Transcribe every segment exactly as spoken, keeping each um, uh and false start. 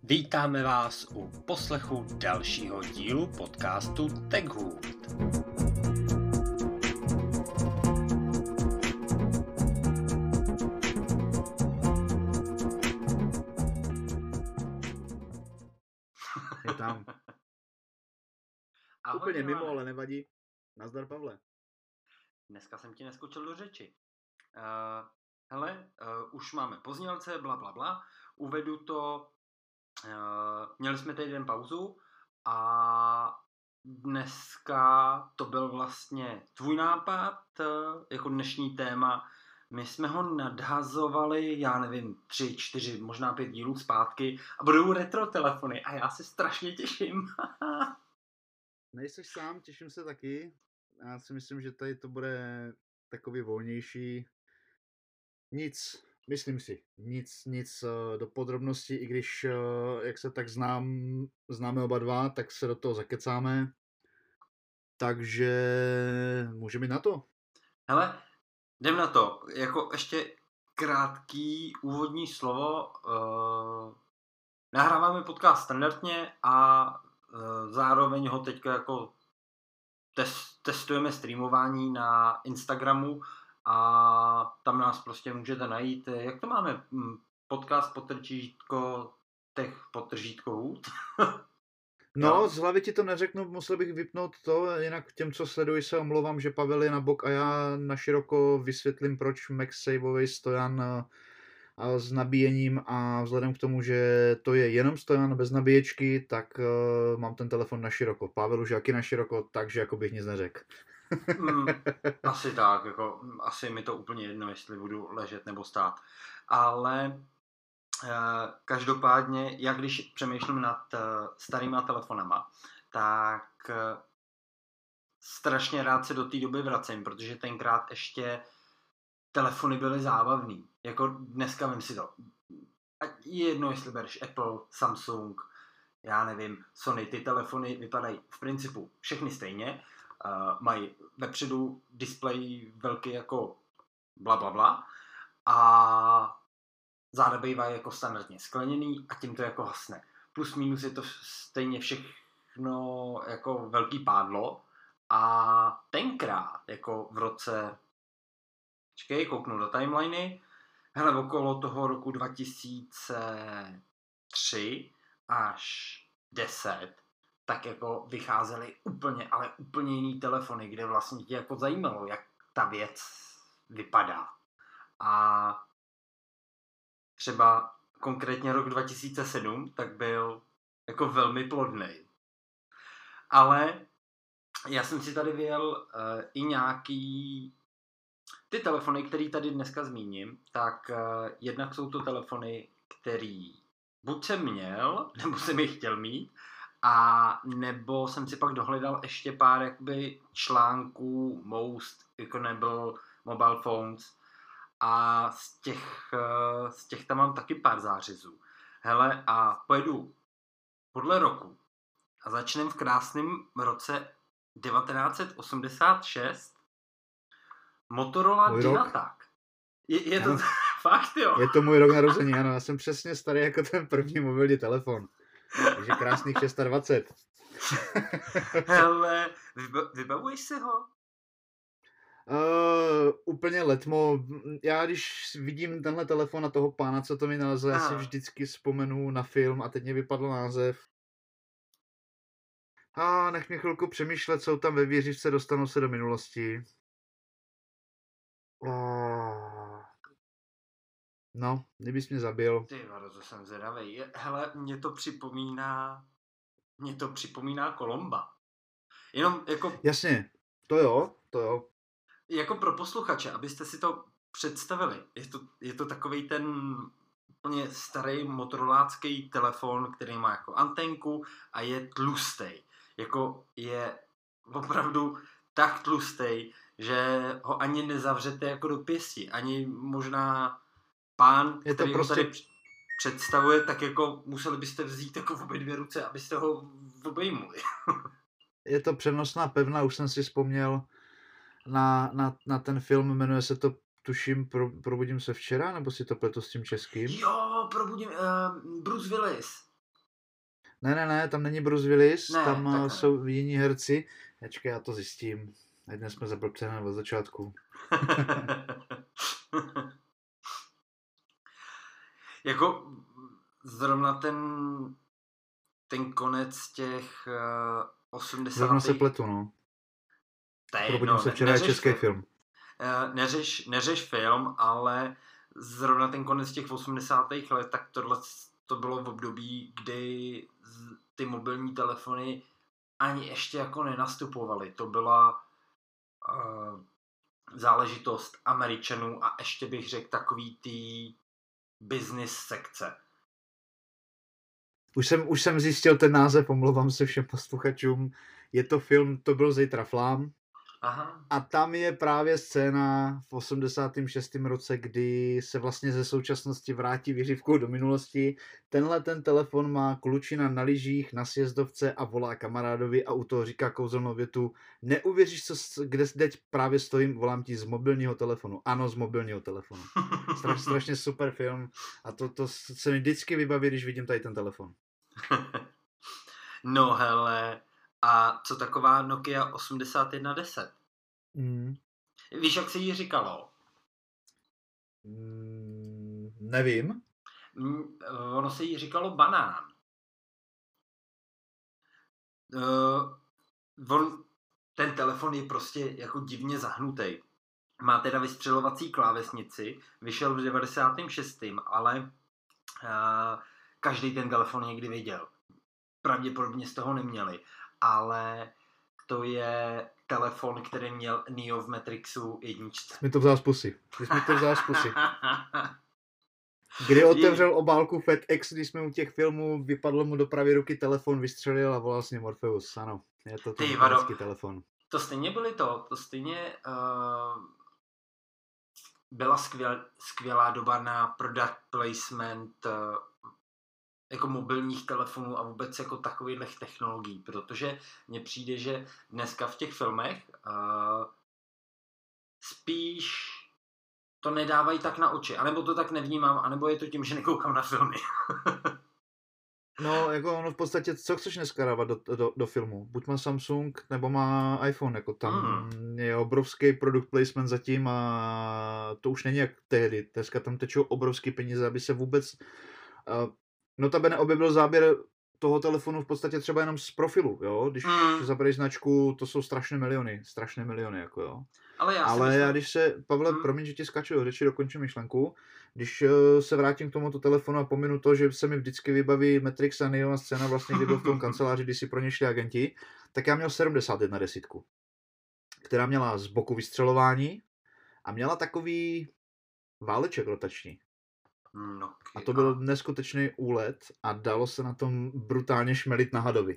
Vítáme vás u poslechu dalšího dílu podcastu TechHood. Je tam. Ahoj, Úplně Milane. mimo, ale nevadí. Nazdar, Pavle. Dneska jsem ti neskočil do řeči. Uh, hele, uh, už máme poznělce, bla, bla, bla. Uvedu to. Uh, měli jsme týden pauzu a dneska to byl vlastně tvůj nápad, uh, jako dnešní téma. My jsme ho nadhazovali, já nevím, tři, čtyři, možná pět dílů zpátky a budou retro telefony a já se strašně těším. Nejseš sám, těším se taky. Já si myslím, že tady to bude takový volnější. Nic, myslím si, nic, nic uh, do podrobností, i když, uh, jak se tak znám, známe oba dva, tak se do toho zakecáme. Takže můžeme jít na to. Hele, jdem na to. Jako ještě krátký úvodní slovo. Uh, nahráváme podcast standardně a uh, zároveň ho teďka jako test, testujeme streamování na Instagramu a tam nás prostě můžete najít. Jak to máme? Podcast podtržítko tech podtržítko hůd? No, Jo. z hlavy ti to neřeknu, musel bych vypnout to, jinak těm, co sledují, se omlouvám, že Pavel je na bok a já naširoko vysvětlím, proč MagSafeový stojan a s nabíjením, a vzhledem k tomu, že to je jenom stojan bez nabíječky, tak uh, mám ten telefon naširoko. Pavel už jaký naširoko, takže jako bych nic neřekl. mm, asi tak, jako, asi mi to úplně jedno, jestli budu ležet nebo stát. Ale Uh, každopádně, jak když přemýšlím nad uh, starýma telefonama, tak uh, strašně rád se do té doby vracím, protože tenkrát ještě telefony byly zábavný. Jako dneska vím si to. A je jedno, jestli bereš Apple, Samsung, já nevím, Sony, ty telefony vypadají v principu všechny stejně. Uh, mají vepředu displej velký jako bla bla bla a záda bývají jako standardně skleněný a tím to jako hasne. Plus minus je to stejně všechno jako velký pádlo a tenkrát jako v roce, čekej, kouknu do timeliny, hele, okolo toho roku dva tisíce tři až deset, tak jako vycházely úplně, ale úplně jiný telefony, kde vlastně tě jako zajímalo, jak ta věc vypadá. A třeba konkrétně rok dva tisíce sedm, tak byl jako velmi plodnej. Ale já jsem si tady vyjel uh, i nějaký ty telefony, které tady dneska zmíním, tak uh, jednak jsou to telefony, který buď jsem měl, nebo jsem je chtěl mít, a nebo jsem si pak dohledal ještě pár jakoby článků Most Iconable Mobile Phones, a z těch, z těch tam mám taky pár zářezů. Hele, a pojedu podle roku a začneme v krásném roce devatenáct set osmdesát šest. Motorola Dynatac. Je, je to fakt, jo? Je to můj rok narození, ano. Já jsem přesně starý jako ten první mobilní telefon. Takže krásných dvacet šest. Hele, vyba- vybavuješ si ho? Uh, úplně letmo. Já když vidím tenhle telefon a toho pána, co to mi nalezl, já si vždycky vzpomenu na film a teď mě vypadl název. A nech mě chvilku přemýšlet, jsou tam ve věřivce, dostanou se do minulosti. Uh, no, kdybys mě zabil. Ty vado, to jsem zvědavej. Hele, mě to připomíná, mě to připomíná Kolomba. Jenom jako... Jasně, to jo, to jo. Jako pro posluchače, abyste si to představili, je to, je to takovej ten úplně starý motorolácký telefon, který má jako antenku a je tlustej. Jako je opravdu tak tlustej, že ho ani nezavřete jako do pěsti. Ani možná pán, je to který prostě... ho tady představuje, tak jako museli byste vzít jako v obě dvě ruce, abyste ho obejmuli. Je to přenosná pevna, už jsem si vzpomněl na, na, na ten film, jmenuje se to, tuším, pro, Probudím se včera, nebo si to pletu s tím českým? Jo, probudím, uh, Bruce Willis. Ne, ne, ne, tam není Bruce Willis, Ne, tam tak uh, ne. jsou jiní herci. Počkej, já to zjistím. Ať dnes jsme zablbcené od začátku. Jako zrovna ten ten konec těch uh, osmdesátých Zrovna se pletu, no. To je Probudím jedno, se ne- včera, je neřeš český film. film. Uh, neřeš, neřeš film, ale zrovna ten konec těch osmdesátých let, tak tohle to bylo v období, kdy z- ty mobilní telefony ani ještě jako nenastupovaly. To byla uh, záležitost Američanů a ještě bych řekl takový tý business sekce. Už jsem, už jsem zjistil ten název, omlouvám se všem posluchačům. Je to film To byl zítra flám. Aha. A tam je právě scéna v osmdesátém šestém roce, kdy se vlastně ze současnosti vrátí vyřivkou do minulosti. Tenhle ten telefon má klučina na lyžích, na sjezdovce a volá kamarádovi a u toho říká kouzelnou větu: neuvěříš, co, kde teď právě stojím, volám ti z mobilního telefonu. Ano, z mobilního telefonu. Straš, strašně super film a to, to se mi vždycky vybaví, když vidím tady ten telefon. No hele, a co taková Nokia osmdesát jedna deset? Mm. Víš, jak se jí říkalo? Mm, nevím. Mm, ono se jí říkalo banán. Uh, on, ten telefon je prostě jako divně zahnutý. Má teda vystřelovací klávesnici, vyšel v devadesátém šestém ale uh, každý ten telefon někdy viděl. Pravděpodobně z toho neměli, ale to je telefon, který měl Neo v Matrixu jedničce. Jsi mi to vzal z pusy. Ty jsi mi to vzal z pusy. Kdy otevřel obálku FedEx, když jsme u těch filmů, vypadlo mu do pravé ruky telefon, vystřelil a volal s ním Morpheus. Ano, je to ten hezký telefon. To stejně byly to, to stejně uh, byla skvěl, skvělá doba na product placement uh, jako mobilních telefonů a vůbec jako takových technologií, protože mně přijde, že dneska v těch filmech uh, spíš to nedávají tak na oči, anebo to tak nevnímám, anebo je to tím, že nekoukám na filmy. No, jako ono v podstatě, co chceš dneska dávat do, do, do filmu? Buď má Samsung, nebo má iPhone, jako tam mm. je obrovský product placement zatím a to už není jak tehdy. Dneska tam tečou obrovský peníze, aby se vůbec... Uh, notabene objevil záběr toho telefonu v podstatě třeba jenom z profilu, jo? Když mm. zabereš značku, to jsou strašné miliony, strašné miliony, jako jo. Ale já, Ale myslím... já když se, Pavle, mm. promiň, že ti skáču do řeči, dokončím myšlenku, když uh, se vrátím k tomuto telefonu a pominu to, že se mi vždycky vybaví Matrix a Neo a scéna vlastně, kdy byl v tom kanceláři, kdy si pro ně šli agenti, tak já měl sedmdesát jedna desítku, která měla z boku vystřelování a měla takový váleček rotační. No, a to byl neskutečný úlet a dalo se na tom brutálně šmelit na hadovi.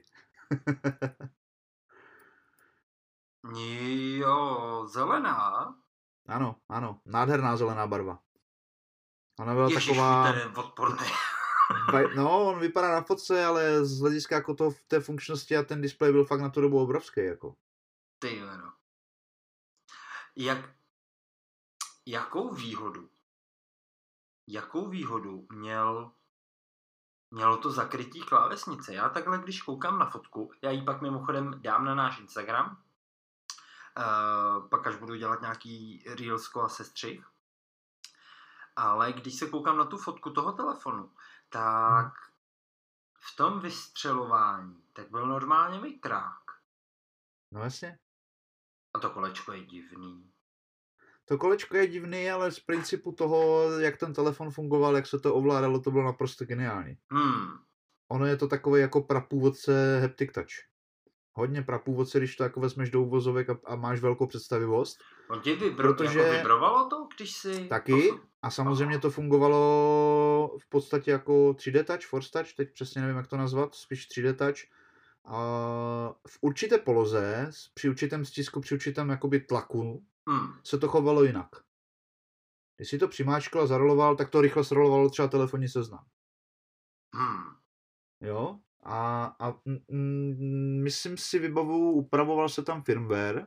Jo, zelená? Ano, ano, nádherná zelená barva. Ona byla Ježiš, taková... ten je odporný. No, on vypadá na fotce, ale z hlediska jako to, té funkčnosti a ten displej byl fakt na tu dobu obrovský, jako. Ty no. Jak... Jakou výhodu? Jakou výhodu měl... Mělo to zakrytí klávesnice. Já takhle, když koukám na fotku, já ji pak mimochodem dám na náš Instagram, uh, pak až budu dělat nějaký reelsko a sestřih, ale když se koukám na tu fotku toho telefonu, tak hmm. v tom vystřelování tak byl normálně mikrák. No jasně. A to kolečko je divný. To kolečko je divný, ale z principu toho, jak ten telefon fungoval, jak se to ovládalo, to bylo naprosto geniální. Hmm. Ono je to takové jako prapůvodce Haptic Touch. Hodně prapůvodce, když to jako vezmeš do uvozovek a, a máš velkou představivost. On tě vibro, protože... jako vibrovalo to, když si... Taky. A samozřejmě to fungovalo v podstatě jako tři dé Touch, Force Touch, teď přesně nevím, jak to nazvat, spíš tři dé Touch. A v určité poloze, při určitém stisku, při určitém jakoby tlaku, hmm. se to chovalo jinak. Když si to přimáčkl a zaroloval, tak to rychle zrolovalo třeba telefonní seznam. Hmm. Jo? A, a mm, myslím si vybavu, upravoval se tam firmware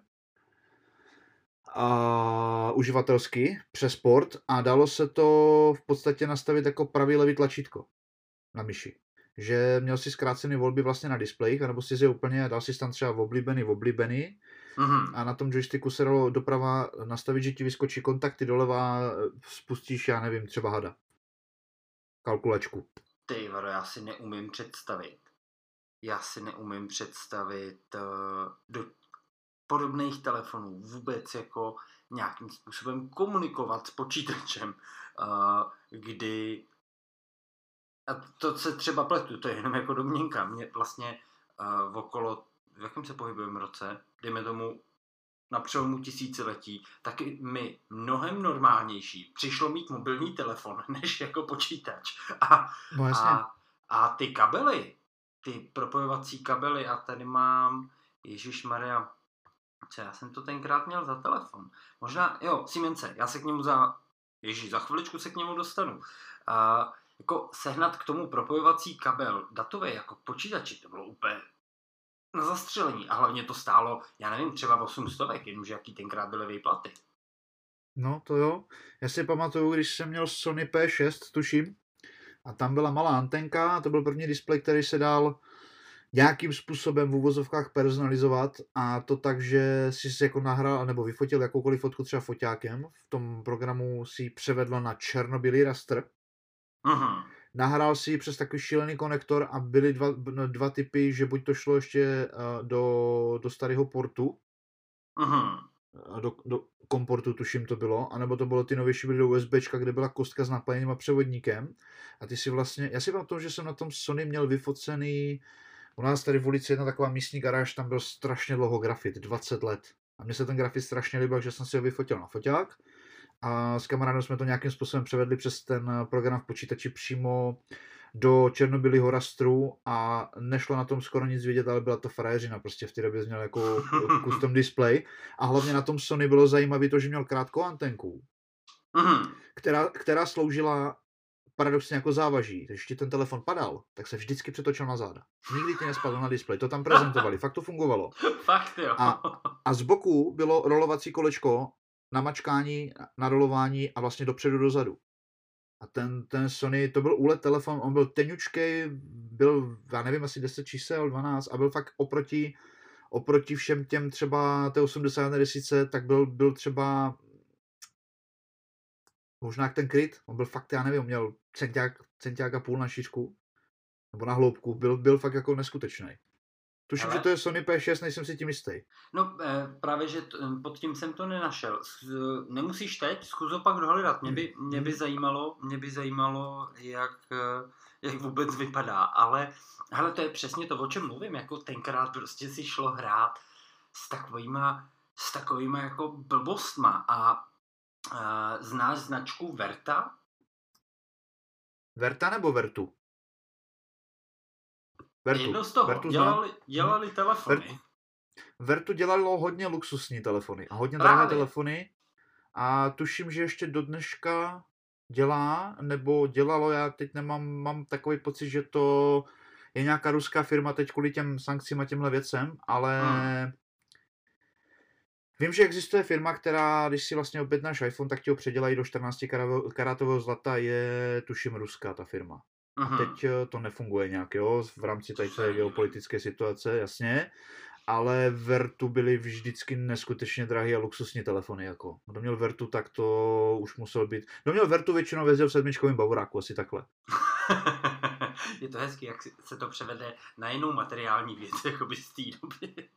a uživatelsky přes port a dalo se to v podstatě nastavit jako pravý levý tlačítko na myši. že měl si zkrácený volby vlastně na displejích, anebo si je úplně dal si tam třeba v oblíbený, v oblíbený Mhm. a na tom joysticku se dalo doprava nastavit, že ti vyskočí kontakty, doleva spustíš, já nevím, třeba hada. Kalkulačku. Ty vado, já si neumím představit. Já si neumím představit uh, do podobných telefonů vůbec jako nějakým způsobem komunikovat s počítačem, uh, kdy a to se třeba pletu, to je jenom jako domněnka. Mě vlastně uh, okolo, v jakém se pohybujeme roce, dejme tomu na přelomu tisíciletí, taky mi mnohem normálnější přišlo mít mobilní telefon, než jako počítač. A, No jasně. a, a ty kabely, ty propojovací kabely, a tady mám, ježišmarja, co já jsem to tenkrát měl za telefon. Možná, jo, Siemence, já se k němu za, ježiš, za chviličku se k němu dostanu. A, jako sehnat k tomu propojovací kabel datový jako k počítači, to bylo úplně na zastřelení. A hlavně to stálo, já nevím, třeba osm stovek, jenomže jaký tenkrát byly výplaty. No to jo. Já si pamatuju, když jsem měl Sony P šest, tuším, a tam byla malá antenka, to byl první displej, který se dal nějakým způsobem v uvozovkách personalizovat, a to tak, že si si jako nahrál nebo vyfotil jakoukoliv fotku třeba foťákem, v tom programu si ji převedl na černobílý raster, Mhm. nahrál si ji přes takový šílený konektor a byly dva, dva typy, že buď to šlo ještě uh, do, do starého portu, Mhm. do, do komportu tuším to bylo, anebo to bylo ty novější, byly do USBčka, kde byla kostka s napojeným a převodníkem, a ty si vlastně, já si pamatuju, že jsem na tom Sony měl vyfocený, u nás tady v ulici jedna taková místní garáž, tam byl strašně dlouho grafit, dvacet let. A mně se ten grafit strašně líbil, že jsem si ho vyfotil na foťák. A s kamarádem jsme to nějakým způsobem převedli přes ten program v počítači přímo do černobílého rastru a nešlo na tom skoro nic vidět, ale byla to frajeřina, prostě v té době měl jako custom display. A hlavně na tom Sony bylo zajímavé to, že měl krátkou antenku, Mhm. která, která sloužila paradoxně jako závaží. Když ti ten telefon padal, tak se vždycky přetočil na záda. Nikdy ti nespadl na displej. To tam prezentovali. Fakt to fungovalo. Fakt jo. A, a z boku bylo rolovací kolečko na mačkání, na rolování a vlastně dopředu dozadu. A ten, ten Sony, to byl úlet telefon, on byl teňučkej, byl, já nevím, asi deset čísel, dvanáct, a byl fakt oproti, oproti všem těm třeba té osmdesát desítce, tak byl, byl třeba možná jak ten kryt, on byl fakt, já nevím, měl centiák, centiák a půl na šířku, nebo na hloubku, byl, byl fakt jako neskutečný. Tuším, Ale... že to je Sony P šest, nejsem si tím jistý. No právě, že t- pod tím jsem to nenašel. Nemusíš teď, zkus ho pak dohledat. Mě by, mě by zajímalo, mě by zajímalo, jak, jak vůbec vypadá. Ale hele, to je přesně to, o čem mluvím. Jako tenkrát prostě si šlo hrát s takovýma, s takovýma jako blbostma. A, a znáš značku Verta? Verta nebo Vertu? Vertu. Jedno z toho. Vertu dělali, dělali telefony. Vertu. Vertu dělalo hodně luxusní telefony a hodně Právě. drahé telefony a tuším, že ještě do dneška dělá, nebo dělalo, já teď nemám, mám takový pocit, že to je nějaká ruská firma teď kvůli těm sankcím a těmhle věcem, ale hmm. vím, že existuje firma, která, když si vlastně objednáš iPhone, tak ti ho předělají do čtrnáct karátového zlata, je tuším ruská ta firma. A teď to nefunguje nějak, jo, v rámci té geopolitické situace, jasně, ale Vertu byly vždycky neskutečně drahé a luxusní telefony, jako. Kdo měl Vertu, tak to už musel být. Kdo měl Vertu, většinou jezdil v sedmičkovém Bavoráku, asi takhle. Je to hezky, jak se to převede na jinou materiální věc, jako by z té doby.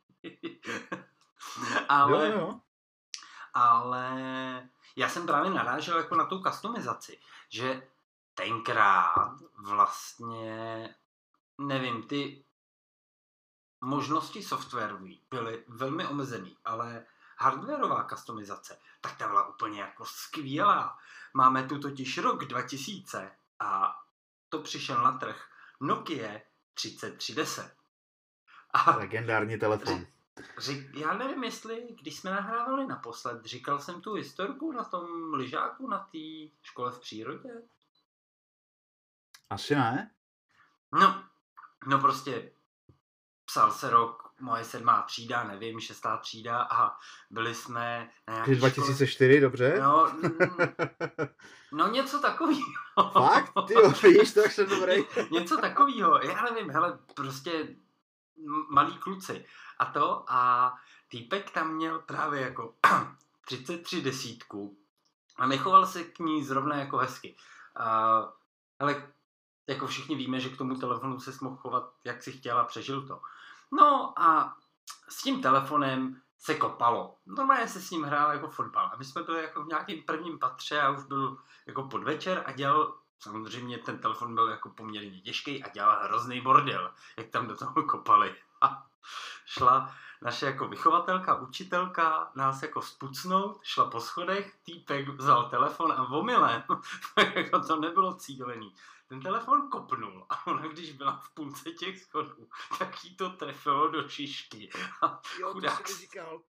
ale, jo, jo. ale já jsem právě narážel jako na tu customizaci, že tenkrát vlastně, nevím, ty možnosti softwarový byly velmi omezený, ale hardwarová customizace, tak ta byla úplně jako skvělá. Máme tu totiž rok dva tisíce a to přišel na trh Nokia třicet tři deset. A legendární telefon. Ři, já nevím, jestli, když jsme nahrávali naposled, říkal jsem tu historku na tom lyžáku, na té škole v přírodě? Asi ne. No, no prostě psal se rok, moje sedmá třída, nevím, šestá třída a byli jsme na nějaké dva tisíce čtyři, škole. Dobře? No, no něco takového. Fakt? Tyjo, víš, tak jsem dobrý. Něco takového, já nevím, hele, prostě malí kluci. A to a týpek tam měl právě jako třicet tři desítku a nechoval se k ní zrovna jako hezky. A, hele, jako všichni víme, že k tomu telefonu se mohl chovat, jak si chtěl a přežil to. No a s tím telefonem se kopalo. Normálně se s ním hrál jako fotbal. A my jsme byli jako v nějakém prvním patře a už byl jako podvečer a dělal, samozřejmě ten telefon byl jako poměrně těžký a dělal hrozný bordel, jak tam do toho kopali. A šla naše jako vychovatelka, učitelka nás jako spucnout, šla po schodech, týpek vzal telefon a omylem, jako to nebylo cílený. Ten telefon kopnul a ona, když byla v půlce těch schodů, tak jí to trefilo do šišky. A jo, chudák, to jsi říkal.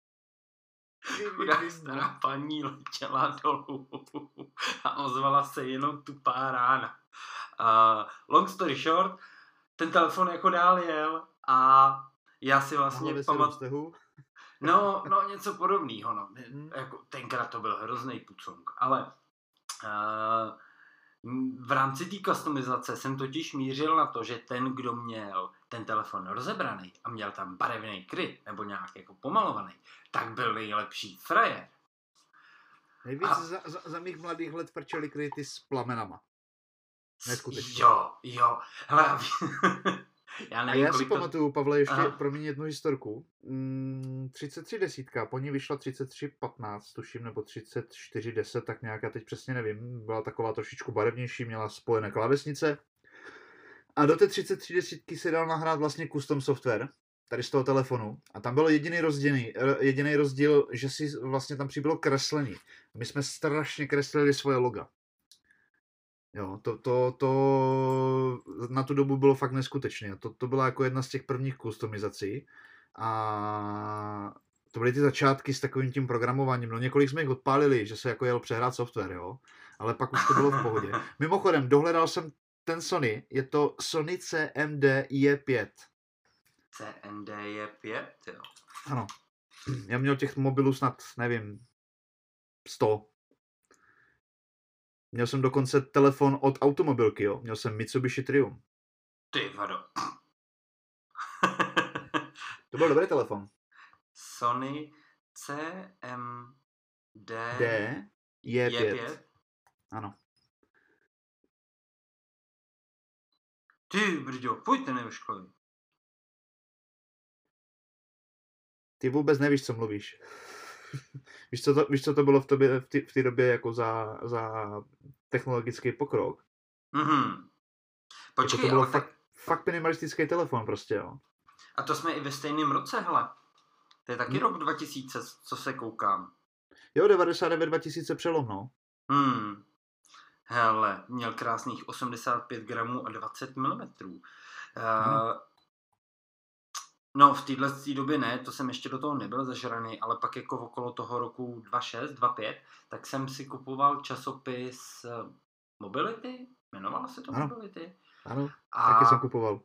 chudák stará paní letěla dolů a ozvala se jenom tupá rána. Uh, long story short, ten telefon jako dál jel a já si vlastně pamatuju. No, no, něco podobného, no. Hmm. Jako, tenkrát to byl hrozný pucung, ale uh, v rámci té customizace jsem totiž mířil na to, že ten, kdo měl ten telefon rozebraný a měl tam barevný kryt nebo nějak jako pomalovaný, tak byl nejlepší frajer. Nejvíc a... za, za, za mých mladých let frčeli kryty s plamenama. Neskutečně. Jo, jo. Hele, já nevím, a já si to... pamatuju, Pavle, ještě Aha. pro mě jednu historku. Mm, třicet tři desítka, po ní vyšla třicet tři patnáct, tuším, nebo třicet čtyři deset, tak nějak, já teď přesně nevím. Byla taková trošičku barevnější, měla spojené klávesnice. A do té třicet tři desítky se dal nahrát vlastně custom software, tady z toho telefonu. A tam byl jediný rozdíl, jediný rozdíl, že si vlastně tam přibylo kreslení. My jsme strašně kreslili svoje loga. Jo, to, to, to na tu dobu bylo fakt neskutečné. To, to byla jako jedna z těch prvních kustomizací. A to byly ty začátky s takovým tím programováním. No několik jsme jich odpálili, že se jako jel přehrát software, jo. Ale pak už to bylo v pohodě. Mimochodem, dohledal jsem ten Sony, je to Sony C M D J pět. C M D J pět, jo. Ano. Já měl těch mobilů snad, nevím, sto. Měl jsem dokonce telefon od automobilky, jo. Měl jsem Mitsubishi Triumph. Ty vado. To byl dobrý telefon. Sony C M D J pět. Ano. Ty brďo, pojďte nevyškolí. Ty vůbec nevíš, co mluvíš. Víš, co to, víš, co to bylo v, tobě, v, té, v té době jako za, za technologický pokrok? Mhm. Počkej, jako to bylo ale fakt, tak... fakt minimalistický telefon prostě, jo. A to jsme i ve stejném roce, hele. To je taky hmm. rok dva tisíce, co se koukám. Jo, devadesát devět dva tisíce přelom, no. Hmm. Hele, měl krásných osmdesát pět gramů a dvacet milimetrů. Uh, no, v téhle době ne, to jsem ještě do toho nebyl zažraný, ale pak jako okolo toho roku dva šest, dva pět, tak jsem si kupoval časopis Mobility, jmenovalo se to ano. Mobility. Ano, a, taky jsem kupoval.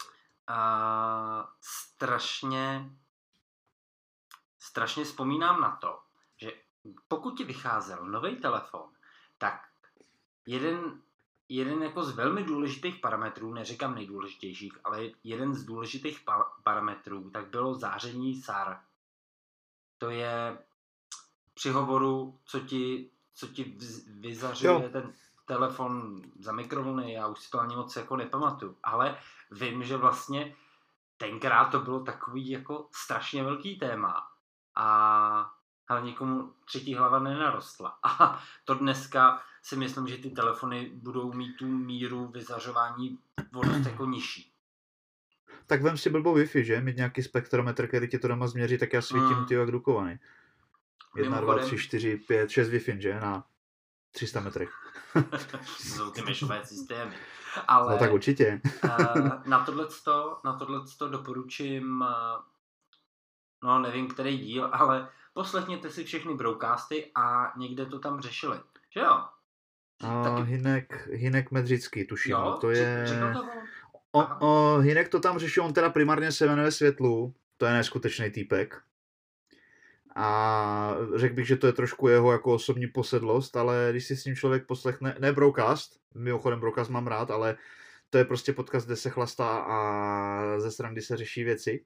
A strašně, strašně vzpomínám na to, že pokud ti vycházel nový telefon, tak jeden, jeden jako z velmi důležitých parametrů, neříkám nejdůležitějších, ale jeden z důležitých pa- parametrů, tak bylo záření S A R. To je při hovoru, co ti, co ti vyzařuje jo. ten telefon za mikrovlny, já už si to ani moc jako nepamatuju, ale vím, že vlastně tenkrát to bylo takový jako strašně velký téma a ale nikomu třetí hlava nenarostla. A to dneska si myslím, že ty telefony budou mít tu míru vyzařování dost jako nižší. Tak vem si blbou Wi-Fi, že? Mít nějaký spektrometr, který ti to doma změří, tak já svítím mm. ty jak dukovaný. Jedna, dva, tři, čtyři, pět, šest Wi-Fi, že? Na tři sta metrech. To jsou ty mešové systémy. Ale no tak určitě. na tohleto, na tohleto doporučím, no nevím, který díl, ale poslechněte si všechny broadcasty a někde to tam řešili. Že jo? A Taky... Hinek, Hinek Medřický, tuším. Jo, to je... Říkal to O, o, Hinek to tam řešil, on teda primárně se jmenuje Světlu, to je neskutečný týpek. A řekl bych, že to je trošku jeho jako osobní posedlost, ale když si s ním člověk poslechne, ne Broadcast, mimochodem Broadcast mám rád, ale to je prostě podcast, kde se chlastá a ze strany se řeší věci.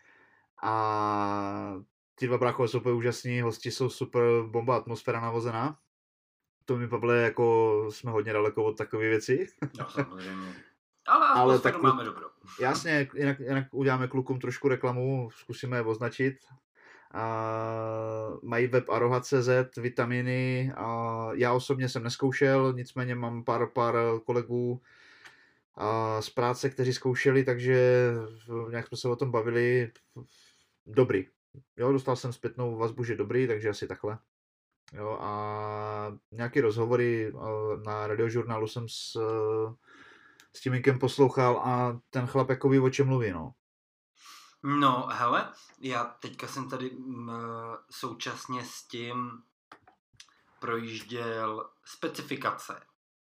A ti dva bráchové jsou úplně úžasní, hosti jsou super, bomba atmosféra navozená. To mi, Pavle, jako jsme hodně daleko od takové věci. No, samozřejmě. Ale atmosféru tak, máme dobrou. Jasně, jinak, jinak uděláme klukům trošku reklamu, zkusíme je označit. Uh, mají web aroha tečka cé zet, vitaminy. Uh, já osobně jsem neskoušel, nicméně mám pár, pár kolegů uh, z práce, kteří zkoušeli, takže nějak jsme se o tom bavili. Dobrý. Jo, dostal jsem zpětnou vazbu, že dobrý, takže asi takhle. Jo, a nějaké rozhovory uh, na radiožurnálu jsem s, uh, s Tímínkem poslouchal a ten chlap jako ví, o čem mluví, no. No, hele, já teďka jsem tady m, současně s tím projížděl specifikace.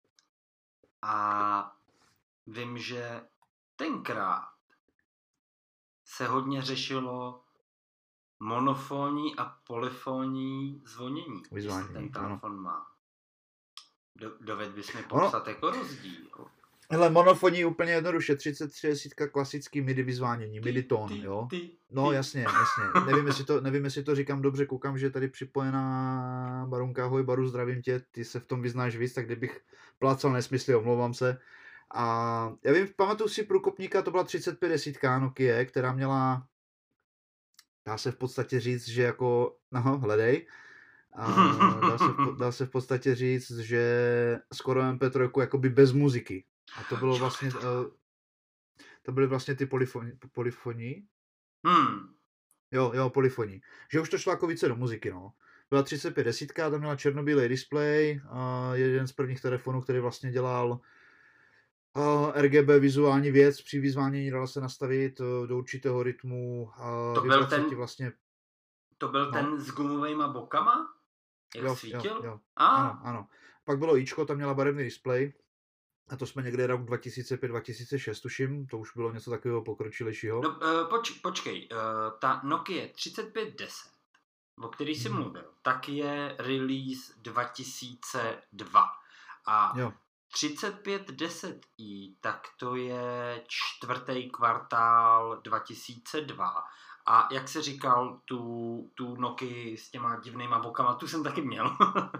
A vím, že tenkrát se hodně řešilo monofonní a polyfonní zvonění. Vyzvání, ten telefon ano. má. Do, doved bys mi popsat no. jako rozdíl. Hele, monofonní úplně jednoduše, třicet tři desítka klasický MIDI vyzvánění, MIDI tón, jo? Ty, no ty. jasně, jasně, nevím jestli, to, nevím, jestli to říkám dobře, koukám, že tady připojená Barunka, ahoj Baru, zdravím tě, ty se v tom vyznáš víc, tak kdybych plácal nesmysly, omlouvám se. A já vím, pamatuju si průkopníka, to byla třicet pět desítka Nokia, která měla, dá se v podstatě říct, že jako, no, hledej, a dá, se v, dá se v podstatě říct, že skoro em pé tři jakoby bez muziky. A to bylo vlastně, to byly vlastně ty polyfoni, polyfoní. Hmm. Jo, jo, polyfoní. Že už to šlo jako více do muziky, no. Byla třicet pět desítka, tam měla černobílý displej, a jeden z prvních telefonů, který vlastně dělal uh, R G B vizuální věc, při vyzvánění dala se nastavit uh, do určitého rytmu. Uh, to byl ten, vlastně... to byl no. ten s gumovejma bokama? Jak jo, svítil? Jo, jo. A? Ano, ano. Pak bylo ičko, tam měla barevný displej. A to jsme někde rok dva tisíce pět dva tisíce šest, tuším, to už bylo něco takového pokročilejšího. No, uh, poč, počkej, uh, ta Nokia třicet pět deset, o který jsi hmm. mluvil, tak je release dva tisíce dva. A jo. třicet pět deset i, tak to je čtvrtý kvartál dva tisíce dva. A jak jsi říkal, tu, tu Nokia s těma divnýma bokama, tu jsem taky měl.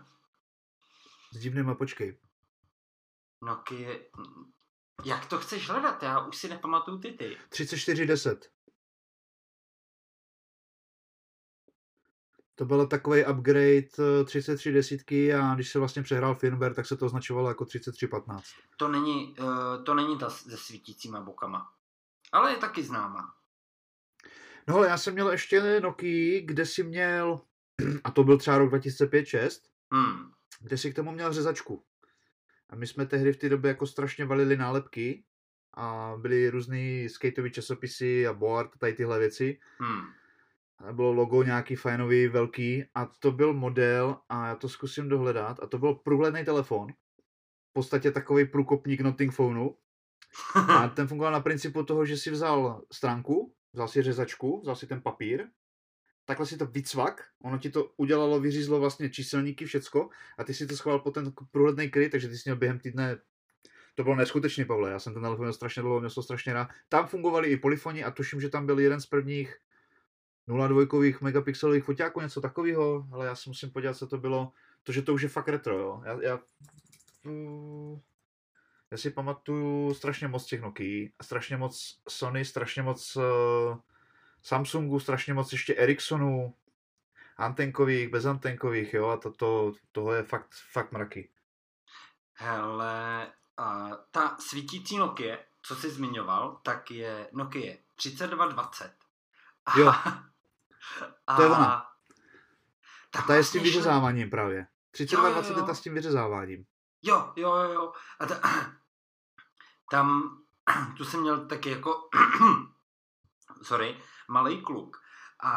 S divnýma, počkej. Nokia... Jak to chceš hledat? Já už si nepamatuju ty ty. třicet čtyři deset. To byl takový upgrade třicet tři desítky a když se vlastně přehrál firmware, tak se to označovalo jako třicet tři patnáct. To není, uh, to není ta se svítícíma bokama. Ale je taky známá. No já jsem měl ještě Nokia, kde si měl, a to byl třeba rok dva tisíce pět šest, hmm. kde si k tomu měl řezačku. A my jsme tehdy v té době jako strašně valili nálepky a byly různý skateový časopisy a board, tady tyhle věci. Hmm. A bylo logo nějaký fajnový, velký a to byl model a já to zkusím dohledat a to byl průhledný telefon. V podstatě takový průkopník Notting Phoneu. A ten fungoval na principu toho, že si vzal stránku, vzal si řezačku, vzal si ten papír, takhle si to vycvak, ono ti to udělalo, vyřízlo vlastně číselníky, všecko a ty si to schoval po ten průhledný kryt, takže ty jsi měl během týdne, to bylo neskutečný, Pavle, já jsem ten telefon měl strašně dlouho, měl to strašně rád. Tam fungovaly i polyfony a tuším, že tam byl jeden z prvních nula dva megapixelových foťáků, něco takového, ale já si musím podívat, co to bylo, to, že to už je fakt retro, jo. Já, já, já si pamatuju strašně moc těch Nokia, strašně moc Sony, strašně moc uh, Samsungu, strašně moc ještě Ericssonů, antenkových, bezantenkových, jo, a to, to, toho je fakt, fakt mraky. Hele, uh, ta svítící Nokia, co jsi zmiňoval, tak je Nokia třicet dva dvacet. Jo, a, to je ona. A ta je s tím vyřezáváním právě. třicet dva dvacet je ta s tím vyřezáváním. Jo, jo, jo, jo. A ta, tam, tu jsem měl taky jako, sorry, malej kluk. A,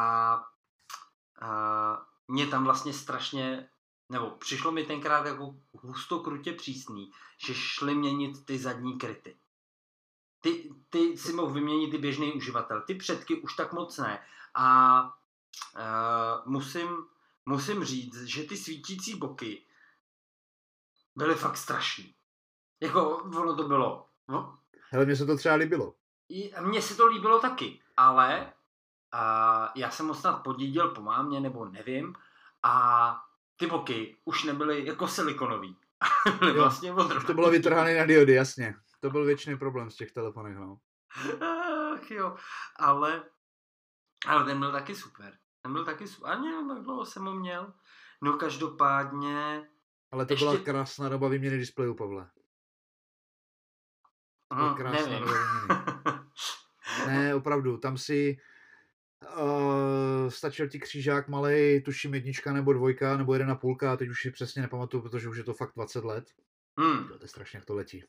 a mě tam vlastně strašně, nebo přišlo mi tenkrát jako hustokrutě přísný, že šli měnit ty zadní kryty. Ty, ty si mohl vyměnit ty běžný uživatel. Ty předky už tak moc ne. A uh, musím, musím říct, že ty svítící boky byly fakt strašný. Jako ono to bylo. No? Hele, mně se to třeba líbilo. Mně se to líbilo taky, ale uh, já jsem ho snad podědil po mámě, nebo nevím, a ty boky už nebyly jako silikonový. byly Jo, vlastně už to bylo vytrhané na diody, jasně. To byl věčný problém z těch telefonech, no. Ach jo, ale, ale ten byl taky super. Ten byl taky super. Ani nevím, jak dlouho jsem ho měl. No každopádně... Ale to ještě... byla krásná doba výměny displejů, Pavle. To byla Hmm, krásná nevím. doba výměny. Ne, opravdu, tam si uh, stačil ti křížák malej, tuším jednička nebo dvojka, nebo jeden a půlka, a teď už si přesně nepamatuju, protože už je to fakt dvacet let. Hmm. To je strašně, jak to letí.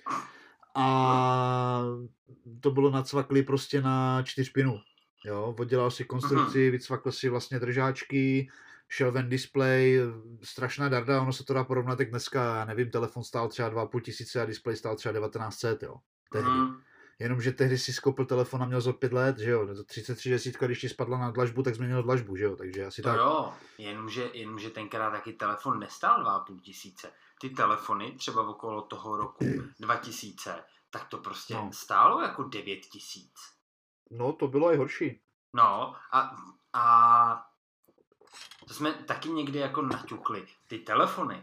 A to bylo nacvaklý prostě na čtyřpinu. Jo, oddělal si konstrukci, mm. vycvakl si vlastně držáčky, šel ven displej, strašná darda, ono se to dá porovnat tak dneska, já nevím, telefon stál třeba dva a půl tisíce a displej stál třeba devatenáct set, jo, tehdy. Mm. Jenomže tehdy si skoupil telefon a měl za pět let, že jo, třicet tři desítka, když ti spadla na dlažbu, tak změnil dlažbu, že jo, takže asi to tak. Jo, jenomže, jenomže tenkrát taky telefon nestál dva a půl tisíce. Ty telefony třeba okolo toho roku dva tisíce, tak to prostě no. stálo jako devět tisíc. No, to bylo i horší. No, a, a to jsme taky někdy jako naťukli. Ty telefony,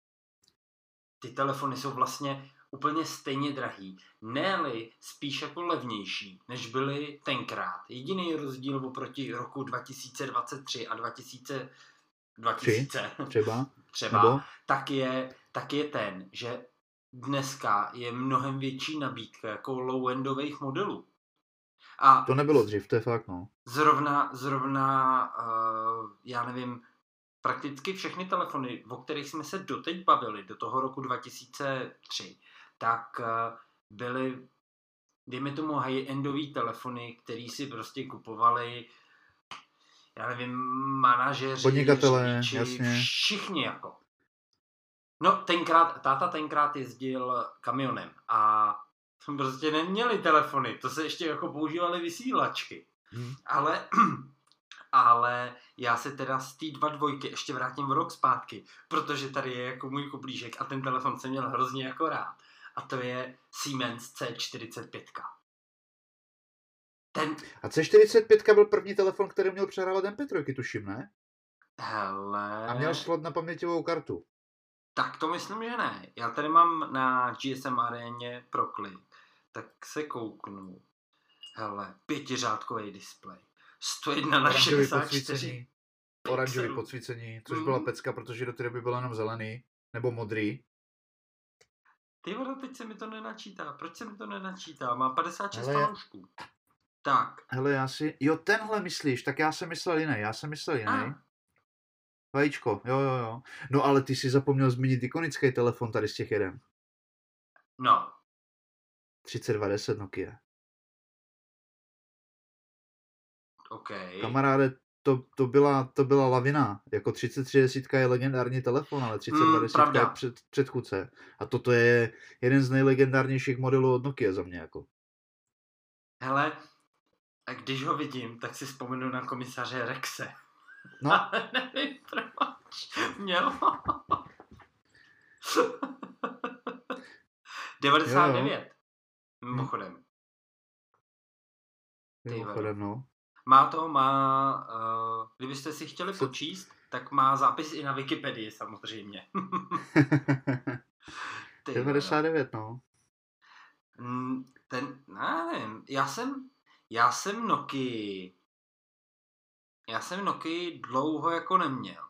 ty telefony jsou vlastně úplně stejně drahý, ne-li spíš jako levnější, než byly tenkrát. Jediný rozdíl oproti roku dva tisíce dvacet tři a dva tisíce, dva tisíce třeba, třeba Nebo? tak, je, tak je ten, že dneska je mnohem větší nabídka jako low-endových modelů. A to nebylo dřív, to je fakt, no. Zrovna, zrovna, uh, já nevím, prakticky všechny telefony, o kterých jsme se doteď bavili, do toho roku dva tisíce tři, tak uh, byly, dejme tomu, high-endový telefony, který si prostě kupovali, já nevím, manažeři, podnikatelé, řidiči, jasně. Všichni jako. No, tenkrát, táta tenkrát jezdil kamionem a prostě neměli telefony, to se ještě jako používaly vysílačky. Hmm. Ale, ale já se teda z té dva dvojky ještě vrátím v rok zpátky, protože tady je jako můj koblížek a ten telefon jsem měl hrozně jako rád. A to je Siemens C čtyřicet pět. Ten... A C čtyřicet pět byl první telefon, který měl přehrávat em pé tři, tuším, ne? Hele... A měl slot na paměťovou kartu. Tak to myslím, že ne. Já tady mám na G S M aréně proklik. Tak se kouknu. Hele, pětiřádkový displej. sto jedna na šedesát čtyři. Oranžový podsvícení, což mm. byla pecka, protože do té doby byl jenom zelený. Nebo modrý. Ty vole, teď se mi to nenačítá. Proč se mi to nenačítá? Má padesát šest fanoušků. Tak. Hele, já si... Jo, tenhle myslíš, tak já jsem myslel jiný. Já jsem myslel jiný. Ah. Vajíčko, jo, jo, jo. No ale ty si zapomněl zmínit ikonický telefon tady z těch jeden. No. třicet dva deset Nokia. OK. Kamaráde, to, to, byla, to byla lavina. Jako třicet tři deset je legendární telefon, ale třicet dva deset mm, je před, předchůdce. A toto je jeden z nejlegendárnějších modelů od Nokia za mě. Jako. Hele, a když ho vidím, tak si vzpomenu na komisaře Rexe. No. Ale nevím proč. Měl. devadesát devět. Mimochodem. Mimochodem, no. Má to, má, uh, kdybyste si chtěli počíst, tak má zápis i na Wikipedii samozřejmě. devadesát devět, no. Ten, nevím, já jsem, já jsem Nokia, já jsem Nokia dlouho jako neměl.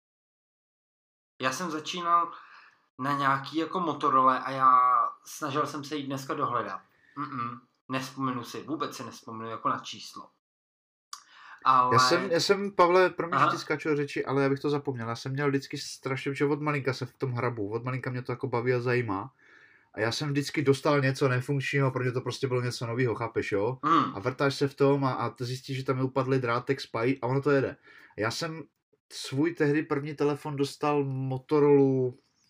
Já jsem začínal na nějaký jako Motorola a já snažil jsem se jí dneska dohledat. Mm-mm, nespomenu si, vůbec si nespomenu jako na číslo. Ale... Já jsem, já jsem, Pavle, promiň, že ti skáču řeči, ale já bych to zapomněl. Já jsem měl vždycky strašně, že od malinka se v tom hrabu, od malinka mě to jako baví a zajímá. A já jsem vždycky dostal něco nefunkčního, protože to prostě bylo něco nového, chápeš, jo? Mm. A vrtáš se v tom a, a zjistíš, že tam je upadlý drátek, spaj a ono to jede. Já jsem svůj tehdy první telefon dostal Motorola,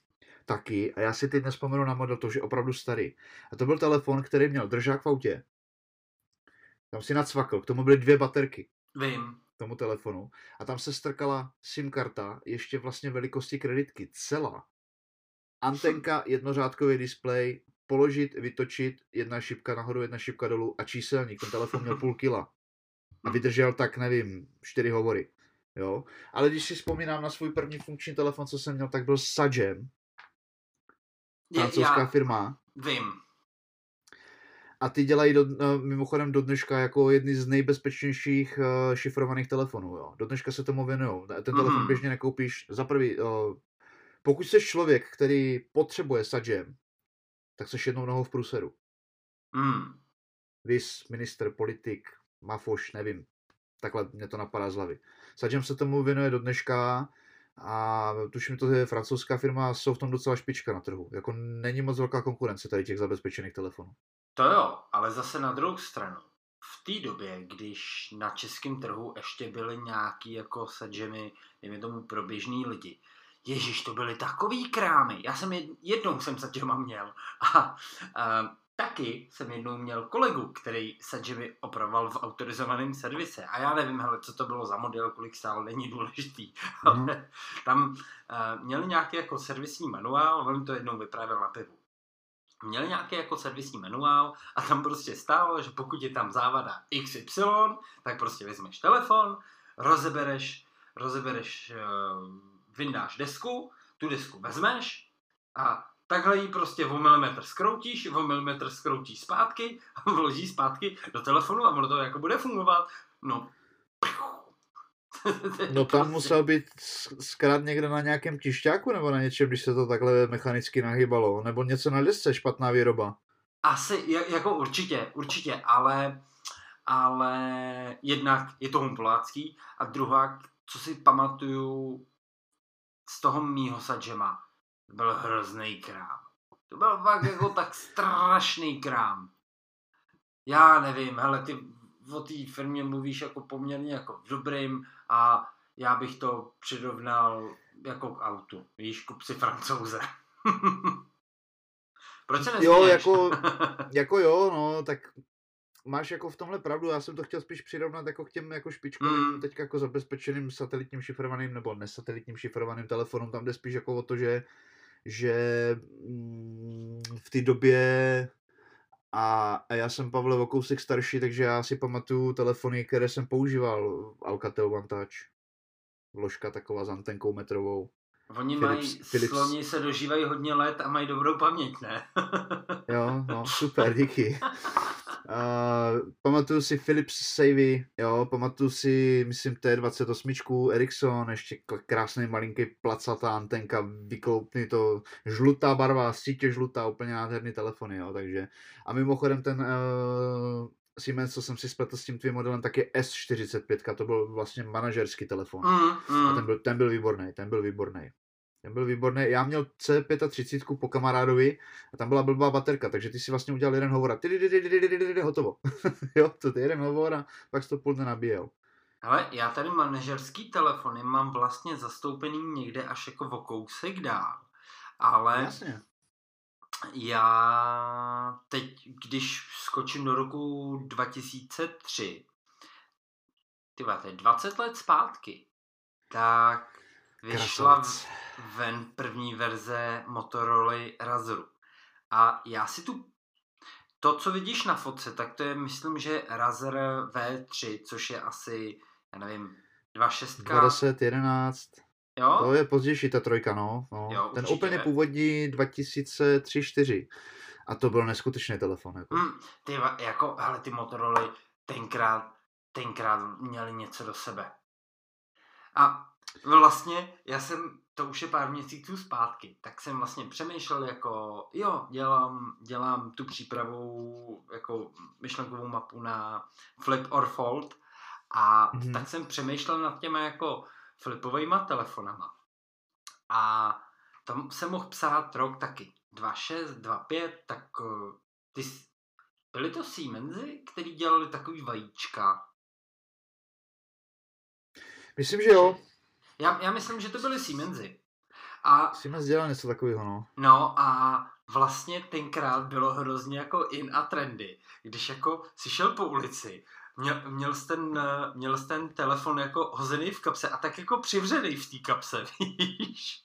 taky, a já si teď nespomenu na model, to už je opravdu starý. A to byl telefon, který měl držák v autě. Tam si nacvakl, k tomu byly dvě baterky. Vím. Tomu telefonu. A tam se strkala SIM karta, ještě vlastně velikosti kreditky, celá. Antenka, jednořádkový displej, položit, vytočit, jedna šipka nahoru, jedna šipka dolů a číselník. Ten telefon měl půl kila. A vydržel tak, nevím, čtyři hovory. Jo? Ale když si vzpomínám na svůj první funkční telefon, co jsem měl, tak byl Sagem. Francouzská firma. Vím. A ty dělají do, mimochodem do dneška jako jedny z nejbezpečnějších uh, šifrovaných telefonů. Jo. Do dneška se tomu věnují. Ten telefon mm-hmm. běžně nekoupíš. Za prvý, uh, pokud jsi člověk, který potřebuje Sagem, tak jsi jednou nohou v průseru. Mm. Vys, minister, politik, mafoš, nevím. Takhle mě to napadá z hlavy. Sagem se tomu věnuje do dneška a tuším, to je francouzská firma, jsou v tom docela špička na trhu. Jako není moc velká konkurence tady těch zabezpečených telefonů. To jo, ale zase na druhou stranu. V té době, když na českém trhu ještě byly nějaký jako Sagemy, dejme tomu pro běžný lidi, ježiš, to byly takový krámy. Já jsem jed, jednou jsem Sagema měl a, a taky jsem jednou měl kolegu, který Sagemy opravoval v autorizovaném servise. A já nevím, hele, co to bylo za model, kolik stál, není důležitý. Mm. Ale tam uh, měli nějaký jako servisní manuál, on to jednou vyprávěl na pivu. Měli nějaký jako servisní manuál a tam prostě stálo, že pokud je tam závada iks ypsilon, tak prostě vezmeš telefon, rozebereš, rozebereš, uh, vyndáš desku, tu desku vezmeš a takhle ji prostě o milimetr skroutíš, o milimetr skroutíš zpátky a vložíš zpátky do telefonu a ono to jako bude fungovat. No, no tam prostě musel být zkrát někde na nějakém tišťáku nebo na něčem, když se to takhle mechanicky nahýbalo, nebo něco na desce, špatná výroba. Asi, jako určitě, určitě, ale, ale jednak je to humpolácký a druhá, co si pamatuju z toho mýho Sagema, to byl hrozný krám. To byl fakt jako tak strašný krám. Já nevím, hele, ty o té firmě mluvíš jako poměrně jako v dobrým a já bych to přirovnal jako k autu. Víš, kup si Francouze. Proč se nesměješ? Jo, jako, jako jo, no, tak máš jako v tomhle pravdu, já jsem to chtěl spíš přirovnat jako k těm jako špičkovým, mm. teď jako zabezpečeným satelitním šifrovaným nebo nesatelitním šifrovaným telefonům, tam jde spíš jako o to, že, že mm, v té době a, a já jsem, Pavle, o kousek starší, takže já si pamatuju telefony, které jsem používal, Alcatel One Touch, vložka taková s antenkou metrovou. Oni Philips, mají, Philips. Sloni se dožívají hodně let a mají dobrou paměť, ne? Jo, no, super, díky. Uh, pamatuju si Philips Savvy, jo, pamatuju si, myslím, T dvacet osm, Ericsson, ještě krásný malinký placatá antenka, vykloupný to, žlutá barva, sítě žlutá, úplně nádherný telefony, jo, takže. A mimochodem ten uh, Siemens, co jsem si spletl s tím tvým modelem, tak je S čtyřicet pět, to byl vlastně manažerský telefon. Mm, mm. A ten byl, ten byl výborný, ten byl výborný. Ten byl výborný. Já měl C třicet pět po kamarádovi a tam byla blbá baterka, takže ty si vlastně udělal jeden hovor a hotovo. Jo, to je jeden hovor a pak jsi to půl dne nabíjel. Ale já tady manažerský telefony mám vlastně zastoupený někde až jako o kousek dál. Ale jasně. Já teď, když skočím do roku dva tisíce tři, tyba, to je dvacet let zpátky, tak vyšla ven první verze Motorola Razoru. A já si tu, to, co vidíš na fotce, tak to je, myslím, že Razor V tři, což je asi, já nevím, dva šest. dvacet jedenáct. Jo? To je pozdější ta trojka, no. no. Jo, ten úplně původní dva tisíce tři čtyři. A to byl neskutečný telefon. Jako. Hmm, ty, jako, hele, ty Motorola tenkrát, tenkrát měli něco do sebe. A vlastně, já jsem, to už je pár měsíců zpátky, tak jsem vlastně přemýšlel jako, jo, dělám, dělám tu přípravou, jako myšlenkovou mapu na Flip or Fold a mm-hmm. tak jsem přemýšlel nad těma jako flipovejma telefonama. A tam jsem mohl psát rok taky. dva šest, dva pět, tak uh, ty, byly to Siemensy, který dělali takový vajíčka? Myslím, že jo. Já, já myslím, že to byly Siemensy. A, Jsi mi sdělal něco takového, no. no a vlastně tenkrát bylo hrozně jako in a trendy, když jako si šel po ulici, měl, měl, jsi ten, měl jsi ten telefon jako hozený v kapse a tak jako přivřený v té kapse, víš?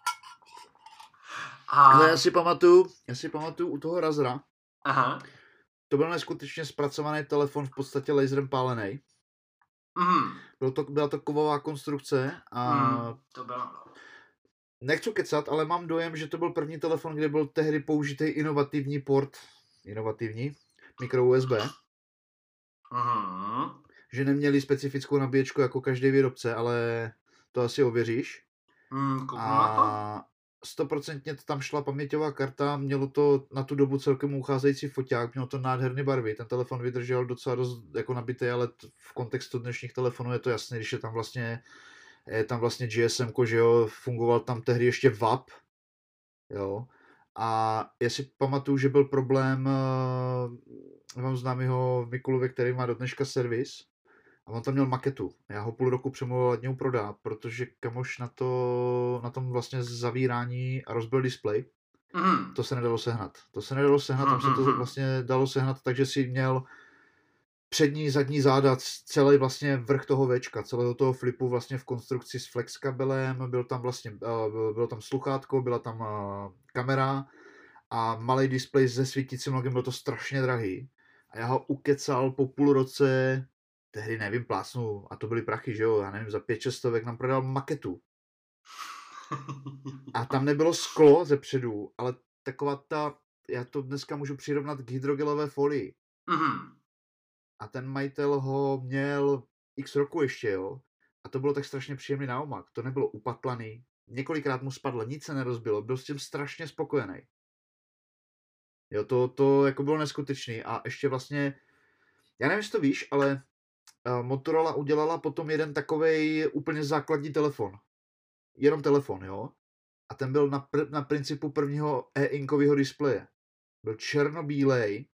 A... Ale já si pamatuju, já si pamatuju u toho Razra, Aha. to byl neskutečně zpracovaný telefon, v podstatě laserem pálený. Mm. Byl to, byla to kovová konstrukce a mm, to bylo. Nechci kecat, ale mám dojem, že to byl první telefon, kde byl tehdy použitý inovativní port, inovativní, mikro U S B. Mm. Že neměli specifickou nabíječku jako každý výrobce, ale to asi ověříš. Mm, a stoprocentně tam šla paměťová karta, mělo to na tu dobu celkem ucházející foťák, mělo to nádherné barvy, ten telefon vydržel docela dost jako nabitý, ale v kontextu dnešních telefonů je to jasné, když je tam vlastně je tam vlastně G S M, že jo, fungoval tam tehdy ještě V A P, jo, a já si pamatuju, že byl problém, mám známýho v Mikulově, který má do dneška servis, a on tam měl maketu. Já ho půl roku přemluvil, ať něj prodá, protože kamoš na, to, na tom vlastně zavírání a rozbil displej. Mm. To se nedalo sehnat. To se nedalo sehnat, tam se to vlastně dalo sehnat, takže si měl přední, zadní záda, celý vlastně vrch toho Včka, celého toho flipu vlastně v konstrukci s flex kabelem, byl tam vlastně, bylo tam sluchátko, byla tam kamera a malý displej se svítícím logem, bylo to strašně drahý. A já ho ukecal po půl roce, tehdy nevím, plásnu, a to byly prachy, že jo, já nevím, za pět šestovek nám prodal maketu. A tam nebylo sklo ze předu, ale taková ta, já to dneska můžu přirovnat k hydrogelové folii. Mm-hmm. A ten majitel ho měl x roku ještě, jo. A to bylo tak strašně příjemný naopak. To nebylo upatlaný. Několikrát mu spadlo, nic se nerozbilo. Byl s tím strašně spokojený. Jo, to, to jako bylo neskutečný. A ještě vlastně, já nevím, jestli to víš, ale Motorola udělala potom jeden takovej úplně základní telefon. Jenom telefon, jo. A ten byl na, pr- na principu prvního e-inkového displeje. Byl černobílej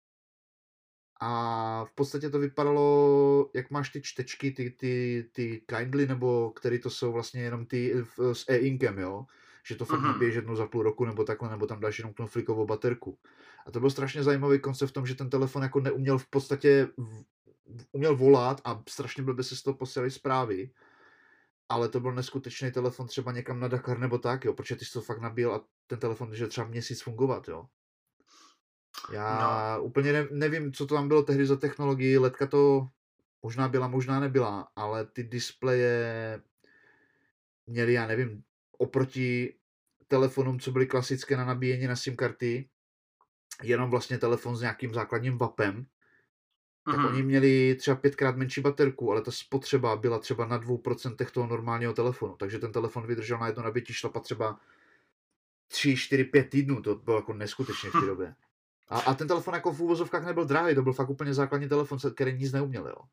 a v podstatě to vypadalo, jak máš ty čtečky, ty, ty, ty Kindly, nebo který to jsou vlastně jenom ty s e-inkem, jo. Že to fakt mm-hmm. nabiješ jednou za půl roku, nebo takhle, nebo tam dáš jenom knoflíkovou baterku. A to byl strašně zajímavý koncept v tom, že ten telefon jako neuměl v podstatě v, uměl volat a strašně blbě se z toho posílaly zprávy. Ale to byl neskutečný telefon třeba někam na Dakar nebo tak, jo, protože ty jsi to fakt nabíjel a ten telefon může třeba měsíc fungovat, jo. Já no. úplně ne, nevím, co to tam bylo tehdy za technologii, ledka to možná byla, možná nebyla, ale ty displeje měly, já nevím, oproti telefonům, co byly klasické na nabíjení na SIM karty, jenom vlastně telefon s nějakým základním vapem, tak mm-hmm. oni měli třeba pětkrát menší baterku, ale ta spotřeba byla třeba na dvou procentech toho normálního telefonu, takže ten telefon vydržel na jedno nabití šlapa třeba tři, čtyři, pět týdnů, to bylo jako neskutečně v té době. A, a ten telefon jako v úvozovkách nebyl drahý, to byl fakt úplně základní telefon, který nic neuměl, jo.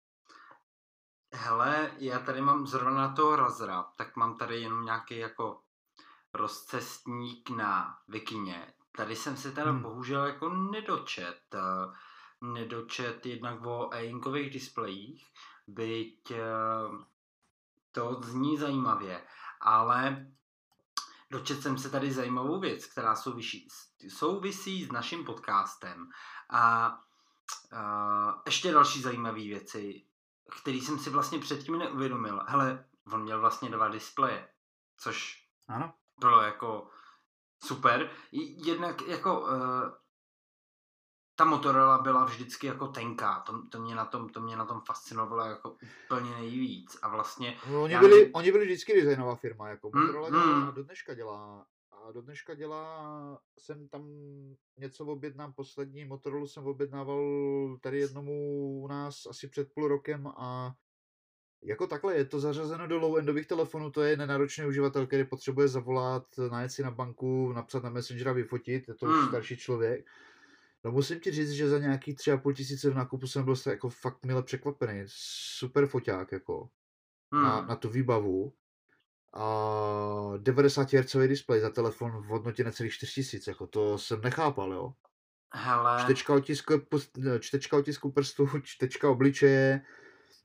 Hele, já tady mám zrovna na toho Razra, tak mám tady jenom nějaký jako rozcestník na Wikině. Tady jsem se teda hmm. bohužel jako nedočet. nedočet jednak o e-inkových displejích, byť to zní zajímavě, ale dočet jsem se tady zajímavou věc, která souvisí, souvisí s naším podcastem a uh, ještě další zajímavé věci, které jsem si vlastně předtím neuvědomil. Hele, on měl vlastně dva displeje, což ano. bylo jako super. Jednak jako uh, ta Motorola byla vždycky jako tenká, to, to, mě na tom, to mě na tom fascinovalo jako úplně nejvíc a vlastně... No, oni, byli, nevím... oni byli vždycky designová firma, jako Motorola mm, dělá mm. a do dneška dělá. A do dneška dělá, jsem tam něco objednám, poslední Motorola jsem objednával tady jednomu u nás asi před půl rokem a jako takhle je to zařazeno do low-endových telefonů, to je nenáročný uživatel, který potřebuje zavolat, najet si na banku, napsat na Messengera, vyfotit, je to už mm. starší člověk. No musím ti říct, že za nějaký tři a půl tisíce v nákupu jsem byl jako fakt mile překvapený. Super foťák, jako. Hmm. Na, na tu výbavu. A devadesát hertzový displej za telefon v hodnotě necelých čtyři tisíce, jako to jsem nechápal, jo. Hele. Čtečka otisku, čtečka otisku prstu, čtečka obličeje.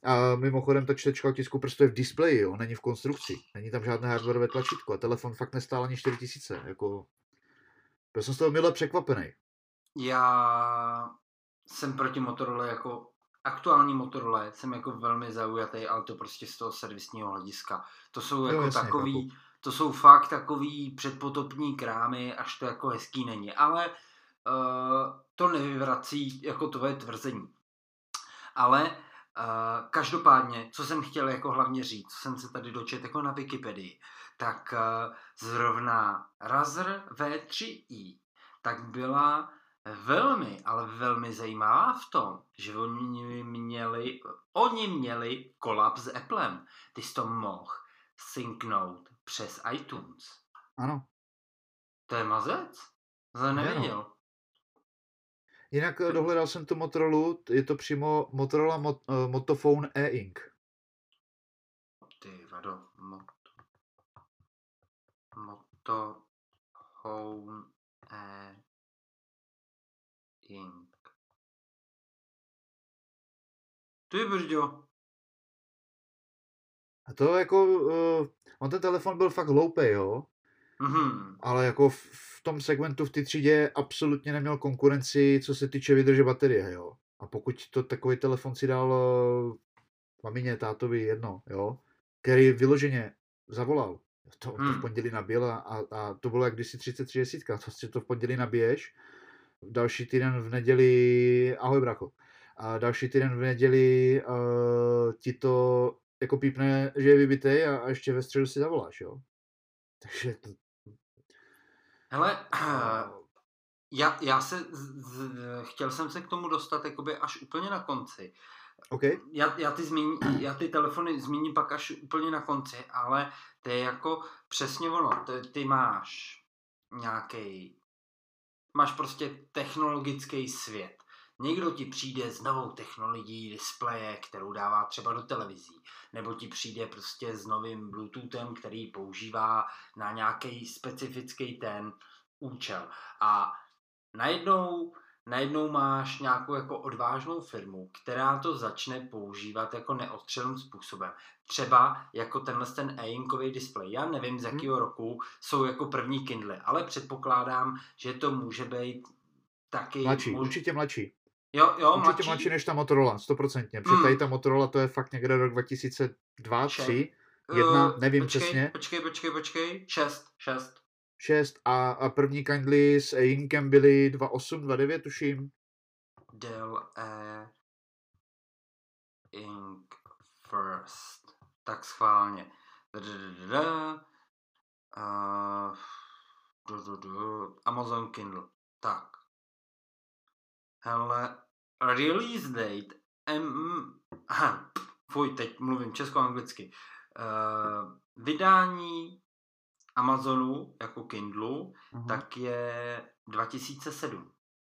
A mimochodem ta čtečka otisku prstu je v displeji, jo, není v konstrukci. Není tam žádné hardwareové tlačítko a telefon fakt nestál ani čtyři tisíce. Jako... Já jsem z toho mile překvapený. Já jsem proti Motorola jako aktuální Motorola jsem jako velmi zaujatý, ale to prostě z toho servisního hlediska. To jsou jako jo, jasně, takový, chápu. to jsou fakt takový předpotopní krámy, až to jako hezký není. Ale uh, to nevyvrací jako tvoje tvrzení. Ale uh, každopádně, co jsem chtěl jako hlavně říct, co jsem se tady dočet jako na Wikipedii, tak uh, zrovna Razer V tři i tak byla velmi, ale velmi zajímavá v tom, že oni měli, oni měli kolab s Applem. Ty jsi to mohl synknout přes iTunes. Ano. To je mazec? To nevěděl. Jinak dohledal jsem tu Motorola, je to přímo Motorola Mot, uh, Motophone E-Ink. Ty vado, mot, Motophone E-Ink. Ty brďo. A to jako, uh, on ten telefon byl fakt hloupej, jo? Mm-hmm. Ale jako v, v tom segmentu v té třídě absolutně neměl konkurenci, co se týče vydrže baterie, jo? A pokud to takový telefon si dal uh, mamině, tátovi, jedno, jo? Který vyloženě zavolal, to, to v pondělí nabíjel a, a to bylo jak kdysi třicet tři desítka, to si to v pondělí nabiješ, další týden v neděli, ahoj bracho, a další týden v neděli uh, ti to jako pípne, že je vybitej a, a ještě ve středu si zavoláš, jo? Takže to... Hele, já, já se, z, z, chtěl jsem se k tomu dostat jakoby až úplně na konci. Okay. Já, já, ty zmíní, já ty telefony zmíním pak až úplně na konci, ale to je jako přesně ono. Ty, ty máš nějaký, máš prostě technologický svět. Někdo ti přijde s novou technologií displeje, kterou dává třeba do televizí, nebo ti přijde prostě s novým Bluetoothem, který používá na nějaký specifický ten účel. A najednou, najednou máš nějakou jako odvážnou firmu, která to začne používat jako neostřelným způsobem. Třeba jako tenhle ten e-inkový displej. Já nevím, z jakého hmm. roku jsou jako první Kindle, ale předpokládám, že to může být taky... Mladší, mož... určitě mladší. Jo, jo, určitě mladší? mladší než ta Motorola, stoprocentně. Protože hmm. tady ta Motorola to je fakt někde rok dva tisíce dva, tři, jedna, uh, nevím počkej, přesně. Počkej, počkej, počkej, šest, šest. šest a, a první Kindly s e-inkem byly dva osm, dva devět, tuším. Dell e-ink first. Tak schválně. Amazon Kindle. Tak. Hele, release date. M... Aha, fuj, teď mluvím česko-anglicky. Uh, vydání Amazonu jako Kindlu, uh-huh. tak je dva tisíce sedm.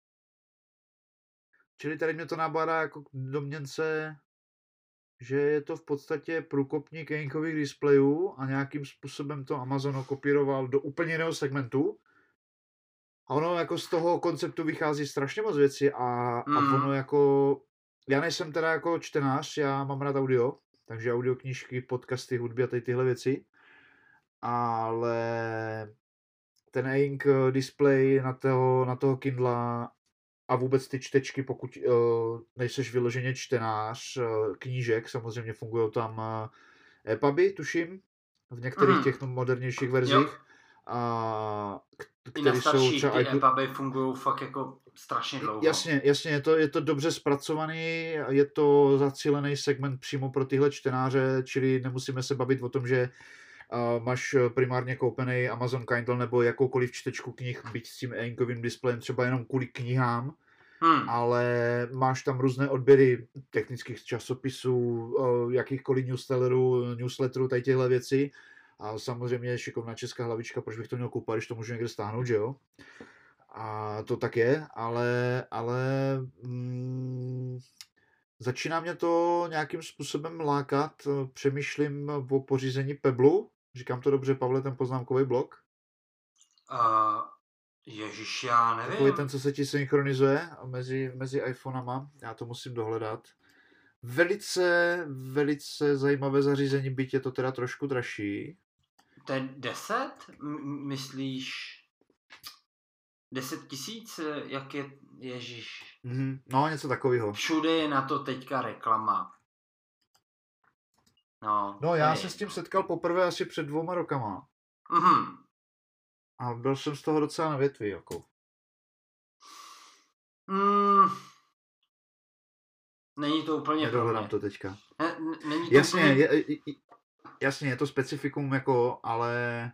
Čili tady mě to nabádá jako k domněnce, že je to v podstatě průkopník e-inkových displejů a nějakým způsobem to Amazon kopíroval do úplně jiného segmentu. A ono jako z toho konceptu vychází strašně moc věcí a, mm. a ono jako, já nejsem teda jako čtenář, já mám rád audio, takže audioknížky, podcasty, hudby a tady tyhle věci, ale ten e-ink display na toho, na toho Kindla a vůbec ty čtečky, pokud uh, nejseš vyloženě čtenář uh, knížek, samozřejmě fungují tam uh, e-puby, tuším, v některých mm. těch modernějších verzích. Jo. A i na starší ty e-puby fungují fakt jako strašně dlouho. Jasně, jasně, je to, je to dobře zpracovaný, je to zacílený segment přímo pro tyhle čtenáře, čili nemusíme se bavit o tom, že uh, máš primárně koupený Amazon Kindle nebo jakoukoliv čtečku knih, byť s tím e-inkovým displejem třeba jenom kvůli knihám, hmm. ale máš tam různé odběry technických časopisů, uh, jakýchkoliv newsletterů, newsletterů, tady těchto věcí. A samozřejmě šikovná česká hlavička, proč bych to měl koupat, když to můžu někde stáhnout, že jo? A to tak je, ale, ale mm, začíná mě to nějakým způsobem lákat. Přemýšlím o pořízení Pebblu. Říkám to dobře, Pavle, ten poznámkový blok? Uh, ježiš, já nevím. Takový ten, co se ti synchronizuje mezi, mezi iPhonama. Já to musím dohledat. velice, velice zajímavé zařízení, byť je to teda trošku dražší. To je deset? M- myslíš deset tisíc? Jak je, ježiš. Mm-hmm. No, něco takového. Všude je na to teďka reklama. No, no já hej. se s tím setkal poprvé asi před dvouma rokama. Mhm. A byl jsem z toho docela na větvi, jako. Mm. Není to úplně Nedohledám to teďka. Ne, není to jasně, úplně... je, je, jasně, je to specifikum, jako, ale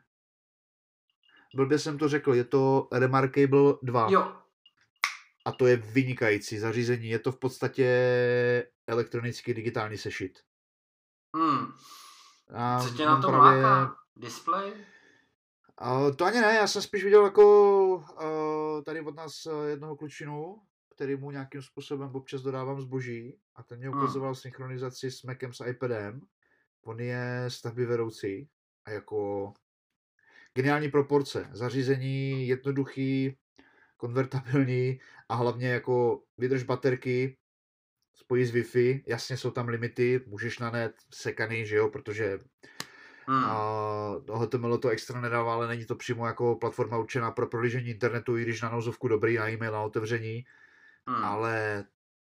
blbě jsem to řekl, je to Remarkable dva. Jo. A to je vynikající zařízení. Je to v podstatě elektronický digitální sešit. Hmm. A co tě na tom právě... láká? Display? Uh, to ani ne, já jsem spíš viděl jako uh, tady od nás uh, jednoho klučinu, který mu nějakým způsobem občas dodávám zboží a ten mě ukazoval hmm. synchronizaci s Macem, s iPadem. On je stavby vedoucí a jako geniální proporce. Zařízení jednoduchý, konvertabilní a hlavně jako vydrž baterky, spojí s Wi-Fi, jasně jsou tam limity, můžeš na net sekaný, že jo, protože hmm. a H T M L to extra nedává, ale není to přímo jako platforma určená pro prohlížení internetu, i když na nouzovku dobrý, na e-mail, na otevření, hmm. ale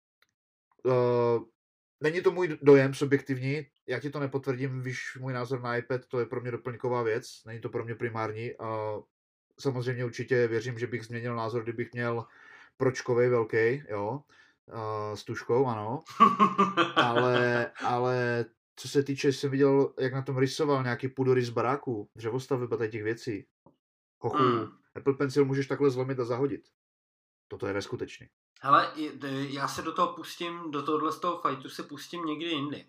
uh, není to můj dojem subjektivní, já ti to nepotvrdím, víš, můj názor na iPad, to je pro mě doplňková věc, není to pro mě primární a samozřejmě určitě věřím, že bych změnil názor, kdybych měl pročkovej velký, jo, uh, s tuškou, ano, ale, ale co se týče, jsem viděl, jak na tom rysoval nějaký půdorys baráků, dřevostavby a těch věcí. Hochu, mm. Apple Pencil můžeš takhle zlomit a zahodit. Toto je neskutečný. Hele, já se do toho pustím, do tohohle z toho fajtu se pustím někdy jindy.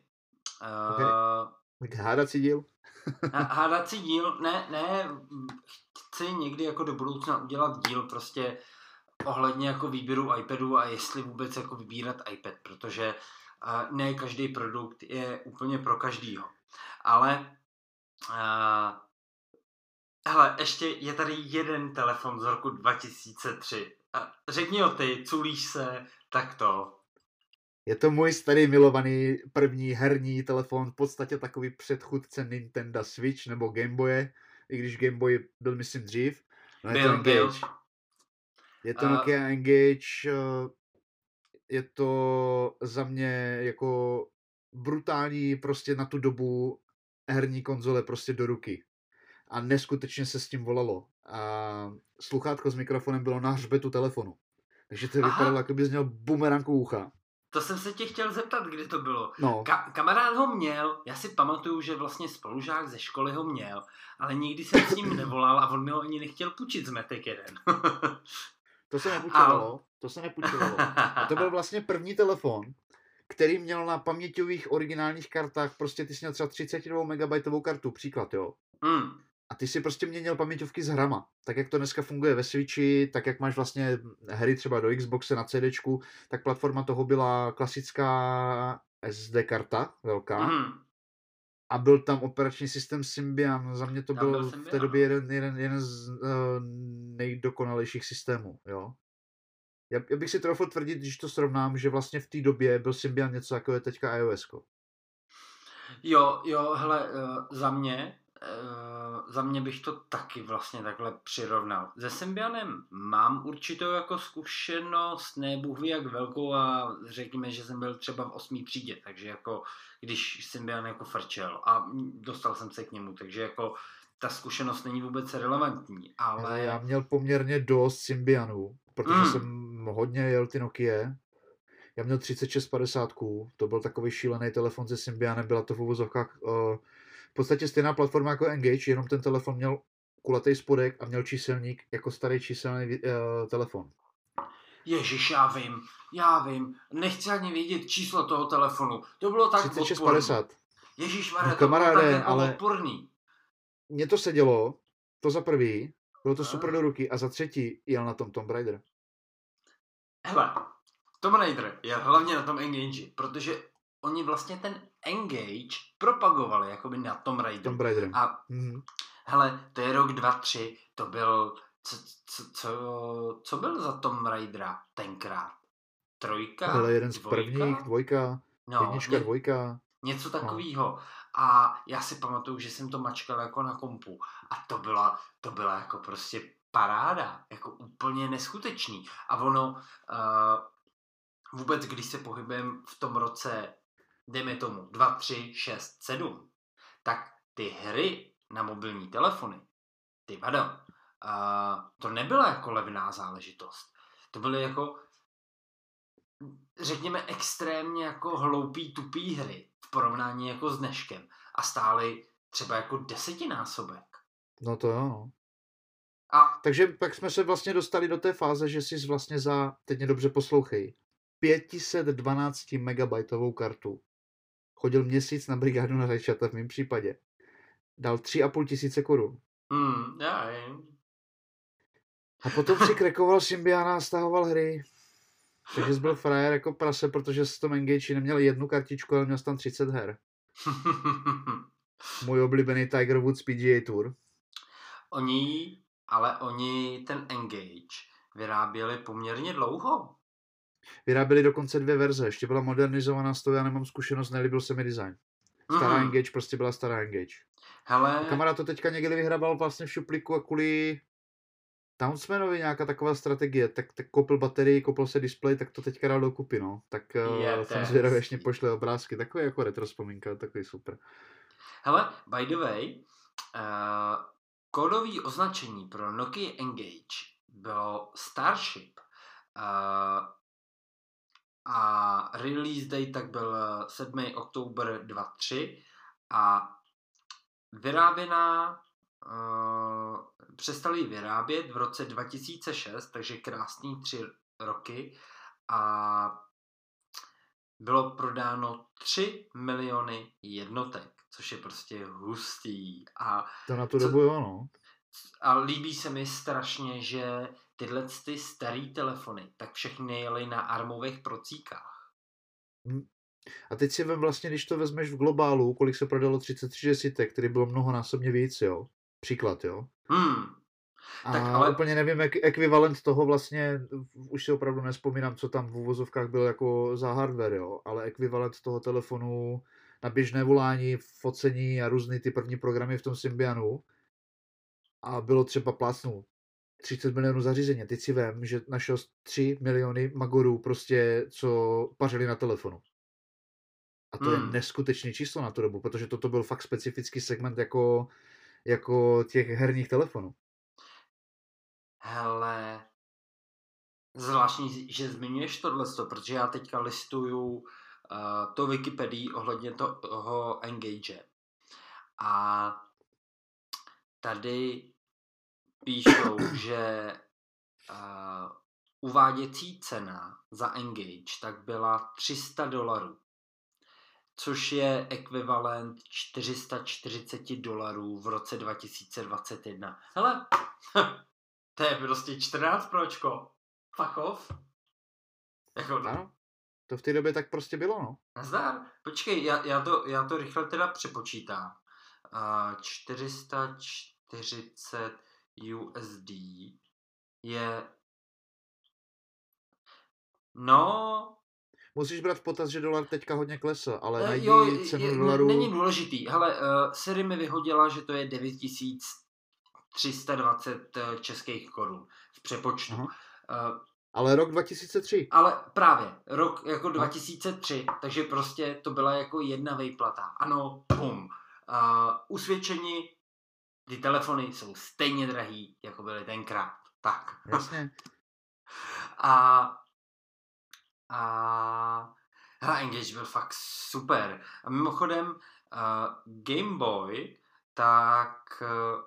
Uh, okay. Hádací díl? Hádací díl? Ne, ne, chci někdy jako do budoucna udělat díl prostě ohledně jako výběru iPadu a jestli vůbec jako vybírat iPad, protože uh, ne každý produkt je úplně pro každýho. Ale uh, hele, ještě je tady jeden telefon z roku dva tisíce tři. A řekni o ty, culíš se, tak to. Je to můj starý milovaný první herní telefon, v podstatě takový předchůdce Nintendo Switch nebo Game Boye, i když Game Boy byl myslím dřív. No je byl, to Engage. Byl. Je to Nokia uh, Engage, je to za mě jako brutální prostě na tu dobu herní konzole prostě do ruky. A neskutečně se s tím volalo. A sluchátko s mikrofonem bylo na hřbetu telefonu. Takže to Aha. vypadalo, jako bys měl bumerang u ucha. To jsem se tě chtěl zeptat, kdy to bylo. No. Ka- kamarád ho měl, já si pamatuju, že vlastně spolužák ze školy ho měl, ale nikdy jsem s ním nevolal a on mi ho ani nechtěl půjčit zmetek jeden. To se nepůjčovalo, a... to se nepůjčovalo. A to byl vlastně první telefon, který měl na paměťových originálních kartách, prostě ty jsi měl třeba třicet dva megabajtovou kartu, příklad, jo. Mm. A ty si prostě měnil paměťovky s hrama. Tak jak to dneska funguje ve Switchi, tak jak máš vlastně hry třeba do Xboxe na CDčku, tak platforma toho byla klasická S D karta, velká. Mm. A byl tam operační systém Symbian. Za mě to byl, byl v té době jeden, jeden, jeden z uh, nejdokonalejších systémů, jo. Já, já bych si troufl tvrdit, když to srovnám, že vlastně v té době byl Symbian něco jako je teďka iOS-ko. Jo, jo, hele, uh, za mě Uh, za mě bych to taky vlastně takhle přirovnal. Se Symbianem mám určitou jako zkušenost, ne bůh ví jak velkou a řekněme, že jsem byl třeba v osmý třídě, takže jako když Symbian jako frčel a dostal jsem se k němu, takže jako ta zkušenost není vůbec relevantní, ale... Já měl poměrně dost Symbianů, protože mm. jsem hodně jel ty Nokia. Já měl třicet šest padesát, to byl takový šílený telefon se Symbianem, byla to v uvozovkách uh, v podstatě stejná platforma jako Engage, jenom ten telefon měl kulatý spodek a měl číselník jako starý číselný uh, telefon. Ježiš, já vím, já vím, nechci ani vědět číslo toho telefonu, to bylo tak třicet šest padesát. Ježišmarja, no, to bylo tak jako ale odporný. Mně to sedělo, to za prvý, bylo to a? super do ruky a za třetí jel na tom Tomb Raider. Hele, Tomb Raider je hlavně na tom Engage, protože oni vlastně ten Engage propagovali jakoby na Tomb Raider. Tomb Raider. A mm-hmm. hele, to je rok dva tři, to byl, co, co, co, co byl za Tomb Raidera tenkrát? Trojka? Hele, jeden z dvojka? prvních, dvojka. No, Jednička, ně, dvojka. něco No. takového. A já si pamatuju, že jsem to mačkal jako na kompu. A to byla, to byla jako prostě paráda. Jako úplně neskutečný. A ono, uh, vůbec když se pohybujeme v tom roce, dejme tomu dva, tři, šest, sedm, tak ty hry na mobilní telefony, ty vado, uh, to nebyla jako levná záležitost. To byly jako, řekněme, extrémně jako hloupý, tupý hry v porovnání jako s dneškem. A stály třeba jako desetinásobek. No to jo, no. A Takže pak jsme se vlastně dostali do té fáze, že jsi vlastně za, teď mě dobře poslouchej, pět set dvanáct megabajtovou kartu chodil měsíc na brigádu na rajčata v mém případě. Dal tři a půl tisíce korun. hmm, já jim. A potom si krekoval Symbiana a stahoval hry. Takže jsi byl frajer jako prase, protože s tom Engage neměl jednu kartičku, ale měl jsi tam třicet her. Můj oblíbený Tiger Woods P G A Tour. Oni, ale oni ten Engage vyráběli poměrně dlouho. Vyráběli dokonce dvě verze, ještě byla modernizovaná, z toho já nemám zkušenost, nelíbil se mi design. Stará mm-hmm. Engage prostě byla stará Engage. Hele... A kamarád to teďka někdy vyhrabal vlastně v šuplíku a kvůli Townsmanovi nějaká taková strategie, tak, tak koupil baterii, koupil se display, tak to teďka dal dokupy, no. Tak uh, jsem zvědavý, ještě pošle obrázky, takový jako retro vzpomínka, takový super. Hele, by the way, uh, kódový označení pro Nokia Engage bylo Starship. Uh, a release date tak byl sedmého oktober dvacet dvacet tři a vyráběná uh, přestali vyrábět v roce dva tisíce šest, takže krásný tři roky a bylo prodáno tři miliony jednotek, což je prostě hustý. A to na tu dobu jo, no. A líbí se mi strašně, že tyhle ty starý telefony, tak všechny jeli na armových procíkách. A teď si vem vlastně, když to vezmeš v globálu, kolik se prodalo třicet tři desítek, který bylo mnohonásobně víc, jo. Příklad, jo. Hmm. A tak ale... úplně nevím, jak ekvivalent toho vlastně, už si opravdu nespomínám, co tam v uvozovkách byl jako za hardware, jo, ale ekvivalent toho telefonu na běžné volání, focení a různý ty první programy v tom Symbianu a bylo třeba plácnu třicet milionů zařízení. Teď si vem, že našel tři miliony magorů prostě, co pařili na telefonu. A to hmm. je neskutečné číslo na tu dobu, protože toto byl fakt specifický segment jako, jako těch herních telefonů. Hele, zvláštní, že zmiňuješ tohleto, protože já teďka listuju uh, to Wikipedii ohledně toho Engage. A tady píšou, že uh, uváděcí cena za Engage tak byla tři sta dolarů, což je ekvivalent čtyři sta čtyřicet dolarů v roce dva tisíce dvacet jedna. Hele, to je prostě čtrnáct pročko. Fuck off. Jako... Ano, to v té době tak prostě bylo, no. Nazdar. Počkej, já, já, to, já to rychle teda přepočítám. Uh, čtyři sta čtyřicet U S D je... No... Musíš brát v potaz, že dolar teďka hodně klesl, ale najdi jo, cenu je, dolaru... Není důležitý. Hele, uh, Siri mi vyhodila, že to je devět tisíc tři sta dvacet českých korun v přepočtu. Uh, ale rok dva tisíce tři. Ale právě, rok jako dva tisíce tři, takže prostě to byla jako jedna vejplata. Ano, pum. Uh, usvědčení, ty telefony jsou stejně drahý, jako byly tenkrát. Tak. Jasně. A A hele, Engage byl fakt super. A mimochodem uh, Game Boy, tak uh,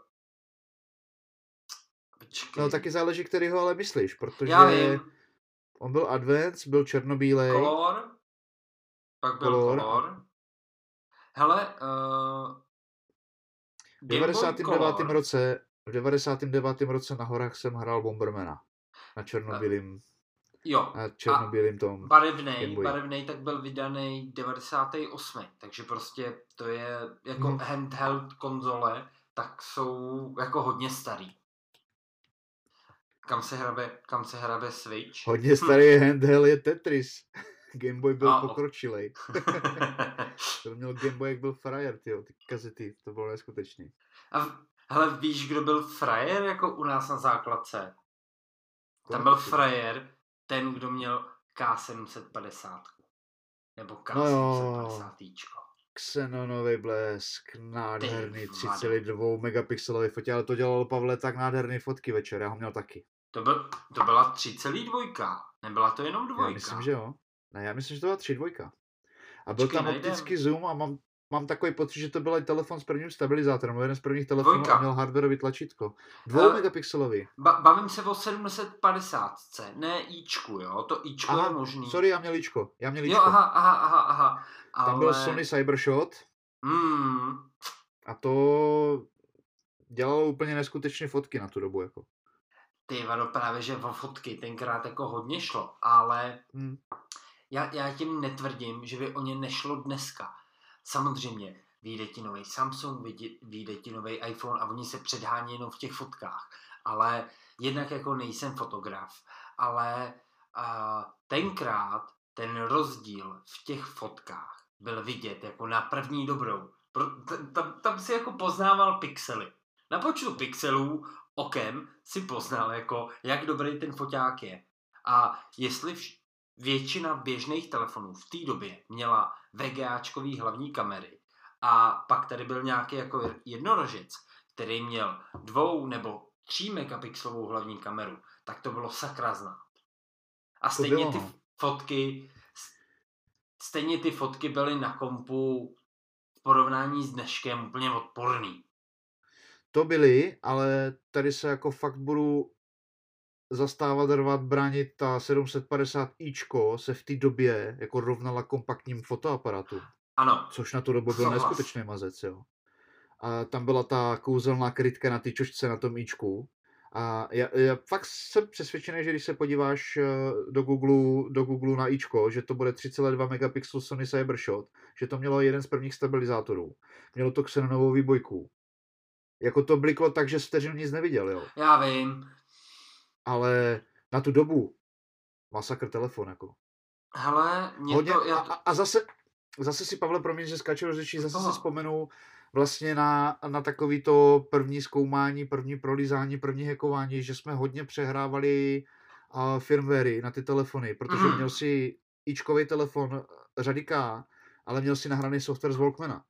no taky záleží, kterýho ale myslíš, protože já vím. On byl Advance, byl černobílej. Color, pak byl Color. color. Hele, uh, v devadesátém devátém roce v devadesátém devátém roce na horách jsem hrál Bombermana na černobílým. Jo, a černobílým tom. Barevnej, barevnej tak byl vydaný devadesátém osmém Takže prostě to je jako hmm. handheld konzole, tak jsou jako hodně starý. Kam se hrabe, kam se hrabe Switch? Hodně starý hm. handheld je Tetris. Gameboy byl No, pokročilej. To měl Gameboy, jak byl frajer, tyjo, ty kazety, to bylo neskutečný. A hele, víš, kdo byl frajer jako u nás na základce? Koho Tam byl to ty? frajer ten, kdo měl K sedm set padesát. Nebo K No sedm set jo, padesát. Xenonový blesk, nádherný, Ty tři vado. celá dva megapixelový fotě, ale to dělal Pavle tak nádherný fotky večer, já ho měl taky. To, byl, to byla tři celá dva. Nebyla to jenom dvojka. Já myslím, že jo. Ne, já myslím, že to byla tři dvojka. A byl Počkej, tam najdem. optický zoom a mám, mám takový pocit, že to byl i telefon s prvním stabilizátorem, jeden z prvních telefonů Dvojka. a měl hardwareový tlačítko. Dvou Eh, megapixelový. Ba- bavím se o sedm set padesát, ne Ičku, jo? To Ičko Aha, je možný. sorry, já měl Ičko. Já měl Ičko. Jo, aha, aha, aha, aha. Ale... Tam byl Sony Cybershot Mm, a to dělalo úplně neskutečné fotky na tu dobu, jako. ty vado, právě, že o fotky tenkrát jako hodně šlo, ale Hmm. já, já tím netvrdím, že by o ně nešlo dneska. Samozřejmě, vyjde ti nový Samsung, vyjde, vyjde ti nový iPhone a oni se předhání jenom v těch fotkách. Ale jednak jako nejsem fotograf, ale a, tenkrát ten rozdíl v těch fotkách byl vidět jako na první dobrou. Pro, t- tam, tam si jako poznával pixely. Na počtu pixelů okem si poznal, jako, jak dobrý ten foťák je. A jestli vš- většina běžných telefonů v té době měla VGAčkový hlavní kamery a pak tady byl nějaký jako jednorožec, který měl dvou nebo tří megapixelovou hlavní kameru, tak to bylo sakra znát. A To stejně bylo, ty no. fotky stejně ty fotky byly na kompu v porovnání s dneškem úplně odporný. To byly, ale tady se jako fakt budu zastávat, rvat, bránit. Ta sedm set padesát ičko se v té době jako rovnala kompaktním fotoaparátu. Ano. Což na tu dobu byl Souhlas. neskutečný mazec, jo. A tam byla ta kouzelná krytka na té čočce na tom ičku. A já, já fakt jsem přesvědčený, že když se podíváš do Google, do Google na ičko, že to bude tři celá dva megapixelu Sony Cybershot, že to mělo jeden z prvních stabilizátorů. Mělo to xenonovou výbojku. Jako to bliklo tak, že vteřinu nic neviděl, jo. Já vím. Ale na tu dobu masakr telefon, jako. Hele, mě Hodně, to... Já a, to... a zase, zase si, Pavle, promiň, že skáču do řečí, zase Aha. si vzpomenu vlastně na, na takový to první zkoumání, první prolízání, první hackování, že jsme hodně přehrávali uh, firmwary na ty telefony, protože Mhm. měl si ičkový telefon řady K, ale měl si nahraný software z Walkmana.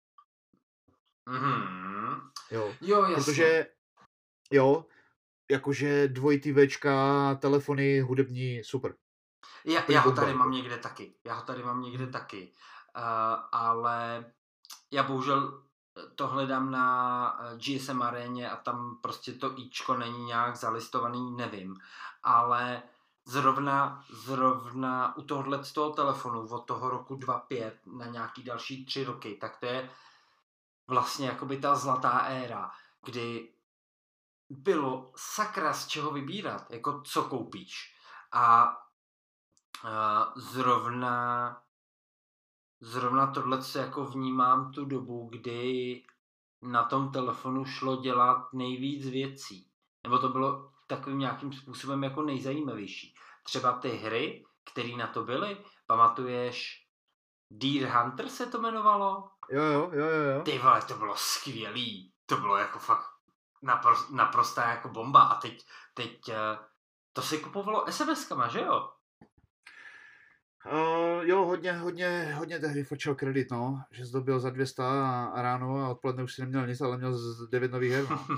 Mhm. Jo, Jo, jasně. protože, jo, jakože dvojitý Včka, telefony hudební, super. Já, Úplně já ho bomba, tady jako. mám někde taky. Já ho tady mám někde taky. Uh, ale já bohužel to hledám na G S M aréně a tam prostě to ičko není nějak zalistovaný, nevím. Ale zrovna, zrovna u tohohle z toho telefonu od toho roku dva pět na nějaký další tři roky, tak to je vlastně jakoby ta zlatá éra, kdy bylo sakra z čeho vybírat, jako co koupíš. A uh, zrovna zrovna tohle se jako vnímám tu dobu, kdy na tom telefonu šlo dělat nejvíc věcí. Nebo to bylo takovým nějakým způsobem jako nejzajímavější. Třeba ty hry, které na to byly, pamatuješ Deer Hunter se to jmenovalo? Jo, jo, jo, jo, jo. Ty vole, to bylo skvělý. To bylo jako fakt napro- naprostá jako bomba. A teď, teď uh, to si kupovalo es em eskama, že jo? Uh, jo, hodně, hodně, hodně tehdy fočil kredit, no. Že jsi dobil za dvě stě a, a ráno a odpoledne už si neměl nic, ale měl z devět nových her, no.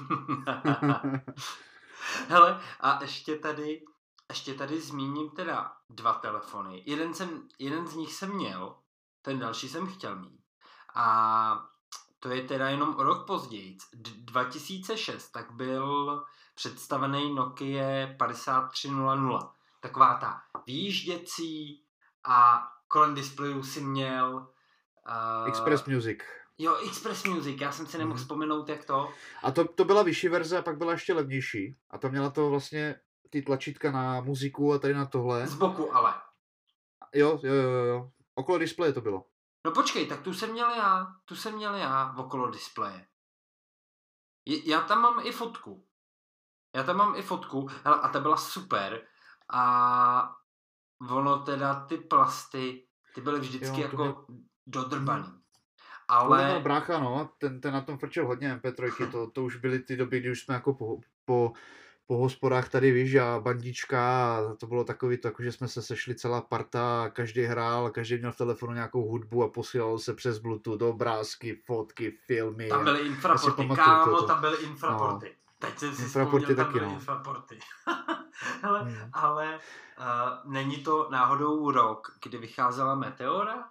Hele, a ještě tady, ještě tady zmíním teda dva telefony. Jeden, jsem, jeden z nich jsem měl, ten další jsem chtěl mít. A to je teda jenom o rok později. dva tisíce šest tak byl představený Nokia padesát tři nula nula. Taková ta výjížděcí a kolem displejů si měl... Uh, Express Music. Jo, Express Music, já jsem si nemohl Mhm. vzpomenout, jak to. A to, to byla vyšší verze a pak byla ještě levnější. A ta měla to vlastně ty tlačítka na muziku a tady na tohle. Z boku ale. Jo, jo, jo, jo. Okolo displeje to bylo. No počkej, tak tu jsem měl já, tu jsem měl já okolo displeje. Je, já tam mám i fotku. Já tam mám i fotku, hele, a ta byla super. A ono teda ty plasty, ty byly vždycky Jo, to jako mě- dodrbaný. To Ale... měl brácha, no, ten, ten na tom frčel hodně em pé tři, to, to už byly ty doby, kdy už jsme jako po, po, po hospodách tady, víš, a bandička, a to bylo takový to, jako že jsme se sešli celá parta, každý hrál, každý měl v telefonu nějakou hudbu a posílalo se přes Bluetooth obrázky, fotky, filmy. Tam byly infraporty, kámo, tam byly infraporty. No. Teď jsem si infraporty vzpomněl, taky, tam byly no. infraporty. ale hmm. ale uh, není to náhodou rok, kdy vycházela Meteora?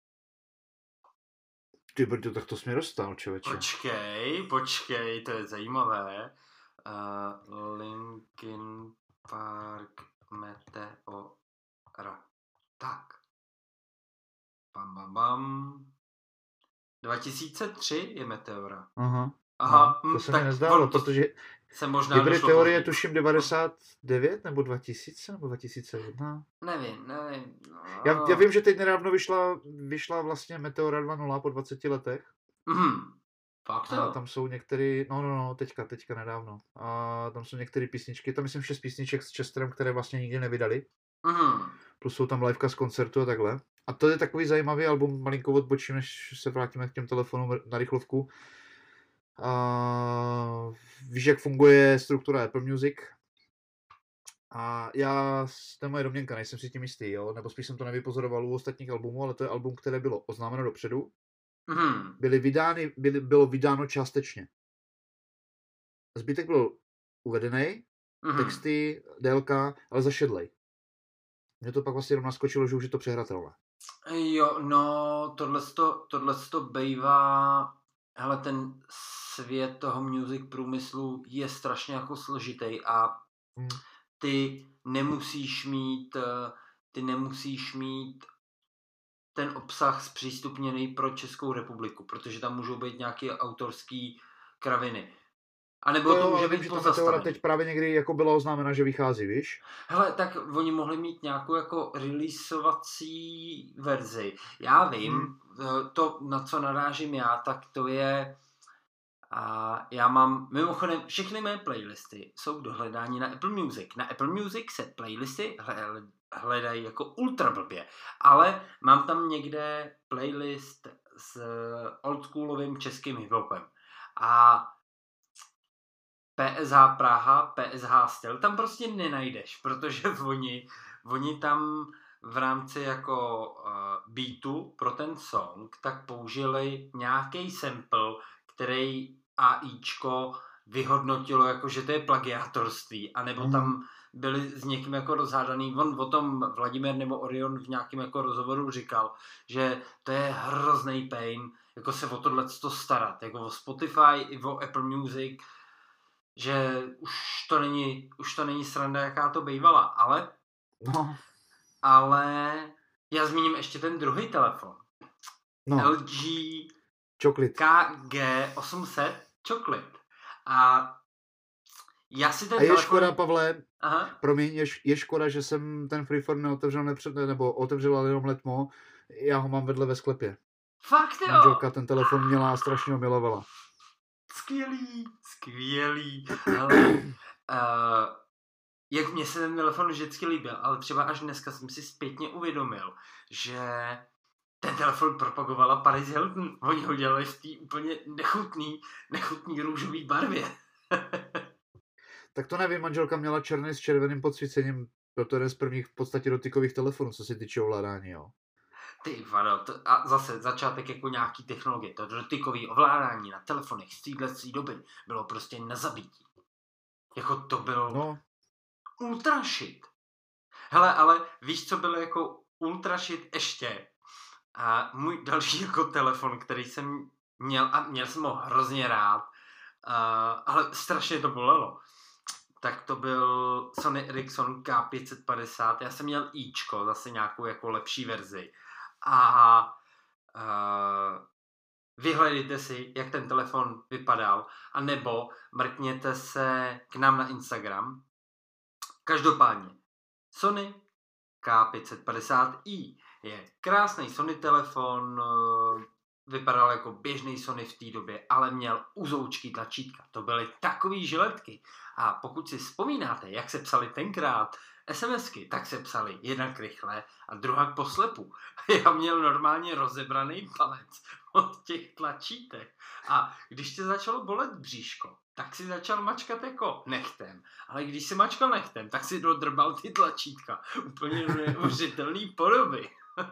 Ty brďo, tak to jsi mě dostal, člověče. Počkej, počkej, to je zajímavé. Uh, Linkin Park Meteora. Tak. Bam, bam, bam. dva tisíce tři je Meteora. Aha. Aha, no, to se tak mi nezdálo, to protože se možná Hybrid došlo teorie později. tuším devadesát devět nebo dva tisíce nebo dva tisíce jedna. Nevím, nevím. No. Já, já vím, že teď nedávno vyšla, vyšla vlastně Meteora dva tečka nula po dvaceti letech. Mhm. Fakt A jo? tam jsou některé, no no no, teďka, teďka nedávno. A tam jsou některé písničky, tam myslím šest písniček s Chesterem, které vlastně nikdy nevydali. Mhm. Plus jsou tam liveka z koncertu a takhle. A to je takový zajímavý album, malinko odbočím, než se vrátíme k těm telefonům na rychlovku. A víš, jak funguje struktura Apple Music? A já, to je moje domněnka, nejsem si tím jistý, jo? Nebo spíš jsem to nevypozoroval u ostatních albumů, ale to je album, které bylo oznámeno dopředu. Mhm. Byly vydány, byly, bylo vydáno částečně. Zbytek byl uvedený, Mhm. texty, délka, ale zašedlej. Mně to pak vlastně jenom naskočilo, že už je to přehratelné. Jo, no, tohleto, tohleto bejvá, hele, ten svět toho music průmyslu je strašně jako složitý a Hmm. ty nemusíš mít, eh, ty nemusíš mít ten obsah zpřístupněný pro Českou republiku, protože tam můžou být nějaké autorský kraviny. A nebo to, jo, může vím, být že ta Meteora pozastavený. teď právě někdy jako byla oznámena, že vychází, víš? Hele, tak oni mohli mít nějakou jako releaseovací verzi. Já vím, hmm. to, na co narážím já, tak to je... A já mám, mimochodem, všechny mé playlisty jsou k dohledání na Apple Music. Na Apple Music se playlisty hledají jako ultra blbě, ale mám tam někde playlist s oldschoolovým českým hiphopem. A P S H Praha, P S H styl, tam prostě nenajdeš, protože oni, oni tam v rámci jako uh, beatu pro ten song, tak použili nějaký sample, který AIčko vyhodnotilo jako, že to je plagiátorství, anebo mm. tam byli s někým jako rozhádaný. On o tom Vladimír nebo Orion v nějakém jako rozhovoru říkal, že to je hrozný pain, jako se o tohleto starat, jako o Spotify i o Apple Music, že už to není, už to není sranda, jaká to bývala, ale no. ale já zmíním ještě ten druhý telefon. No. L G Chocolate. K G osm set Chocolate. A já si ten A je telefon... škoda, Pavle, Aha. promiň, je, je škoda, že jsem ten Freeform neotevřel nepřed, nebo otevřel jenom letmo, já ho mám vedle ve sklepě. Fakt jo? Manželka ten telefon měla a strašně ho milovala. Skvělý, skvělý. Ale, uh, jak mě se ten telefon vždycky líbil, ale třeba až dneska jsem si zpětně uvědomil, že ten telefon propagovala Paris Hilton. Oni ho dělali v té úplně nechutný, nechutný růžový barvě. Tak to nevím, manželka měla černý s červeným podsvícením, proto jeden z prvních v podstatě dotykových telefonů, co se týče ovládání, jo. Ty vado, to, a zase začátek jako nějaký technologie, to dotykové ovládání na telefonech z téhle doby bylo prostě na zabití. Jako to bylo no. ultra shit. Hele, ale víš, co bylo jako ultra shit ještě? A můj další jako telefon, který jsem měl, a měl jsem ho hrozně rád, a, ale strašně to bolelo. Tak to byl Sony Ericsson K pět set padesát, já jsem měl Ičko, zase nějakou jako lepší verzi. A uh, vyhledejte si, jak ten telefon vypadal, a nebo mrkněte se k nám na Instagram. Každopádně, Sony K pět set padesát i je krásný Sony telefon, vypadal jako běžný Sony v té době, ale měl uzoučky tlačítka. To byly takový žiletky. A pokud si vzpomínáte, jak se psali tenkrát SMSky, tak se psaly jednak rychle a druhá poslepu. Já měl normálně rozebraný palec od těch tlačítek. A když tě začalo bolet bříško, tak si začal mačkat jako nechtem. Ale když si mačkal nechtem, tak si dodrbal ty tlačítka. Úplně neuvěřitelný podoby.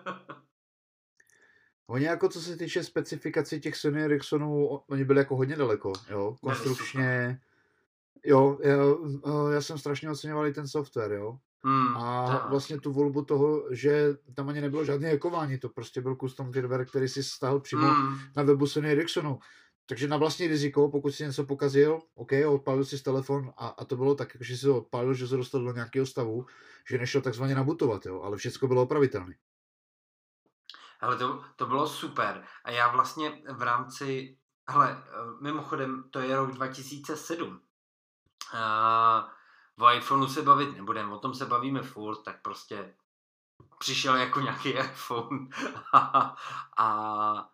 Oni jako co se týče specifikací těch Sony Ericssonů, oni byli jako hodně daleko, jo, konstrukčně, jo, já, já jsem strašně oceňoval i ten software, jo, hmm, a tak. Vlastně tu volbu toho, že tam ani nebylo žádné hackování, to prostě byl custom firmware, který si stáhl přímo hmm. na webu Sony Ericssonu, takže na vlastní riziko, pokud si něco pokazil, ok, odpálil si telefon a, a to bylo tak, že si ho odpálil, že se dostal do nějakého stavu, že nešel takzvaně nabutovat, jo, ale všechno bylo opravitelné. Ale to, to bylo super. A já vlastně v rámci, hele, mimochodem, to je rok dva tisíce sedm. A o iPhoneu se bavit nebudeme, o tom se bavíme furt, tak prostě přišel jako nějaký iPhone a, a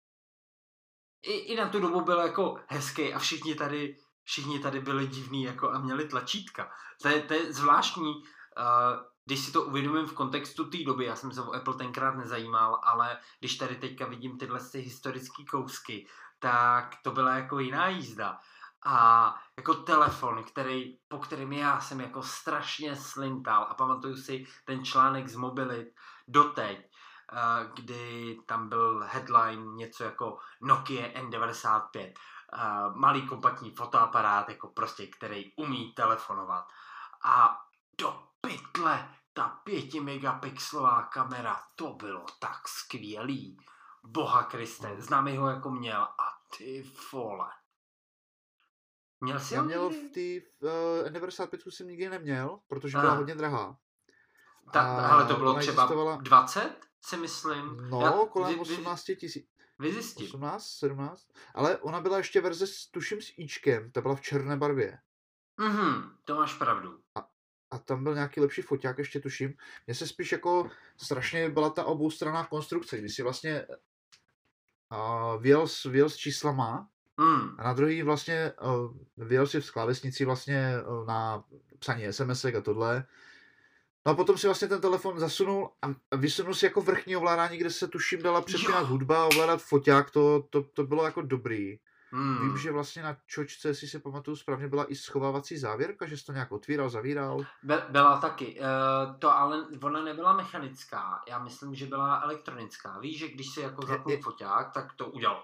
i, i na tu dobu byl jako hezký a všichni tady, všichni tady byli divní jako a měli tlačítka. To je, to je zvláštní, uh, když si to uvědomím v kontextu té doby, já jsem se o Apple tenkrát nezajímal, ale když tady teďka vidím tyhle ty historické kousky, tak to byla jako jiná jízda. A jako telefon, který, po kterým já jsem jako strašně slintal a pamatuju si ten článek z Mobilit doteď, kdy tam byl headline něco jako Nokia N devadesát pět, malý kompaktní fotoaparát, jako prostě, který umí telefonovat. A do pytle, ta pěti megapixelová kamera, to bylo tak skvělý. Boha Kriste, známý ho jako měl a ty vole. Měl jsi Já měl v té uh, N devadesát pět jsem nikdy neměl, protože byla hodně drahá. Ta, ale to bylo třeba existovala... dvacet, si myslím. No, Já, kolem osmnáct tisíc. Vyzjistím. osmnáct, sedmnáct. Ale ona byla ještě verze, s, tuším, s íčkem, ta byla v černé barvě. Mhm, to máš pravdu. A, a tam byl nějaký lepší foťák, ještě tuším. Mně se spíš jako strašně byla ta oboustranná konstrukce, kdy si vlastně uh, vyjel, s, vyjel s číslama mm. a na druhý vlastně uh, vyjel si v klávesnici vlastně uh, na psaní SMSek a tohle. No a potom si vlastně ten telefon zasunul a vysunul si jako vrchní ovládání, kde se tuším dala přepínat hudba, ovládat foťák, to, to, to bylo jako dobrý. Hmm. Vím, že vlastně na čočce, jestli si pamatuju správně, byla i schovávací závěrka, že jsi to nějak otvíral, zavíral. Be- byla taky, uh, to ale ona nebyla mechanická, já myslím, že byla elektronická. Víš, že když si jako zapnul foťák, tak to udělal.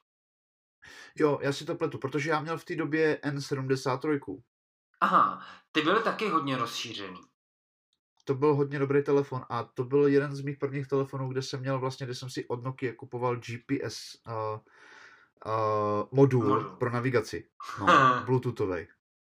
Jo, já si to pletu, protože já měl v té době N sedmdesát tři. Aha, ty byly taky hodně rozšířený. To byl hodně dobrý telefon a to byl jeden z mých prvních telefonů, kde jsem měl vlastně, kde jsem si od Nokia kupoval G P S uh, uh, modul, modul pro navigaci, no, bluetoothovej.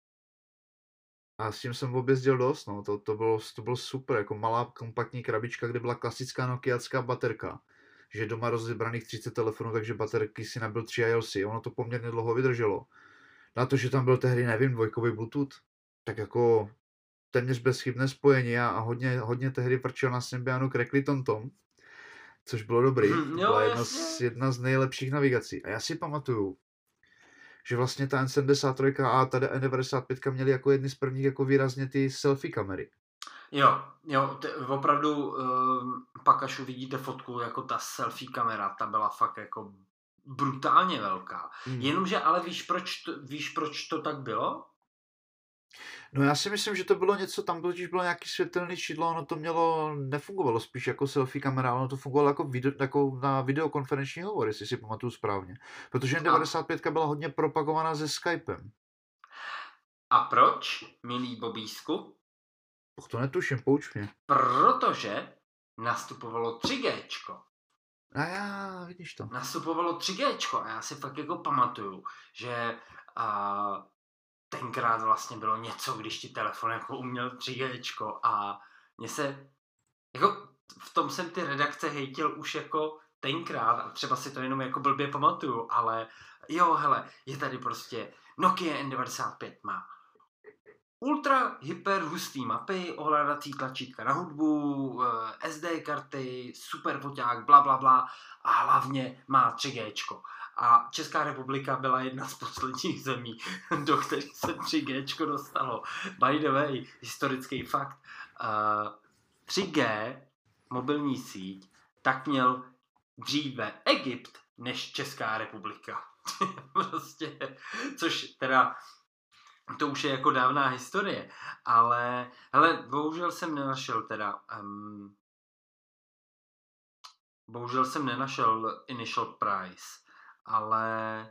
A s tím jsem objezdil dost, no, to, to, bylo, to bylo super, jako malá kompaktní krabička, kde byla klasická nokiácká baterka, že doma rozebraných třicet telefonů, takže baterky si nabil tři a jel si, ono to poměrně dlouho vydrželo. Na to, že tam byl tehdy, nevím, dvojkový Bluetooth, tak jako téměř bezchybné spojení a hodně, hodně tehdy vrčel na Symbianu Crackly TomTom, což bylo dobrý. Mm, jo, byla jedna z, jedna z nejlepších navigací. A já si pamatuju, že vlastně ta N sedmdesát tři a ta N devadesát pět měly jako jedny z prvních jako výrazně ty selfie kamery. Jo, jo, t- opravdu um, pak až uvidíte fotku, jako ta selfie kamera, ta byla fakt jako brutálně velká. Mm. Jenomže ale víš proč, to, víš, proč to tak bylo? No já si myslím, že to bylo něco, tam totiž bylo nějaký světelný čidlo, ono to mělo, nefungovalo spíš jako selfie kamera, ono to fungovalo jako, video, jako na videokonferenční hovor, jestli si pamatuju správně. Protože N devadesát pět byla hodně propagovaná se Skypem. A proč, milý Bobísku? To netuším, pouč mě. Protože nastupovalo tři géčko. A já, vidíš to. Nastupovalo tři géčko a já si fakt jako pamatuju, že... Uh, tenkrát vlastně bylo něco, když ti telefon jako uměl tři géčko a mně se, jako v tom jsem ty redakce hejtil už jako tenkrát a třeba si to jenom jako blbě pamatuju, ale jo, hele, je tady prostě Nokia N devadesát pět má ultra hyper hustý mapy, ovládací tlačítka na hudbu, S D karty, super foťák, bla bla bla a hlavně má tři géčko. A Česká republika byla jedna z posledních zemí, do kterých se tři géčko dostalo. By the way, historický fakt. Uh, tři G mobilní síť tak měl dříve Egypt než Česká republika. Prostě, což teda to už je jako dávná historie, ale hele, bohužel jsem nenašel teda um, bohužel jsem nenašel initial price, ale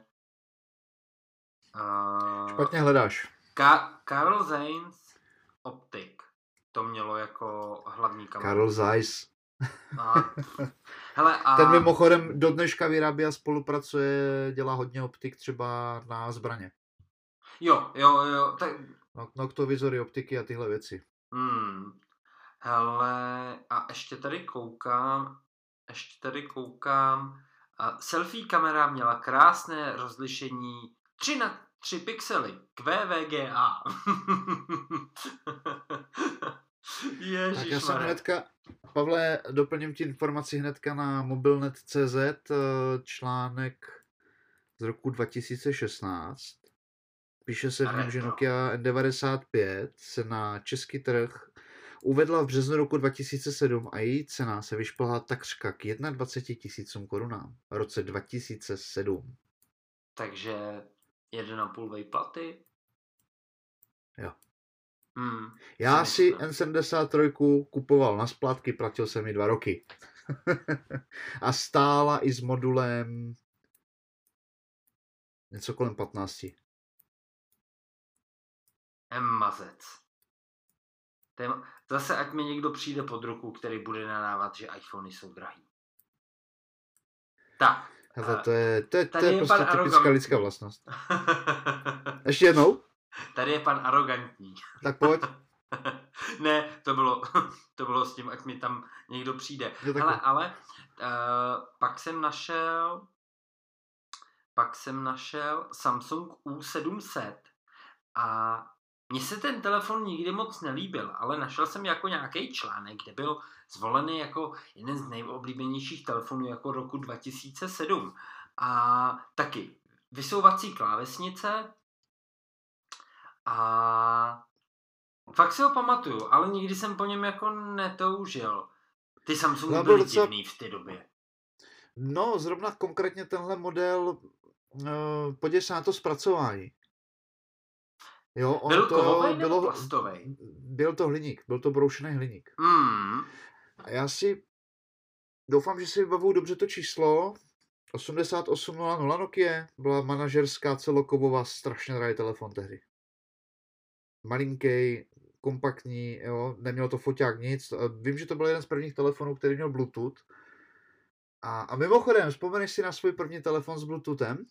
uh, Špatně hledáš. Ka- Carl Zeiss Optic to mělo jako hlavní kameru. Carl Zeiss. A, hele, a... Ten mimochodem do dneška vyrábí a spolupracuje, dělá hodně optik třeba na zbraně. Jo, jo, jo. Tak... No, noktovizory, optiky a tyhle věci. Hmm. Hele, a ještě tady koukám, ještě tady koukám, a selfie kamera měla krásné rozlišení tři na tři pixely, Q V G A. Tak já jsem hnedka, Pavle, doplním ti informaci hnedka na mobilnet tečka cé zet, článek z roku dva tisíce šestnáct. Píše se v něm, že Nokia N devadesát pět se na český trh uvedla v březnu roku dva tisíce sedm a její cena se vyšplhla takřka k dvaceti jedna tisícům korunám v roce dva tisíce sedm. Takže jeden a půl vejplaty? Jo. Hmm, Já si N sedmdesát tři kupoval na splátky, platil jsem ji dva roky. A stála i s modulem něco kolem patnácti. Mazec. Zase ať mi někdo přijde pod ruku, který bude nadávat, že iPhony jsou drahý. Tak. Hele, to je, to je, to je, je prostě typická lidská vlastnost. Ještě jednou? Tady je pan arrogantní. Tak pojď. Ne, to bylo, to bylo s tím, ať mi tam někdo přijde. Hele, ale uh, pak jsem našel pak jsem našel Samsung U sedm set a mně se ten telefon nikdy moc nelíbil, ale našel jsem jako nějaký článek, kde byl zvolený jako jeden z nejoblíbenějších telefonů jako roku dva tisíce sedm. A taky vysouvací klávesnice a fakt si ho pamatuju, ale nikdy jsem po něm jako netoužil. Ty Samsungy byly docela divný v té době. No, zrovna konkrétně tenhle model, uh, podívej se na to zpracování. Jo, on byl to kovovej bylo, nebo plastovej? Byl to hliník, byl to broušený hliník. Mm. A já si doufám, že si vybavuju dobře to číslo. osmdesát osm nula nula Nokia byla manažerská celokovová, strašně drahý telefon tehdy. Malinký, kompaktní, jo, nemělo to foťák nic. Vím, že to byl jeden z prvních telefonů, který měl Bluetooth. A, a mimochodem, vzpomeneš si na svůj první telefon s Bluetoothem?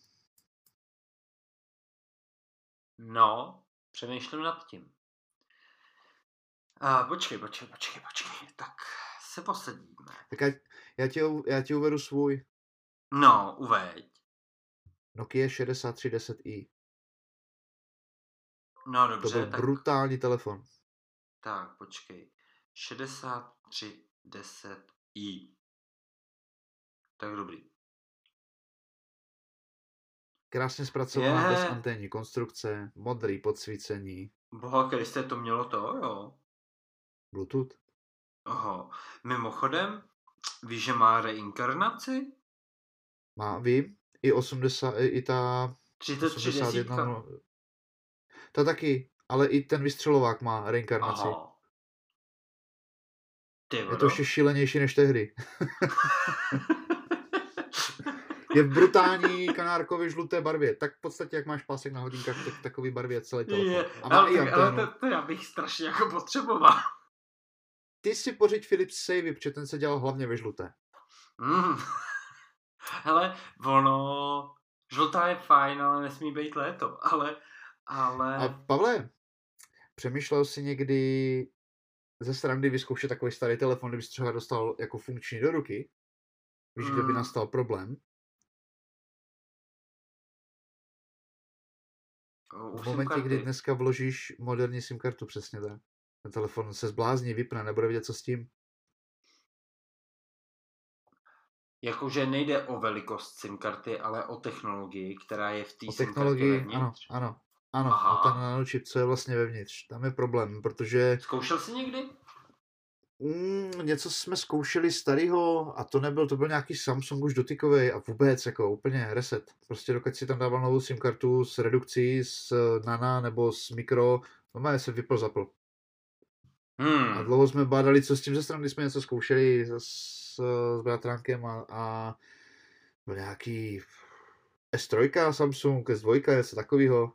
No, přemýšlím nad tím. Uh, počkej, počkej, počkej, počkej. Tak se posedíme. Tak já, já, ti, já ti uvedu svůj. No, uveď. Nokia šedesát tři deset i. No dobře. To byl tak... brutální telefon. Tak, počkej. šedesát tři deset i. Tak dobrý. Krásně zpracovaná bez anténní konstrukce, modrý podsvícení. Boha Kriste, to mělo to, jo? Bluetooth. Aha. Mimochodem, víš, že má reinkarnaci? Má, vím. I osmdesát, i ta třicet tři osmdesát jedna. No, ta taky, ale i ten vystřelovák má reinkarnaci. Aha. Je to ještě šílenější než tehdy. Je v brutální kanárkově žluté barvě. Tak v podstatě, jak máš pásek na hodinkách, tak takový barvě je celý telefon. Je, a má ale, i tak, ale to, to já bych strašně jako potřeboval. Ty si pořiď Philips Savvy, protože ten se dělal hlavně ve žluté. Mm. Hele, ono, žlutá je fajn, ale nesmí být léto. Ale, ale... A Pavle, přemýšlel jsi někdy ze srandy vyzkoušet takový starý telefon, kdybys třeba dostal jako funkční do ruky? Víš, mm. kde by nastal problém? V momentě, kdy dneska vložíš moderní SIM kartu, přesně tak. Ten telefon se zblázní, vypne, nebude vědět, co s tím. Jakože nejde o velikost SIM karty, ale o technologii, která je v té SIM technologii, kartě vevnitř. Ano, ano, ano. A ten nanočip, co je vlastně vevnitř. Tam je problém, protože... Zkoušel jsi někdy? Mm, něco jsme zkoušeli starýho a to nebyl, to byl nějaký Samsung už dotykový a vůbec jako úplně reset. Prostě dokud si tam dával novou SIM kartu s redukcí, s nana nebo s mikro, normálně se vypl zapl. Hmm. A dlouho jsme bádali, co s tím ze strany, když jsme něco zkoušeli s, s, s bratránkem a, a byl nějaký S tři Samsung, S dva, něco takového.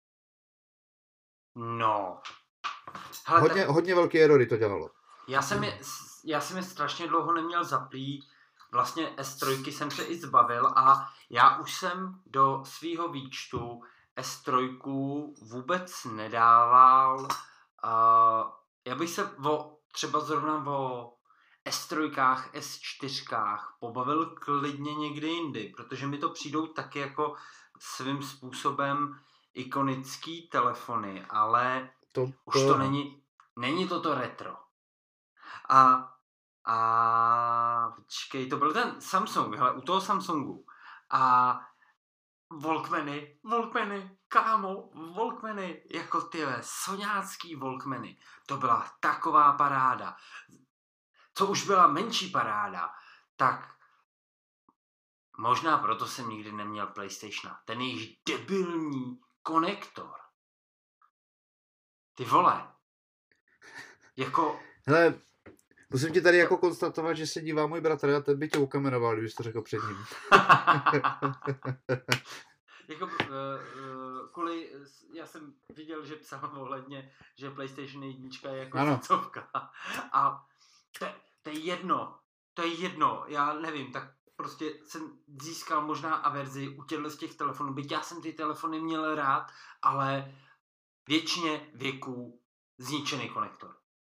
No. Hele, Hodně, tak hodně velký erory to dělalo. já jsem je, já jsem je strašně dlouho neměl zaplý. Vlastně S tři jsem se i zbavil a já už jsem do svýho výčtu S tři vůbec nedával. Uh, já bych se o, třeba zrovna o S tři, S čtyři pobavil klidně někdy jindy, protože mi to přijdou taky jako svým způsobem ikonický telefony, ale To, to, už to není, není to to retro. A, a počkej, to byl ten Samsung, hele, u toho Samsungu. A Walkmany, Walkmany, kámo, Walkmany, jako tyhle soňácký Walkmany. To byla taková paráda. Co už byla menší paráda, tak možná proto jsem nikdy neměl PlayStationa. Ten jejich debilní konektor. Ty vole. Jako... Hele, musím ti tady jako konstatovat, že se dívá můj bratr a ten by tě ukameroval, kdybys to řekl před ním. jako uh, uh, kvůli, já jsem viděl, že psal ohledně, že PlayStation jedna je jako srdcovka. A to, to je jedno, to je jedno, já nevím, tak prostě jsem získal možná averzi u těchto z těch telefonů, byť já jsem ty telefony měl rád, ale většině věků zničený konektor.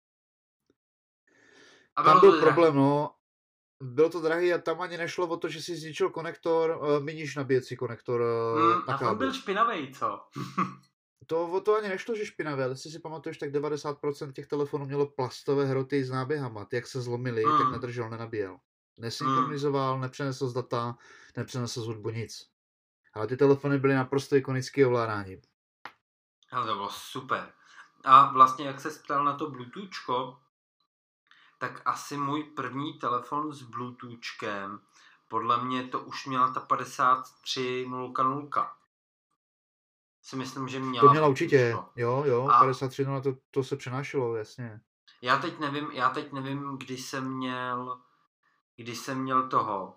A tam byl problém, no. Bylo to drahý a tam ani nešlo o to, že si zničil konektor, uh, miníš nabíjecí konektor uh, hmm, na káblu. A on byl špinavej, co? to o to ani nešlo, že špinavé, ale jestli si pamatuješ, tak devadesát procent těch telefonů mělo plastové hroty s náběhama. Ty jak se zlomily, hmm. tak nedržel, nenabíjel. Nesynchronizoval, hmm. nepřenesl z data, nepřenesl z hudbu, nic. Ale ty telefony byly naprosto ikonické ovládání. Ale to bylo super. A vlastně, jak se ptal na to Bluetoothko, tak asi můj první telefon s Bluetoothkem, podle mě to už měla ta padesát tři nula nula. Si myslím, že měla. To měla určitě, jo, jo, a padesát tři nula, to, to se přenášelo, jasně. Já teď nevím, já teď nevím, kdy jsem měl, kdy jsem měl toho,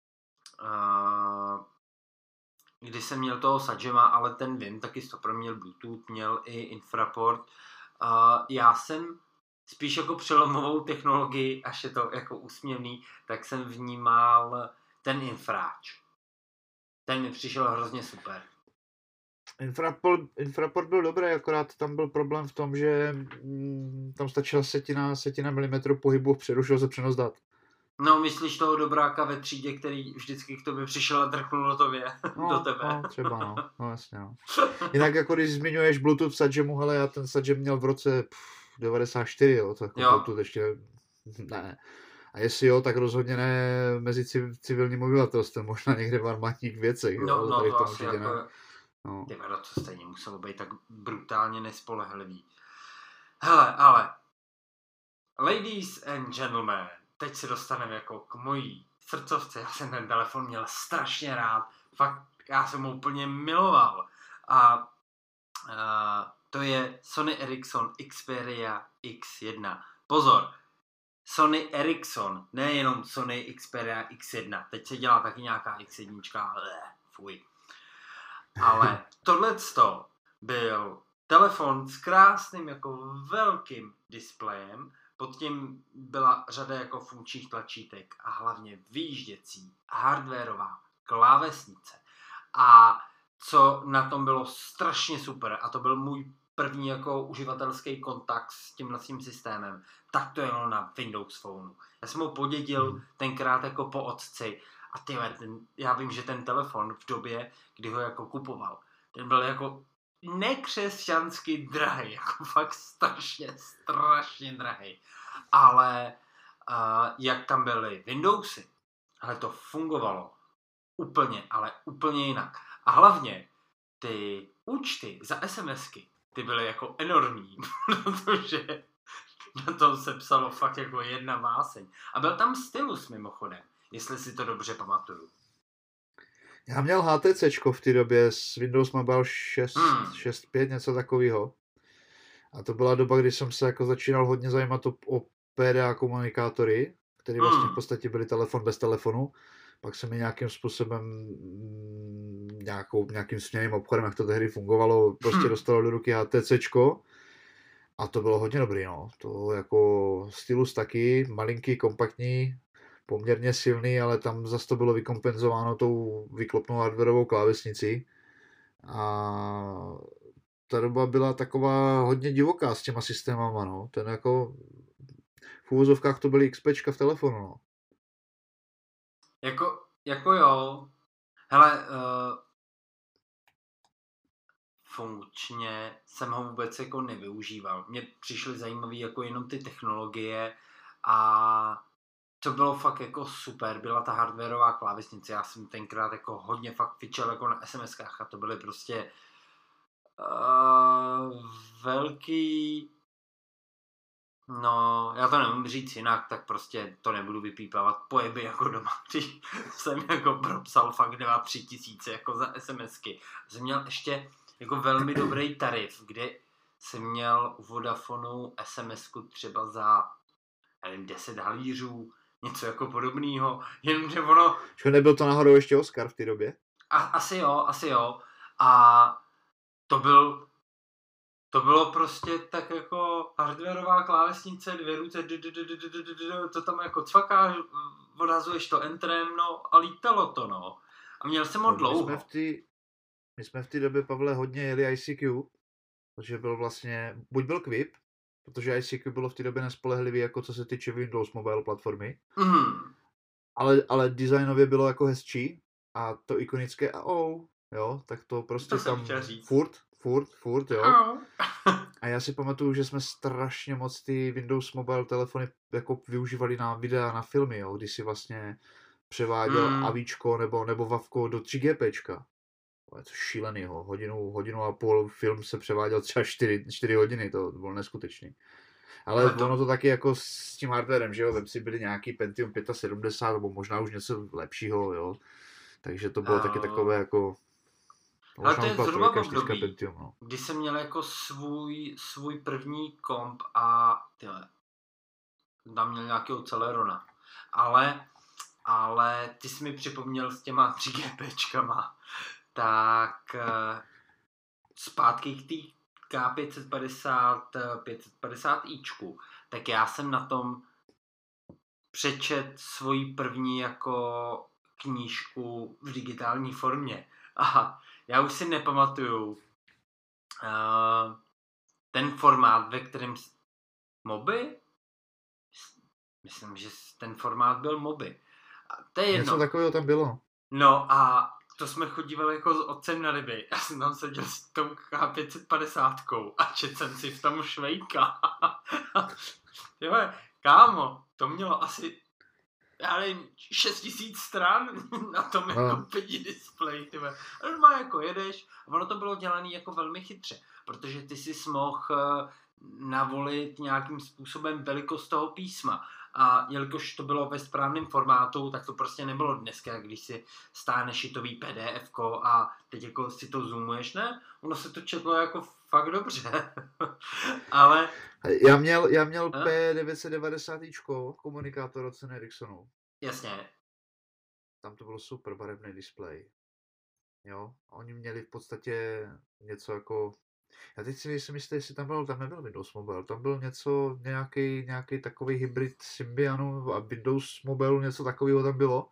uh, kdy jsem měl toho Sagema, ale ten vím, taky to pro měl Bluetooth, měl i infraport. Uh, já jsem spíš jako přelomovou technologii, až je to jako úsměvný, tak jsem vnímal ten infráč. Ten mi přišel hrozně super. Infraport, infraport byl dobrý, akorát tam byl problém v tom, že mm, tam stačila setina, setina milimetru pohybu, přerušil se přenos dat. No, myslíš toho dobráka ve třídě, který vždycky k tobě přišel a drknul do tobě, no, do tebe. No, třeba, no, no jasně, no. Jinak jako když zmiňuješ Bluetooth Sagemu, hele, já ten Sagem měl v roce pff, devadesát čtyři, jo, to jako jo. Bluetooth ještě, ne. A jestli jo, tak rozhodně ne mezi civilním obyvatelstvem, možná někde v armádních věcech, no, jo, no, tady to to asi jako... ne. No. Ty vado, to stejně muselo být tak brutálně nespolehlivý. Hele, ale ladies and gentlemen, teď se dostaneme jako k mojí srdcovce. Já jsem ten telefon měl strašně rád. Fakt, já jsem ho úplně miloval. A, a to je Sony Ericsson Xperia X jedna. Pozor, Sony Ericsson, nejenom Sony Xperia X jedna. Teď se dělá taky nějaká X jedna, ale fuj. Ale tohleto byl telefon s krásným jako velkým displejem, pod tím byla řada jako funkčních tlačítek a hlavně výjížděcí hardwareová klávesnice. A co na tom bylo strašně super, a to byl můj první jako uživatelský kontakt s tímhletím systémem, tak to jelo na Windows Phoneu. Já jsem ho podědil tenkrát jako po otci a tyhle, ten, já vím, že ten telefon v době, kdy ho jako kupoval, ten byl jako nekřesťansky drahý, jako fakt strašně, strašně drahý. Ale uh, jak tam byly Windowsy, ale to fungovalo úplně, ale úplně jinak. A hlavně ty účty za SMSky, ty byly jako enormní, protože na tom se psalo fakt jako jedna váseň. A byl tam stylus mimochodem, jestli si to dobře pamatuju. Já měl HTCčko v té době s Windows Mobile šest, Hmm. šest pět, něco takového. A to byla doba, kdy jsem se jako začínal hodně zajímat o, o P D A komunikátory, které vlastně v podstatě byly telefon bez telefonu. Pak se mi nějakým způsobem, mm, nějakou, nějakým směným obchodem, jak to tehdy fungovalo, prostě dostalo do ruky HTCčko. A to bylo hodně dobrý, no. To jako stylus taky, malinký, kompaktní, poměrně silný, ale tam zase to bylo vykompenzováno tou vyklopnou hardwareovou klávesnicí. A ta doba byla taková hodně divoká s těma systémama, no. Ten jako v úvozovkách to byly XPčka v telefonu, no. Jako, jako jo. Hele, uh, funkčně jsem ho vůbec jako nevyužíval. Mně přišly zajímavé jako jenom ty technologie a to bylo fakt jako super. Byla ta hardwareová klávesnice. Já jsem tenkrát jako hodně fakt fičel jako na SMSkách a to byly prostě uh, velký... No, já to nemůžu říct jinak, tak prostě to nebudu vypípávat pojeby jako doma, když jsem jako propsal fakt dva, tři tisíce jako za SMSky. Jsem měl ještě jako velmi dobrý tarif, kde jsem měl u Vodafonu SMSku třeba za, nevím, deset halířů, něco jako podobného, jenomže ono... Že nebyl to náhodou ještě Oscar v té době? A, asi jo, asi jo. A to byl... To bylo prostě tak jako hardwareová klávesnice, dvě ruce, to tam jako cvakáš, odhazuješ to entrem, no a lítalo to, no. A měl jsem ho dlouho. My jsme v té my jsme v té době, Pavle, hodně jeli I C Q, protože byl vlastně, buď byl Quip, protože I C Q bylo v té době nespolehlivý, jako co se týče Windows Mobile platformy, mm. ale, ale designově bylo jako hezčí a to ikonické A O, jo, tak to prostě to tam furt, furt, furt, jo. A já si pamatuju, že jsme strašně moc ty Windows Mobile telefony jako využívali na videa, na filmy, jo, když si vlastně převáděl mm. avíčko nebo, nebo vavko do tři G Pčka. To je to šílený, ho. Hodinu, hodinu a půl film se převáděl třeba čtyři hodiny, to bylo neskutečný. Ale, Ale to... ono to taky jako s tím hardwarem, že jo, vem si byly nějaký Pentium sedmdesát pět, nebo možná už něco lepšího, jo. Takže to bylo uh... taky takové jako... Ale to je zhruba období, Pentium, no. Kdy jsem měl jako svůj, svůj první komp a tyhle, tam měl nějakého Celerona. Ale, ale ty jsi mi připomněl s těma tři G Pčkama, tak zpátky k té K pět set padesát, pět set padesát ičku, tak já jsem na tom přečet svoji první jako knížku v digitální formě. A já už si nepamatuju uh, ten formát, ve kterém Moby? Myslím, že ten formát byl Moby. A to je jedno. Něco takového tam bylo. No a to jsme chodívali jako s otcem na ryby. Já jsem tam seděl s tou K pět set padesát a četl jsem si v tom Švejka. Jo, kámo, to mělo asi já nevím, šest tisíc stran na tom no. jako pěti display, tyhle. A normálně jako jedeš a ono to bylo dělané jako velmi chytře, protože ty si mohl navolit nějakým způsobem velikost toho písma a jelikož to bylo ve správném formátu, tak to prostě nebylo dneska, když si stáhneš šitový P D F ko a teď jako si to zoomuješ, ne? Ono se to četlo jako fakt dobře, ale... Já měl, já měl P devět set devadesát ičko, komunikátor od Sony Ericssonu. Jasně. Tam to bylo super barevný displej. Jo, oni měli v podstatě něco jako... Já teď si nejsem jistý, jestli tam byl, tam nebyl Windows Mobile, tam byl něco, nějaký, nějaký takový hybrid Symbianu a Windows Mobile, něco takového tam bylo.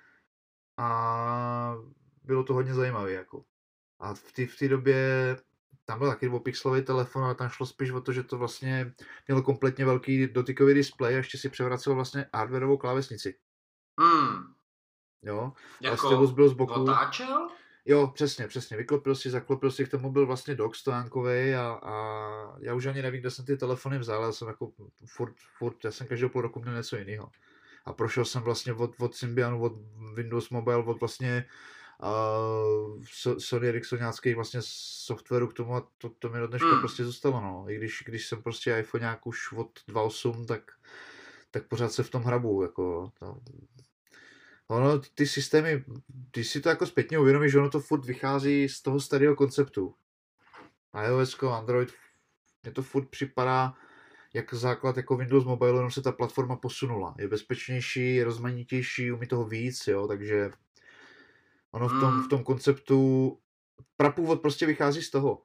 A bylo to hodně zajímavé, jako. A v té v té době tam byl taky dvoupixelový telefon, ale tam šlo spíš o to, že to vlastně mělo kompletně velký dotykový displej a ještě si převracel vlastně hardwareovou klávesnici. Hmm. Jo, jako a stylus byl z boku. Otáčel? Jo, přesně, přesně. Vyklopil si, zaklopil si, k tomu byl vlastně dock stojánkovej a, a já už ani nevím, kde jsem ty telefony vzal, já jsem jako furt, furt, já jsem každou půl roku měl něco jiného. A prošel jsem vlastně od, od Symbianu, od Windows Mobile, od vlastně uh, so, Sony Ericssoniáckých vlastně softwaru k tomu a to, to mi do dneška Hmm. prostě zůstalo, no. I když, když jsem prostě iPhoneák už od dva osm, tak, tak pořád se v tom hrabu, jako to, ono, ty systémy, když si to jako zpětně uvědomíš, že ono to furt vychází z toho starého konceptu. iOS, Android, mně to furt připadá jak základ jako Windows Mobile, jenom se ta platforma posunula. Je bezpečnější, je rozmanitější, umí toho víc, jo, takže ono v tom, v tom konceptu prapůvod prostě vychází z toho.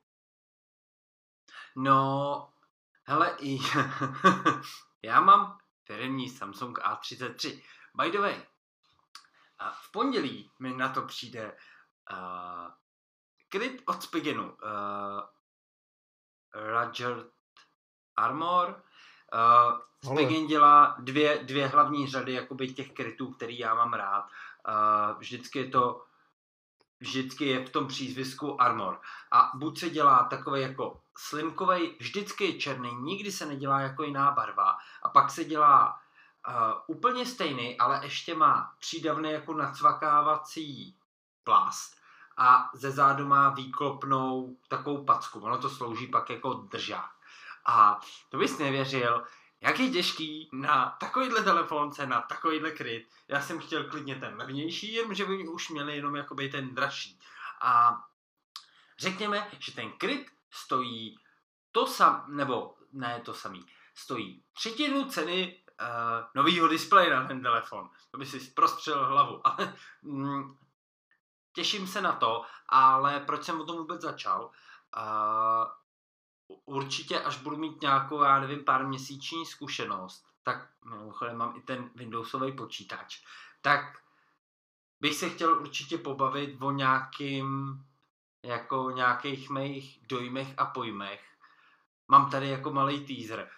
No, hele, i já mám firemní Samsung A třicet tři. By the way, a v pondělí mi na to přijde uh, kryt od Spigenu. Uh, Roger Armor. Uh, Spigen dělá dvě, dvě hlavní řady jakoby těch krytů, který já mám rád. Uh, vždycky je to vždycky je v tom přízvisku Armor. A buď se dělá takový jako slimkovej, vždycky je černý, nikdy se nedělá jako jiná barva. A pak se dělá uh, úplně stejný, ale ještě má přídavný jako nacvakávací plast. A ze zádu má výklopnou takovou packu. Ono to slouží pak jako držák. A to bys nevěřil, jak je těžký na takovýhle telefonce, na takovýhle kryt. Já jsem chtěl klidně ten levnější, jenomže by už měli jenom jakoby ten dražší. A řekněme, že ten kryt stojí to sam, nebo ne to samý, stojí třetinu ceny uh, novýho displeje na ten telefon. To by si zprostřel hlavu. Ale mm, těším se na to, ale proč jsem o tom vůbec začal? Uh, určitě, až budu mít nějakou, já nevím, pár měsíční zkušenost, tak mimochodem mám i ten Windowsový počítač, tak bych se chtěl určitě pobavit o nějakým, jako nějakých mých dojmech a pojmech. Mám tady jako malý teaser.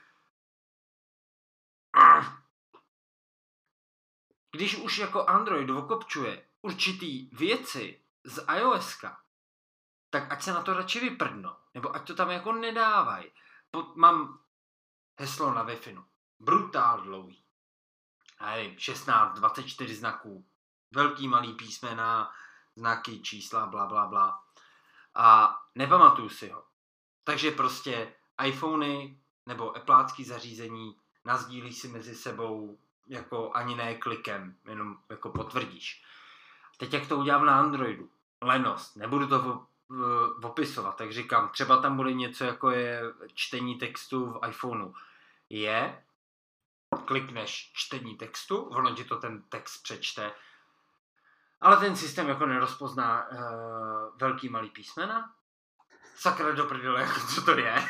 Když už jako Android okopčuje určitý věci z iOSka, tak ať se na to radši vyprdnou, nebo ať to tam jako nedávají. Mám heslo na Wi-Fi, brutál dlouhý. Já nevím, šestnáct, dvacet čtyři znaků, velký malý písmena, znaky, čísla, bla, bla, bla. A nepamatuju si ho. Takže prostě iPhony nebo applácký zařízení nasdílí si mezi sebou jako ani ne klikem, jenom jako potvrdíš. Teď jak to udělám na Androidu? Lenost, nebudu to opisovat, tak říkám, třeba tam bude něco jako je čtení textu v iPhoneu. Je, klikneš čtení textu, ono ti to ten text přečte, ale ten systém jako nerozpozná uh, velký malý písmena. Sakra do prdele, jako co to je.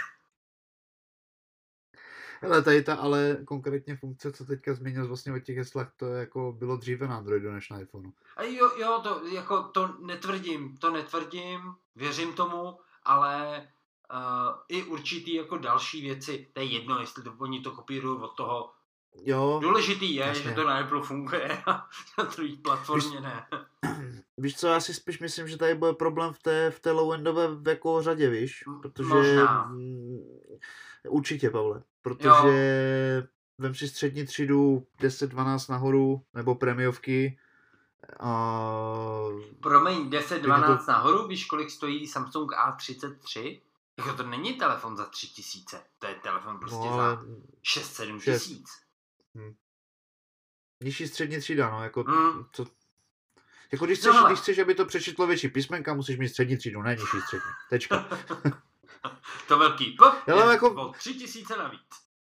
Ale tady ta ale konkrétně funkce, co teďka zmínil vlastně o těch heslách, to jako bylo dříve na Androidu než na iPhoneu. A jo, jo, to, jako, to netvrdím, to netvrdím, věřím tomu, ale uh, i určitý jako další věci, to je jedno, jestli to, oni to kopírují od toho. Jo. Důležitý je, jasně. že to na Apple funguje a na druhé platformě víš, ne. Víš co, já si spíš myslím, že tady bude problém v té, v té low-endové jako řadě, víš, protože možná. Určitě, Pavle, protože vem si střední třídu deset dvanáct nahoru, nebo prémiovky. A... Promiň, deset dvanáct to... nahoru, víš, kolik stojí Samsung A třicet tři? Jako to není telefon za tři tisíce, to je telefon prostě no, za šest sedm tisíc. Hmm. Nižší střední třída, no, jako hmm. to... Jako když chceš, no, když chceš, aby to přečetlo větší písmenka, musíš mít střední třídu, ne nižší střední. Tečka. To velký P je jako... o tři tisíce navíc.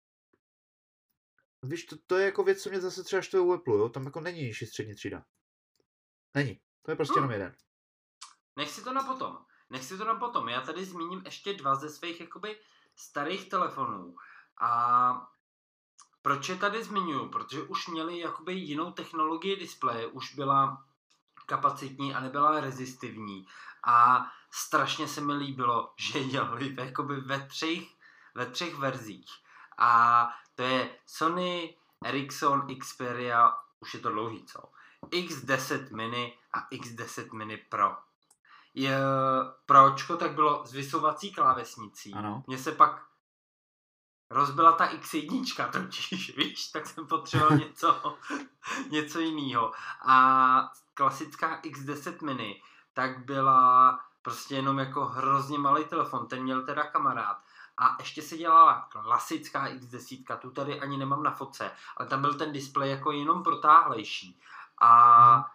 Víš, to, to je jako věc, co mě zase třeba štve u Apple, jo? Tam jako není nižší střední třída. Není. To je prostě hmm. jenom jeden. Nech si to na potom. Nech si to na potom. Já tady zmíním ještě dva ze svých jakoby starých telefonů. A proč je tady zmiňuji? Protože už měli jakoby jinou technologii displeje, už byla kapacitní a nebyla rezistivní. A strašně se mi líbilo, že je dělali jakoby ve třech, ve třech verzích. A to je Sony Ericsson Xperia, už je to dlouhý, co? X deset mini a X deset mini Pro. Je, Pročko tak bylo s vysouvací klávesnicí. Ano. Mně se pak rozbila ta X jedna, totiž, víš, tak jsem potřeboval něco, něco jiného. A klasická X deset mini, tak byla prostě jenom jako hrozně malý telefon, ten měl teda kamarád. A ještě se dělala klasická X deset, tu tady ani nemám na fotce, ale tam byl ten displej jako jenom protáhlejší. A, hmm.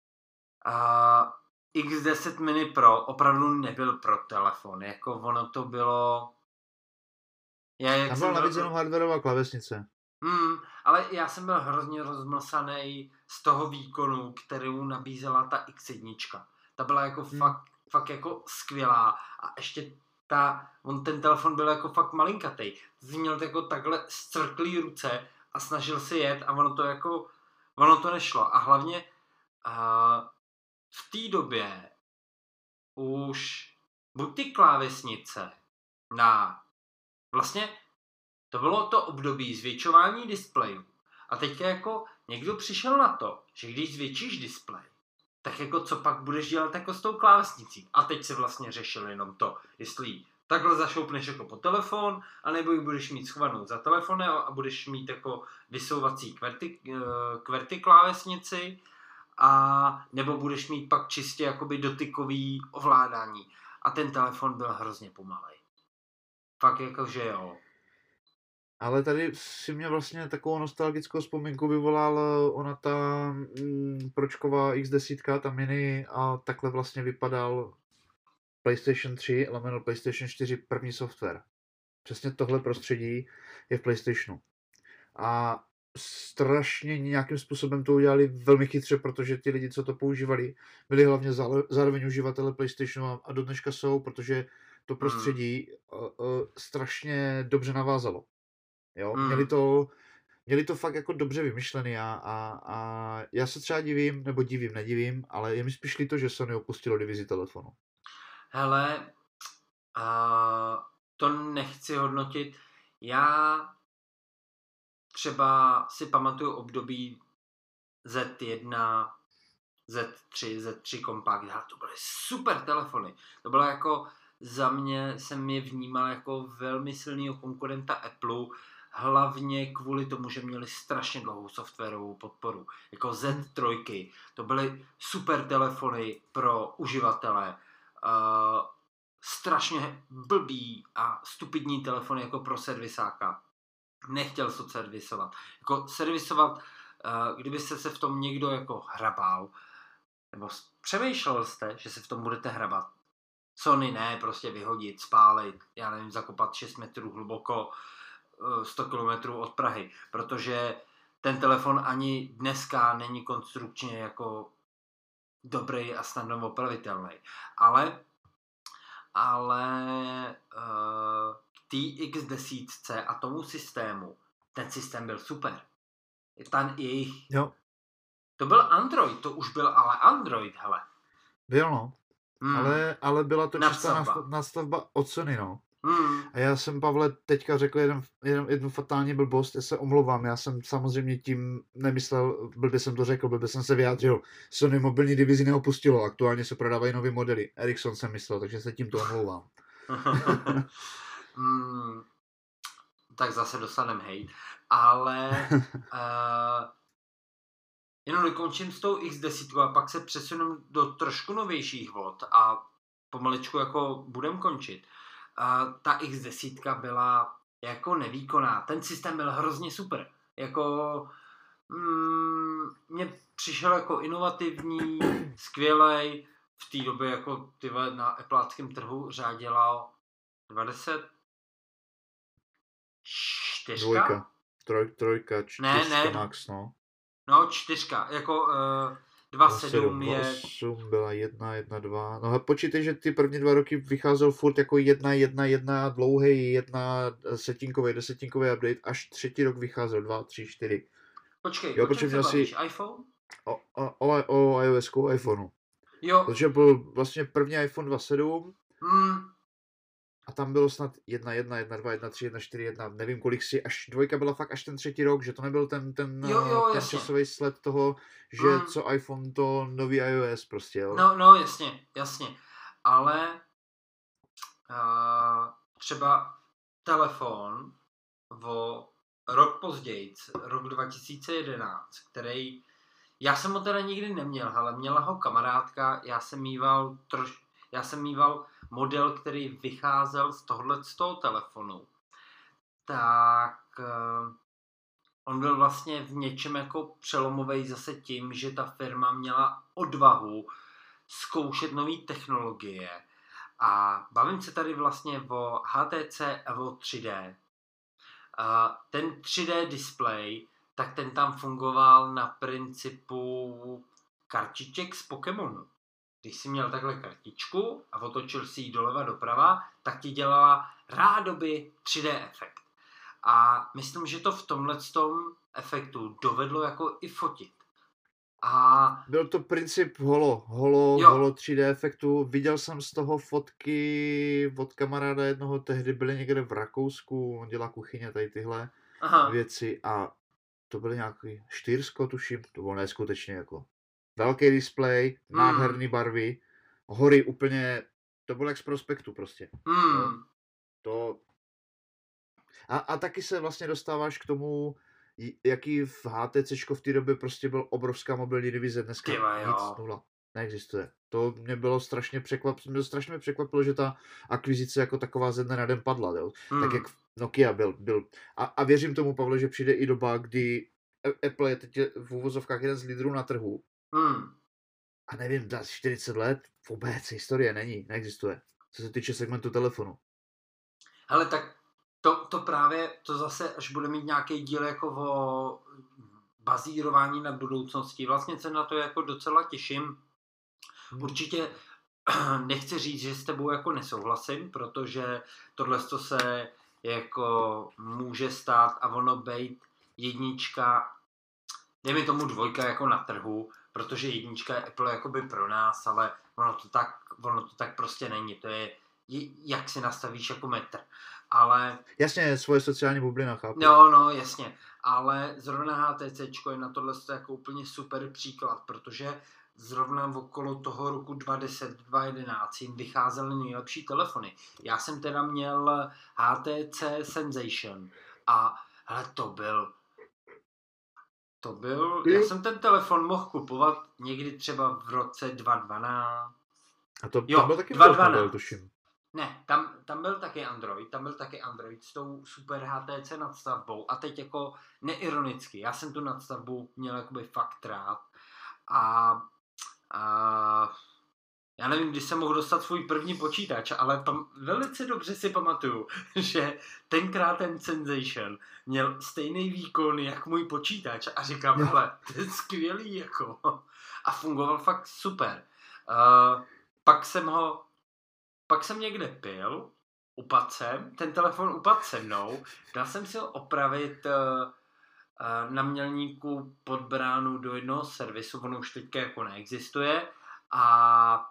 a X deset mini Pro opravdu nebyl pro telefon, jako ono to bylo... Já, jak tam byla navíc byl... jenom hardwareová klávesnice. Hmm, ale já jsem byl hrozně rozmlsaný z toho výkonu, kterou nabízela ta X jedna. Ta byla jako hmm. fakt, fakt jako skvělá a ještě ta, on ten telefon byl jako fakt malinkatej. Ty měl jako takhle zcvrklý ruce a snažil si jet a ono to jako, ono to nešlo. A hlavně uh, v té době už buď ty klávesnice na vlastně to bylo to období zvětšování displejů. A teďka jako někdo přišel na to, že když zvětšíš displej, tak jako co pak budeš dělat jako s tou klávesnicí. A teď se vlastně řešil jenom to, jestli takhle zašoupneš jako po telefon, anebo ji budeš mít schovanou za telefonem a budeš mít jako vysouvací kverty, kverty klávesnici, a nebo budeš mít pak čistě jakoby dotykový ovládání. A ten telefon byl hrozně pomalej. Fakt jako, že jo. Ale tady si mě vlastně takovou nostalgickou vzpomínku vyvolal ona ta mm, pročková X deset, ta mini, a takhle vlastně vypadal PlayStation tři, lomeno PlayStation čtyři první software. Přesně tohle prostředí je v PlayStationu. A strašně nějakým způsobem to udělali velmi chytře, protože ti lidi, co to používali, byli hlavně zároveň uživatele PlayStationu a do dneška jsou, protože to prostředí hmm. uh, uh, strašně dobře navázalo. Jo? Hmm. Měli to, měli to fakt jako dobře vymyšlený a, a, a já se třeba divím, nebo divím, nedivím, ale je mi spíš líto, že Sony opustilo divizi telefonu. Hele, uh, to nechci hodnotit. Já třeba si pamatuju období Z jedna, Z tři, Z tři Compact, hele, to byly super telefony. To bylo jako, za mě jsem je vnímal jako velmi silného konkurenta Apple, hlavně kvůli tomu, že měli strašně dlouhou softwarovou podporu. Jako Z tři, to byly super telefony pro uživatele, uh, strašně blbý a stupidní telefony jako pro servisáka. Nechtěl to servisovat. Jako servisovat, uh, kdyby se se v tom někdo jako hrabal, nebo přemýšlel jste, že se v tom budete hrabat. Sony ne, prostě vyhodit, spálit, já nevím, zakopat šest metrů hluboko, sto kilometrů od Prahy, protože ten telefon ani dneska není konstrukčně jako dobrý a snadno opravitelný. Ale ale uh, té X deset a tomu systému, ten systém byl super. Ten jejich... Jo. To byl Android, to už byl ale Android, hele. Byl, no. Hmm. Ale, ale byla to čistá nastavba od Sony, no. Hmm. A já jsem, Pavle, teďka řekl jeden, jeden, jednu fatální blbost, já se omlouvám, já jsem samozřejmě tím nemyslel, blbě jsem to řekl, blbě jsem se vyjádřil. Sony mobilní divizi neopustilo, aktuálně se prodávají nové modely. Ericsson jsem myslel, takže se tímto omlouvám. hmm. Tak zase dostanem hejt. Ale uh, jenom dokončím s tou X deset a pak se přesunu do trošku novějších vod a pomaličku jako budem končit. Uh, ta X deset byla jako nevýkonná. Ten systém byl hrozně super. Jako mm, mně přišel jako inovativní, skvělej. V té době jako tyhle na appláckém trhu řádila dvacet čtyřka? Dvojka. Troj, trojka, čtyřka ne, ne. Max, no. No, čtyřka. Jako uh, dva sedm je... osm byla jedna, jedna, dva. No a počítej, že ty první dva roky vycházel furt jako jedna, jedna, jedna, dlouhý, jedna setinkový, desetinkový update, až třetí rok vycházel dva, tři, čtyři. Počkej, jo, počkej, se bavíš? iPhone? O, o, o, o iOSku, iPhoneu. Jo. Protože byl vlastně první iPhone dva sedm mm. a tam bylo snad jedna, jedna, jedna, dva, jedna, tři, jedna, čtyři, jedna, nevím kolik si, až dvojka byla fakt až ten třetí rok, že to nebyl ten, ten, jo, jo, ten časový sled toho, že mm. co iPhone, to nový iOS prostě, jo. No, no, jasně, jasně, ale uh, třeba telefon o rok později, rok dva tisíce jedenáct, který, já jsem ho teda nikdy neměl, ale měla ho kamarádka, já jsem mýval troš, já jsem mýval model, který vycházel z tohohle z toho telefonu. Tak on byl vlastně v něčem jako přelomovej zase tím, že ta firma měla odvahu zkoušet nové technologie. A bavím se tady vlastně o H T C Evo tři D. A ten tři D display, tak ten tam fungoval na principu kartiček z Pokémonu. Když jsi měl takhle kartičku a otočil si ji doleva doprava, tak ti dělala rádoby tři D efekt. A myslím, že to v tomhletom efektu dovedlo jako i fotit. A byl to princip holo, holo, jo. holo tři D efektu. Viděl jsem z toho fotky od kamaráda jednoho, tehdy byli někde v Rakousku, on dělá kuchyně, tady tyhle Aha. věci a to byly nějaký Štýrsko, tuším, to bylo neskutečně jako velký displej, Mm. nádherný barvy, hory úplně, to bylo jak z prospektu prostě. Mm. No, to... A, a taky se vlastně dostáváš k tomu, jaký v HTCčko v té době prostě byl obrovská mobilní divize, dneska Tyva, nic, jo. nula, neexistuje. To mě bylo strašně překvapilo, mě strašně mě překvapilo, že ta akvizice jako taková ze dne na den padla, jo. Mm. Tak jak Nokia byl, byl. A, a věřím tomu, Pavle, že přijde i doba, kdy Apple je teď v úvozovkách jeden z lídrů na trhu. Mm. A nevím, za čtyřicet let vůbec historie není, neexistuje, co se týče segmentu telefonu. Hele, tak to, to právě, to zase, až bude mít nějaký díl jako o bazírování na budoucnosti, vlastně se na to jako docela těším. Hmm. Určitě nechci říct, že s tebou jako nesouhlasím, protože tohle se jako může stát a ono být jednička, dejme tomu dvojka jako na trhu, protože jednička je Apple jakoby pro nás, ale ono to tak, ono to tak prostě není. To je, jak si nastavíš jako metr. Ale... Jasně, svoje sociální bublina, chápu. No, no, jasně. Ale zrovna HTCčko je na tohle jako úplně super příklad, protože zrovna okolo toho roku dva tisíce deset, dva tisíce jedenáct jim vycházely nejlepší telefony. Já jsem teda měl H T C Sensation a hele, to byl to byl, já jsem ten telefon mohl kupovat někdy třeba v roce dva tisíce dvanáct. A to jo, tam byl taky dva tisíce dvanáct. tuším. Ne, tam, tam byl taky Android, tam byl taky Android s tou super H T C nadstavbou a teď jako neironicky, já jsem tu nadstavbu měl jakoby fakt rád a, a já nevím, kdy jsem mohl dostat svůj první počítač, ale pam, velice dobře si pamatuju, že tenkrát ten Sensation měl stejný výkon jak můj počítač a říkám, hele, to je skvělý jako a fungoval fakt super. Uh, pak jsem ho Pak jsem někde pil, upadl jsem, ten telefon upadl se mnou, dal jsem si ho opravit uh, uh, na Mělníku pod bránu do jednoho servisu, on už teďka jako neexistuje a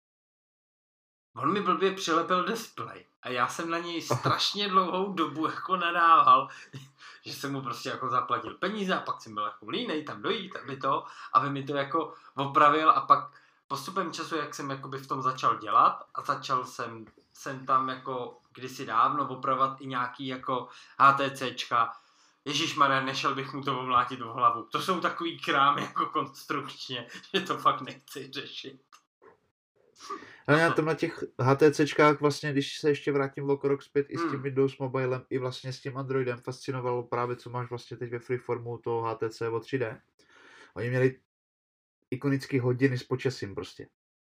on mi blbě přilepil displej a já jsem na něj strašně dlouhou dobu jako nadával, že jsem mu prostě jako zaplatil peníze a pak jsem byl jako línej tam dojít, aby to, aby mi to jako opravil a pak postupem času, jak jsem jakoby v tom začal dělat a začal jsem, jsem tam jako kdysi dávno opravovat i nějaký jako HTCčka. Ježišmarja, nešel bych mu to omlátit v hlavu. To jsou takový krámy jako konstrukčně, že to fakt nechci řešit. Ale já tam na těch HTCčkách vlastně, když se ještě vrátím o rok zpět i s tím hmm. Windows Mobilem, i vlastně s tím Androidem fascinovalo právě, co máš vlastně teď ve Freeformu toho H T C Evo tři D. Oni měli ikonické hodiny s počasím prostě.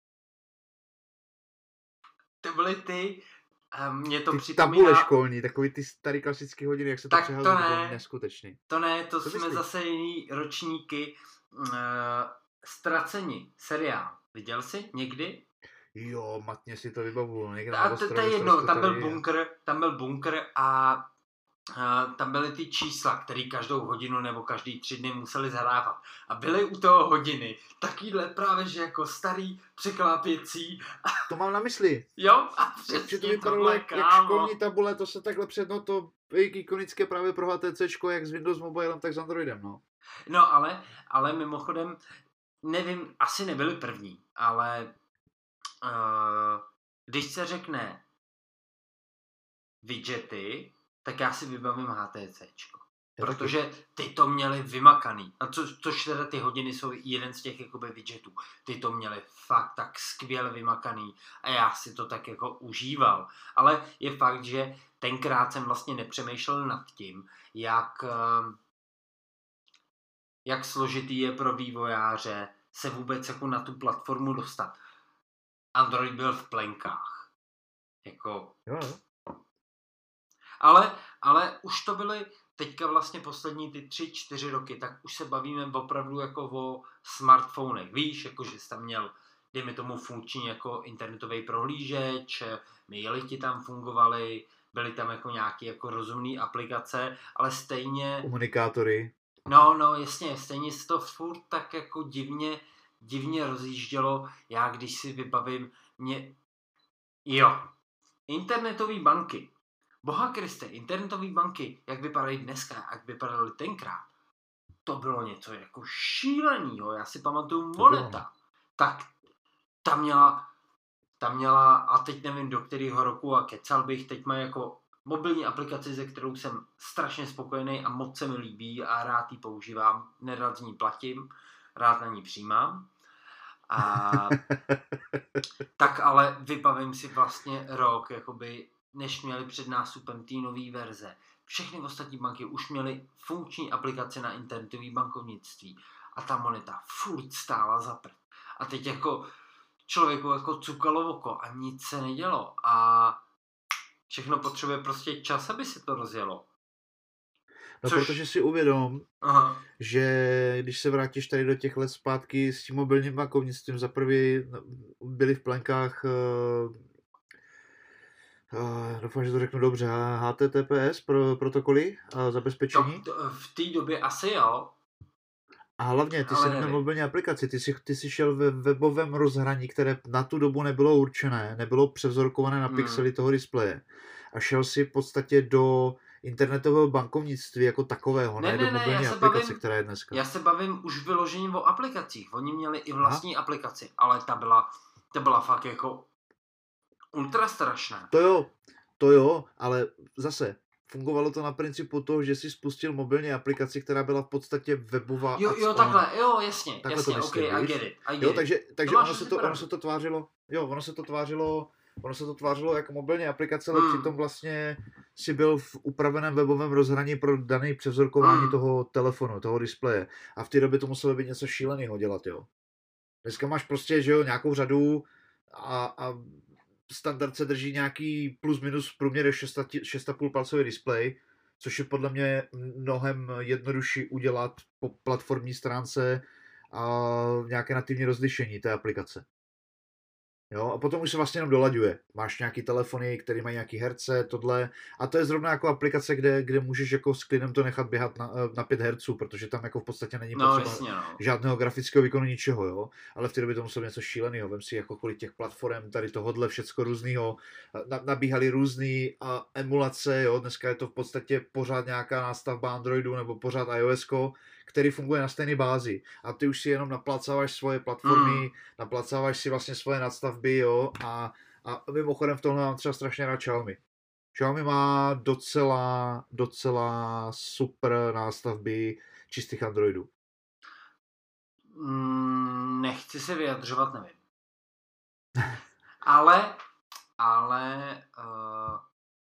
To byly ty, mě to ty připomíná... tabule školní, takový ty starý klasické hodiny, jak se to přehazuje, to bylo neskutečný. To ne, to, to jsme myslí? Zase jiný ročníky uh, Ztraceni, seriál. Viděl jsi někdy? Jo, matně si to vybavuju. A to, to je jedno, tam byl bunkr, tam byl bunkr a uh, tam byly ty čísla, které každou hodinu nebo každý tři dny museli zahrávat. A byly u toho hodiny takovýhle právě, že jako starý překlápěcí. To mám na mysli. Jo, a přesně to vypadalo jak, jak školní tabule, to se takhle předno to ikonické právě pro HTCčko, jak s Windows Mobilem, tak s Androidem, no. No ale, ale mimochodem, nevím, asi nebyli první, ale uh, když se řekne widgety, tak já si vybavím HTCčko. Já Protože ty to měli vymakaný. A co, což teda ty hodiny jsou jeden z těch jakoby widgetů. Ty to měli fakt tak skvěle vymakaný a já si to tak jako užíval. Ale je fakt, že tenkrát jsem vlastně nepřemýšlel nad tím, jak, jak složitý je pro vývojáře se vůbec jako na tu platformu dostat. Android byl v plenkách. Jako... Jo, jo. Ale, ale už to byly teďka vlastně poslední ty tři, čtyři roky, tak už se bavíme opravdu jako o smartfonech. Víš, jako že jsi tam měl, dejme tomu, funkční jako internetový prohlížeč, maily ti tam fungovaly, byly tam jako nějaké jako rozumné aplikace, ale stejně... Komunikátory. No, no, jasně, stejně se to furt tak jako divně, divně rozjíždělo. Já když si vybavím, mě... Jo, internetové banky. Boha Kriste, internetové banky, jak vypadají dneska, jak vypadaly tenkrát, to bylo něco jako šílenýho. Já si pamatuju Moneta. Tak ta měla, ta měla, a teď nevím do kterého roku a kecal bych, teď má jako mobilní aplikaci, ze kterou jsem strašně spokojený a moc se mi líbí a rád ji používám. Nerad z ní platím, rád na ní přijímám. A tak ale vybavím si vlastně rok, jakoby než měli před nástupem té nové verze. Všechny ostatní banky už měly funkční aplikace na internetové bankovnictví a ta Moneta furt stála za prd. A teď jako člověku jako cukalo oko a nic se nedělo a všechno potřebuje prostě čas, aby se to rozjelo. No Což... protože si uvědom, Aha. že když se vrátíš tady do těch let zpátky s tím mobilním bankovnictvím, za prvý byly v plenkách uh, Uh, doufám, že to řeknu dobře. H T T P S pro protokoly a zabezpečení? To, to, v té době asi jo. A hlavně, ty jsi měl mobilní aplikaci, ty jsi, ty jsi šel ve webovém rozhraní, které na tu dobu nebylo určené, nebylo převzorkované na hmm. pixely toho displeje. A šel si v podstatě do internetového bankovnictví jako takového, ne, ne, ne do mobilní ne, aplikace, bavím, která je dneska. Já se bavím už vyloženě o aplikacích. Oni měli i vlastní Aha. aplikaci, ale ta byla, ta byla fakt jako ultra strašná. To jo, to jo, ale zase fungovalo to na principu toho, že si spustil mobilní aplikaci, která byla v podstatě webová. Jo, jo, takhle, jo, jasně, takhle jasně, to myslím, okay, I get it, I get jo, takže, takže ono, se to, ono se to tvářilo, jo, ono se to tvářilo, ono se to tvářilo jako mobilní aplikace, ale hmm. přitom vlastně si byl v upraveném webovém rozhraní pro dané převzorkování hmm. toho telefonu, toho displeje. A v té době to muselo být něco šíleného dělat, jo. Dneska máš prostě, že jo, nějakou řadu a, a standard se drží nějaký plus minus průměr šest a půl palcový displej, což je podle mě mnohem jednodušší udělat po platformní stránce a nějaké nativní rozlišení té aplikace. Jo, a potom už se vlastně jenom dolaďuje. Máš nějaký telefony, které mají nějaký herce, tohle. A to je zrovna jako aplikace, kde, kde můžeš jako s klidem to nechat běhat na, na pět hertzů, protože tam jako v podstatě není no, potřeba jasně, no. žádného grafického výkonu, ničeho, jo. Ale v té době to muselo něco šíleného. Vem si jako kolik těch platform, tady tohodle všecko různýho. Na, nabíhaly různý a emulace, jo. Dneska je to v podstatě pořád nějaká nástavba Androidu nebo pořád iOSko, který funguje na stejné bázi. A ty už si jenom naplacáváš svoje platformy, mm. naplacáváš si vlastně svoje nadstavby, jo, a, a mimochodem v tomhle mám třeba strašně rád Xiaomi. Xiaomi má docela, docela super nástavby čistých Androidů. Mm, nechci se vyjadřovat, nevím. ale, ale uh,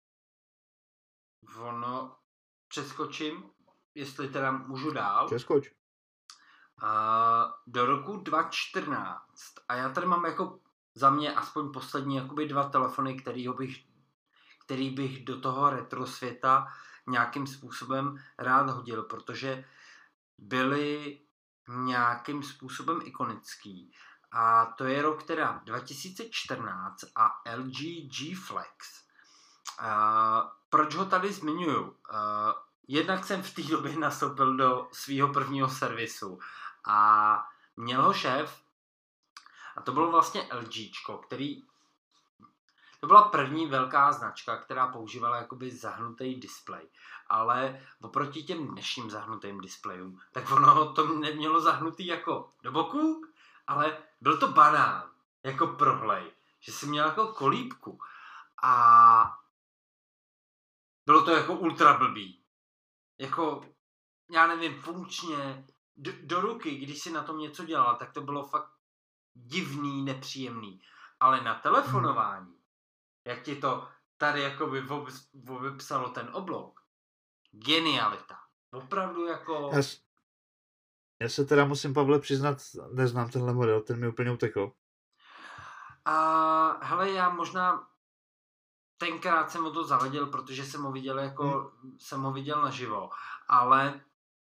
ono, přeskočím, jestli teda můžu dál. Přeskoč. Uh, do roku dva tisíce čtrnáct. A já tady mám jako za mě aspoň poslední jakoby dva telefony, který bych, který bych do toho retro světa nějakým způsobem rád hodil, protože byly nějakým způsobem ikonický. A to je rok teda dva tisíce čtrnáct a L G G Flex. Uh, proč ho tady zmiňuju? Uh, jednak jsem v té době nastoupil do svého prvního servisu a měl ho šéf a to bylo vlastně LGčko, který to byla první velká značka, která používala jakoby zahnutý displej, ale oproti těm dnešním zahnutým displejům, tak ono to nemělo zahnutý jako do boku, ale byl to banán, jako prohlej, že si měl jako kolíbku a Bylo to jako ultra blbý. Jako, já nevím, funkčně, do, do ruky, když si na tom něco dělal, tak to bylo fakt divný, nepříjemný. Ale na telefonování, hmm. jak ti to tady jakoby vypsalo ten oblouk, genialita. Opravdu jako... Já, já se teda musím, Pavle, přiznat, neznám tenhle model, ten mi úplně utekl. A hele, já možná tenkrát jsem ho to zavedl, protože jsem ho viděl jako, hmm. jsem ho viděl naživo, ale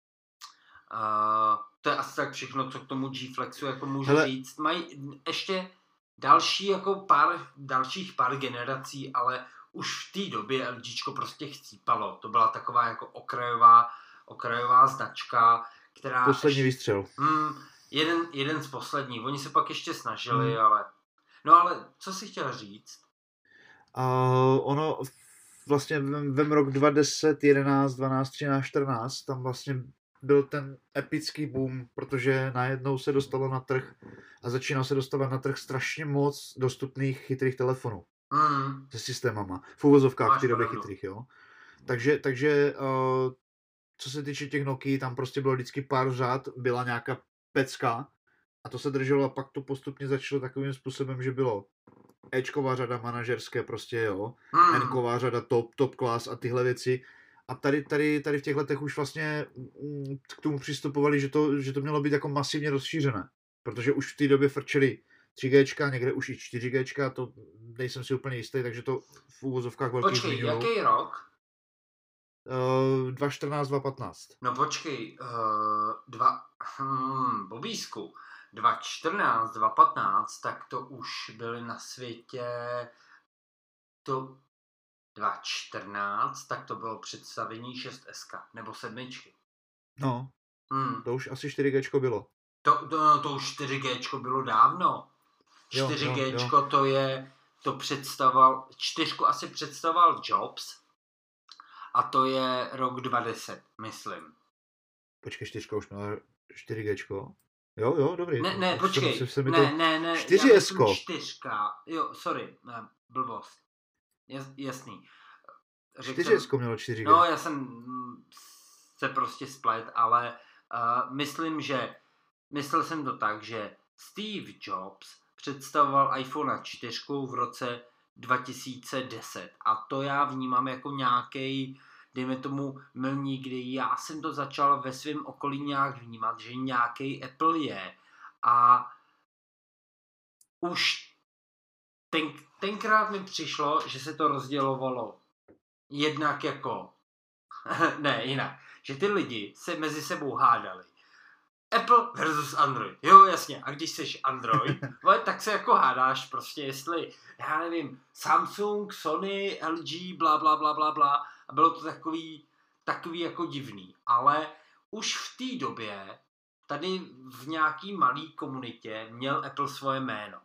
uh, to je asi tak všechno, co k tomu G-Flexu jako můžu hele. říct. Mají ještě další jako pár, dalších pár generací, ale už v té době LGčko prostě chcípalo. To byla taková jako okrajová, okrajová značka, která... Poslední výstřel. Mm, jeden, jeden z posledních. Oni se pak ještě snažili, hmm. ale... No ale co jsi chtěl říct? Uh, ono vlastně vem rok dva tisíce deset, jedenáct, dvanáct, třináct, čtrnáct, tam vlastně byl ten epický boom, protože najednou se dostalo na trh a začínal se dostávat na trh strašně moc dostupných chytrých telefonů. Mm. Se systémama. V uvozovkách ty doby chytrých, jo. Takže, takže uh, co se týče těch Nokia, tam prostě bylo vždycky pár řád, byla nějaká pecka a to se drželo a pak to postupně začalo takovým způsobem, že bylo Ečková řada manažerské prostě, jo. Mm. N-ková řada top, top class a tyhle věci. A tady, tady, tady v těch letech už vlastně k tomu přistupovali, že to, že to mělo být jako masivně rozšířené. Protože už v té době frčeli tři G, někde už i čtyři G, to nejsem si úplně jistý, takže to v úvozovkách velký Počkej, zmiňujou. Jaký rok? Uh, dva čtrnáct, dva patnáct. No počkej, uh, dva, hmm, Bobísku, dva čtrnáct, dva patnáct, tak to už byly na světě, to dva čtrnáct, tak to bylo představení šest S, nebo sedmičky. No, hmm. to už asi čtyři G bylo. To, to, no, to už čtyři G bylo dávno. čtyři G jo, jo, jo. to je, to představoval, čtyřku asi představoval Jobs a to je rok dva tisíce deset, myslím. Počkej, čtyřka už měla čtyři G. Jo, jo, dobrý. Ne, ne, počkej, se, se ne, to... ne, ne, čtyři S. čtyřka, jo, sorry, ne, blbost. Jas, jasný. čtyři S mělo čtyři G. No, já jsem se prostě splet, ale uh, myslím, že myslel jsem to tak, že Steve Jobs představoval iPhone čtyři v roce dva tisíce deset a to já vnímám jako nějaký, dejme tomu, milník, kdy já jsem to začal ve svém okolí nějak vnímat, že nějaký Apple je a už ten, tenkrát mi přišlo, že se to rozdělovalo jednak jako ne, jinak, že ty lidi se mezi sebou hádali. Apple versus Android. Jo, jasně. A když jsi Android, tak se jako hádáš prostě, jestli, já nevím, Samsung, Sony, L G, bla, bla, bla, bla, bla. A bylo to takový, takový jako divný. Ale už v té době tady v nějaký malý komunitě měl Apple svoje jméno.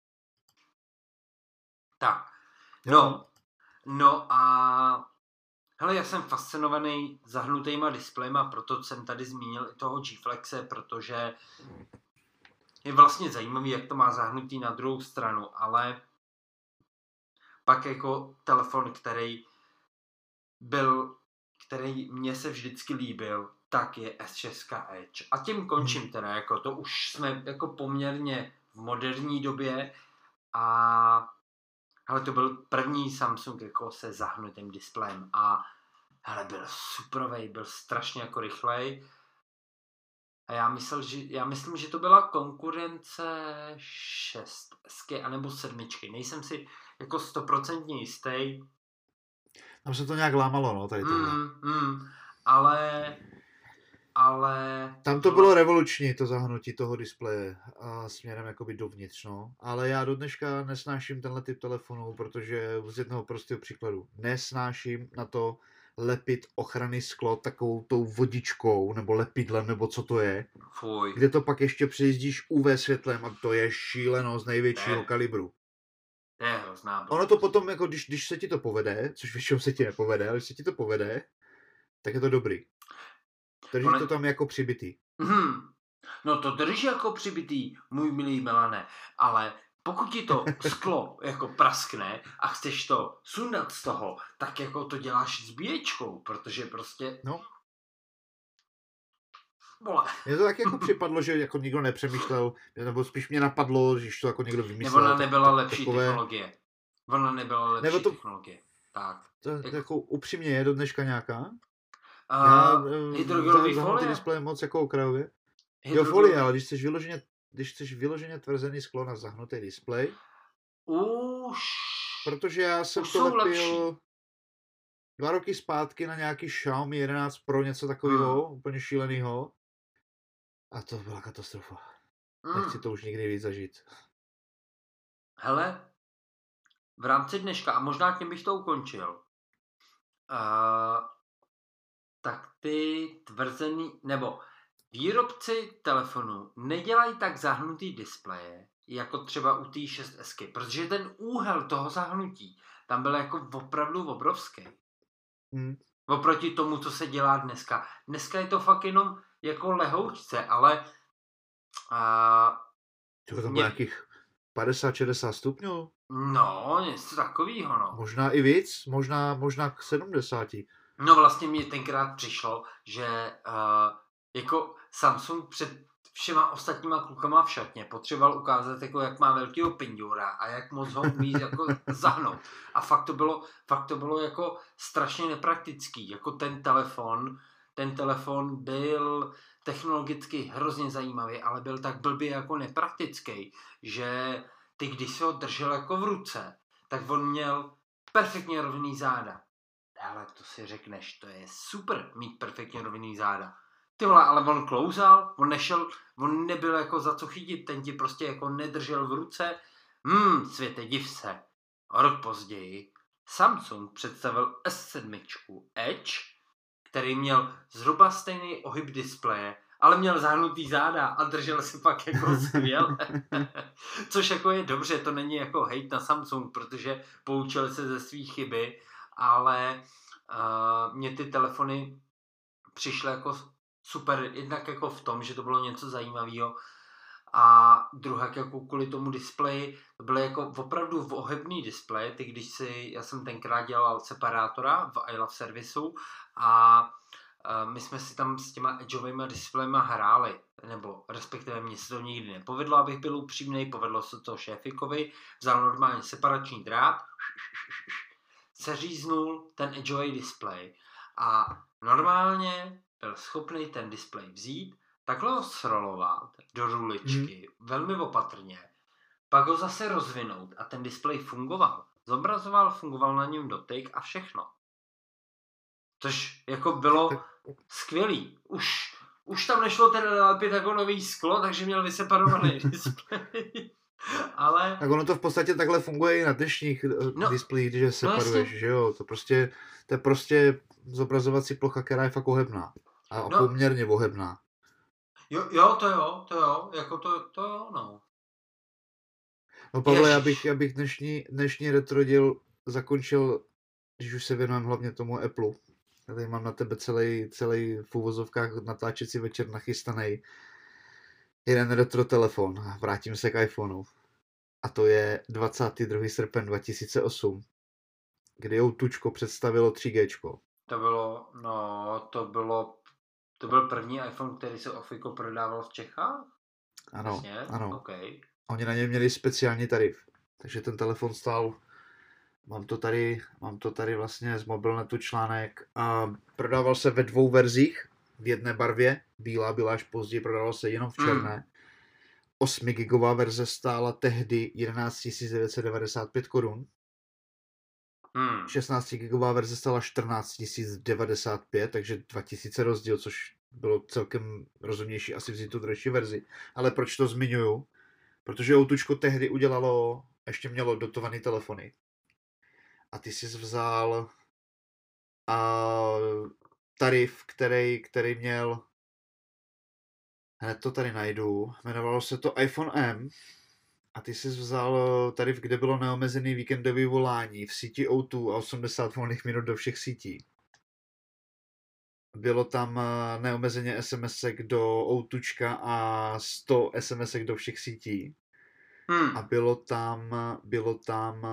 Tak. No. No a hele, já jsem fascinovaný zahnutýma displejma, proto jsem tady zmínil i toho G-Flexe, protože je vlastně zajímavý, jak to má zahnutý na druhou stranu, ale pak jako telefon, který byl, který mně se vždycky líbil, tak je S šest Edge. A tím končím teda, jako to už jsme jako poměrně v moderní době a ale to byl první Samsung jako se zahnutým displejem a hele, byl superovej, byl strašně jako rychlej a já, myslel, že, já myslím, že to byla konkurence šest S anebo sedmičky, nejsem si jako stoprocentně jistý. Tam se to nějak lámalo, no, tady tohle. Mm, mm, ale... ale... Tam to bylo revoluční, to zahnutí toho displeje a směrem jakoby dovnitř, no. Ale já do dneška nesnáším tenhle typ telefonu, protože z jednoho prostého příkladu nesnáším na to lepit ochranný sklo takovou tou vodičkou, nebo lepidlem, nebo co to je. Fuj. Kde to pak ještě přejíždíš U V světlem a to je šíleno z největšího ne. kalibru. To je hrozná. Ono to potom, jako když, když se ti to povede, což většinou se ti nepovede, ale když se ti to povede, tak je to dobrý. Drží One... to tam jako přibitý. Hmm. No to drží jako přibitý, můj milý Milane, ale Pokud ti to sklo jako praskne a chceš to sundat z toho, tak jako to děláš s bíječkou, protože prostě... No. Vole. Mně to tak jako připadlo, že jako nikdo nepřemýšlel, nebo spíš mě napadlo, že to jako někdo vymyslel. Nebo ona nebyla tak, lepší takové... technologie. Ona nebyla lepší nebo to... technologie. Tak. To, to jako... jako upřímně je do dneška nějaká? Uh, Já hydrogelový za, folie. Ty displeje moc jako okrajově. Hydrogelový... Jo, folie, ale když chceš vyloženě, když chceš vyloženě tvrzený sklo na zahnutý displej. Už... Protože já jsem už to lepil lepší. dva roky zpátky na nějaký Xiaomi jedenáct Pro, něco takového, hmm. úplně šílenýho. A to byla katastrofa. Hmm. Nechci to už nikdy víc zažít. Hele, v rámci dneška, a možná tím bych to ukončil, uh, tak ty tvrzený, nebo výrobci telefonů nedělají tak zahnutý displeje, jako třeba u té šest esky, protože ten úhel toho zahnutí tam byl jako opravdu obrovský. Hmm. Oproti tomu, co se dělá dneska. Dneska je to fakt jenom jako lehoučce, ale... Uh, to tam mě... nějakých padesát šedesát stupňů? No, něco takového, no. Možná i víc, možná, možná k sedmdesáti. No vlastně mi tenkrát přišlo, že uh, jako Samsung před všema ostatníma klukama v šatně potřeboval ukázat, jako jak má velkýho pinďura a jak moc ho umí jako zahnout. A fakt to bylo, fakt to bylo jako strašně nepraktický. Jako ten telefon, ten telefon byl technologicky hrozně zajímavý, ale byl tak blbě jako nepraktický, že ty, když si ho držel jako v ruce, tak on měl perfektně rovný záda. Ale to si řekneš, to je super mít perfektně rovný záda. Ty vole, ale on klouzal, on nešel, on nebyl jako za co chytit, ten ti prostě jako nedržel v ruce. Hmm, světe, div se. O rok později Samsung představil S sedm Edge, který měl zhruba stejný ohyb displeje, ale měl zahnutý záda a držel se pak jako skvěle. Což jako je dobře, to není jako hejt na Samsung, protože poučil se ze svých chyby, ale uh, mě ty telefony přišly jako super, jednak jako v tom, že to bylo něco zajímavého a druhak jako kvůli tomu displeji, to byly jako opravdu ohebný displeje, ty když si, já jsem tenkrát dělal separátora v I Love Servisu a uh, my jsme si tam s těma edgeovými displejema hráli, nebo respektive mě se to nikdy nepovedlo, abych byl upřímnej, povedlo se to šéfikovi, vzal normálně separační drát, seříznul ten edgeový displej a normálně byl schopný ten displej vzít, takhle ho srolovat do ruličky, hmm. velmi opatrně, pak ho zase rozvinout a ten displej fungoval. Zobrazoval, fungoval na něm dotyk a všechno. Což jako bylo skvělý. Už, už tam nešlo ten nalepit jako nový sklo, takže měl vyseparovaný displej. Ale... Tak ono to v podstatě takhle funguje i na dnešních no, displejích, když separuješ, no že jo, to prostě, to je prostě zobrazovací plocha, která je fakt ohebná a no, poměrně ohebná. Jo, jo, to jo, to jo, jako to, to jo, no. No Pavle, já bych, já bych dnešní, dnešní retrodíl zakončil, když už se věnujeme hlavně tomu Apple. Já tady mám na tebe celý, celý v uvozovkách natáčecí večer nachystaný jeden retro telefon. Vrátím se k iPhoneu. A to je dvacátého druhého srpna dva tisíce osm, kdy Outučko představilo tři G. To bylo, no, to bylo, to byl první iPhone, který se ofiko prodával v Čechách? Ano, Vlastně? ano. Okay. Oni na něm měli speciální tarif. Takže ten telefon stál, mám to tady, mám to tady vlastně z mobilnetu článek, a prodával se ve dvou verzích, v jedné barvě, bílá byla až později, prodával se jenom v černé. Mm. osm gigová verze stála tehdy jedenáct tisíc devět set devadesát pět korun. Hmm. šestnáct gigová verze stála čtrnáct tisíc devadesát pět, takže dva tisíce rozdíl, což bylo celkem rozumnější asi vzít tu dražší verzi. Ale proč to zmiňuju? Protože Outučko tehdy udělalo, ještě mělo dotovaný telefony. A ty jsi vzal a, tarif, který, který měl, hned to tady najdu, jmenovalo se to iPhone M. A ty jsi vzal tarif, kde bylo neomezený víkendový volání v síti O dva a osmdesát volných minut do všech sítí. Bylo tam neomezeně SMSek do Outučka a sto SMSek do všech sítí. Hmm. a bylo tam, bylo tam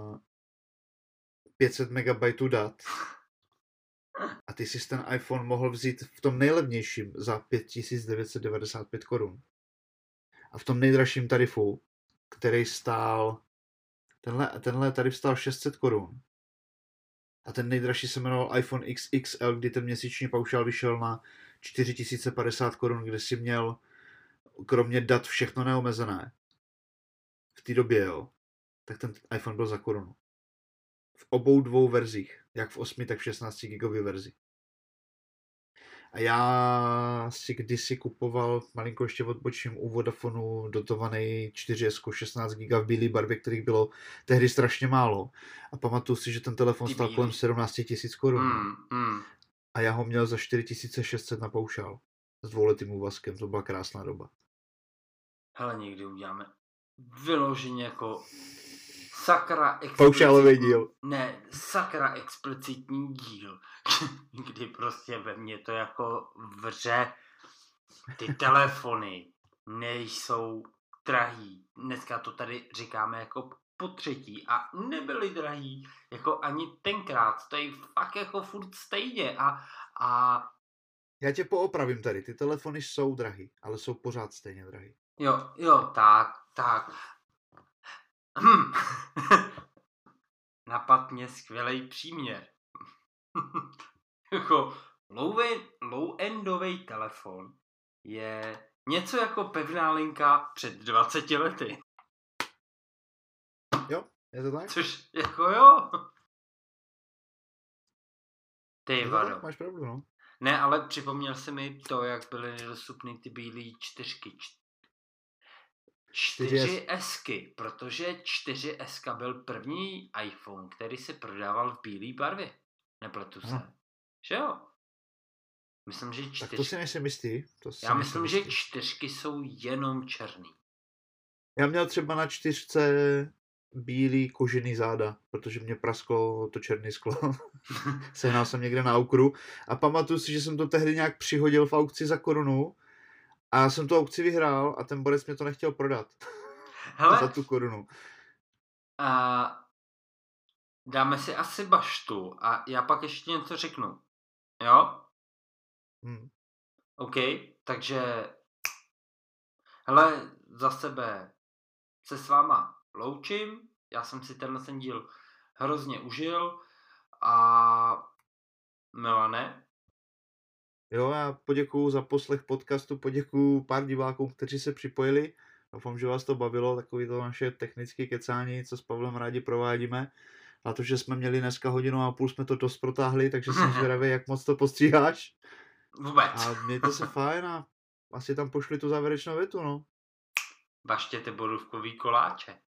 pět set megabajtů dat. A ty jsi ten iPhone mohl vzít v tom nejlevnějším za pět tisíc devět set devadesát pět korun. A v tom nejdražším tarifu, který stál, tenhle, tenhle tarif stál šest set korun. A ten nejdražší se jmenoval iPhone X X L, kdy ten měsíční paušál vyšel na čtyři tisíce padesát korun, kde si měl kromě dat všechno neomezené. V té době, jo. Tak ten iPhone byl za korunu. V obou dvou verzích. Jak v osmi, tak v šestnácti gigové verzi. A já si kdysi kupoval, malinko ještě odbočím, u Vodafonu dotovaný čtyři S šestnáct giga v bílé barvě, kterých bylo tehdy strašně málo. A pamatuju si, že ten telefon stál kolem sedmnáct tisíc korun. Mm, mm. A já ho měl za čtyři tisíce šest set na paušál. S dvouletým úvazkem. To byla krásná doba. Hele, někdy uděláme vyloženě jako sakra explicitní... Paušálový díl. Ne, sakra explicitní díl. Kdy prostě ve mně to jako vře. Ty telefony nejsou drahý. Dneska to tady říkáme jako po třetí a nebyly drahý. Jako ani tenkrát. Stojí fakt jako furt stejně a... a... Já tě poopravím tady. Ty telefony jsou drahý, ale jsou pořád stejně drahý. Jo, jo, tak, tak. Hm. Napad mě skvělej příměr. Jako low-endový telefon je něco jako pevná linka před dvaceti lety. Jo, je to tak? Což jako jo. Ty vado. Máš pravdu, no. Ne, ale připomněl si mi to, jak byly nedostupný ty bílý čtyřky. čtyři esky, protože čtyři eska byl první iPhone, který se prodával v bílé barvě. Nepletu se. Hmm. Že jo? Myslím, že čtyřky... Tak to si nejsem jistý. To si Já myslím, že čtyřky jsou jenom černý. Já měl třeba na čtyřce bílý kožený záda, protože mě prasklo to černý sklo. Sehnal jsem někde na aukru a pamatuju si, že jsem to tehdy nějak přihodil v aukci za korunu a já jsem tu aukci vyhrál a ten borec mě to nechtěl prodat. Hele, za tu korunu. A dáme si asi baštu a já pak ještě něco řeknu. Jo? Hmm. OK, takže hele, za sebe se s váma loučím. Já jsem si tenhle ten díl hrozně užil a Milane? Jo, já poděkuju za poslech podcastu, poděkuju pár divákům, kteří se připojili. Doufám, že vás to bavilo, takový to naše technické kecání, co s Pavlem rádi provádíme. A to, že jsme měli dneska hodinu a půl, jsme to dost protáhli, takže jsem zvědavý, jak moc to postříháš. Vůbec. A mějte se fajn a asi tam pošli tu závěrečnou větu, no. Baštěte borůvkový koláče.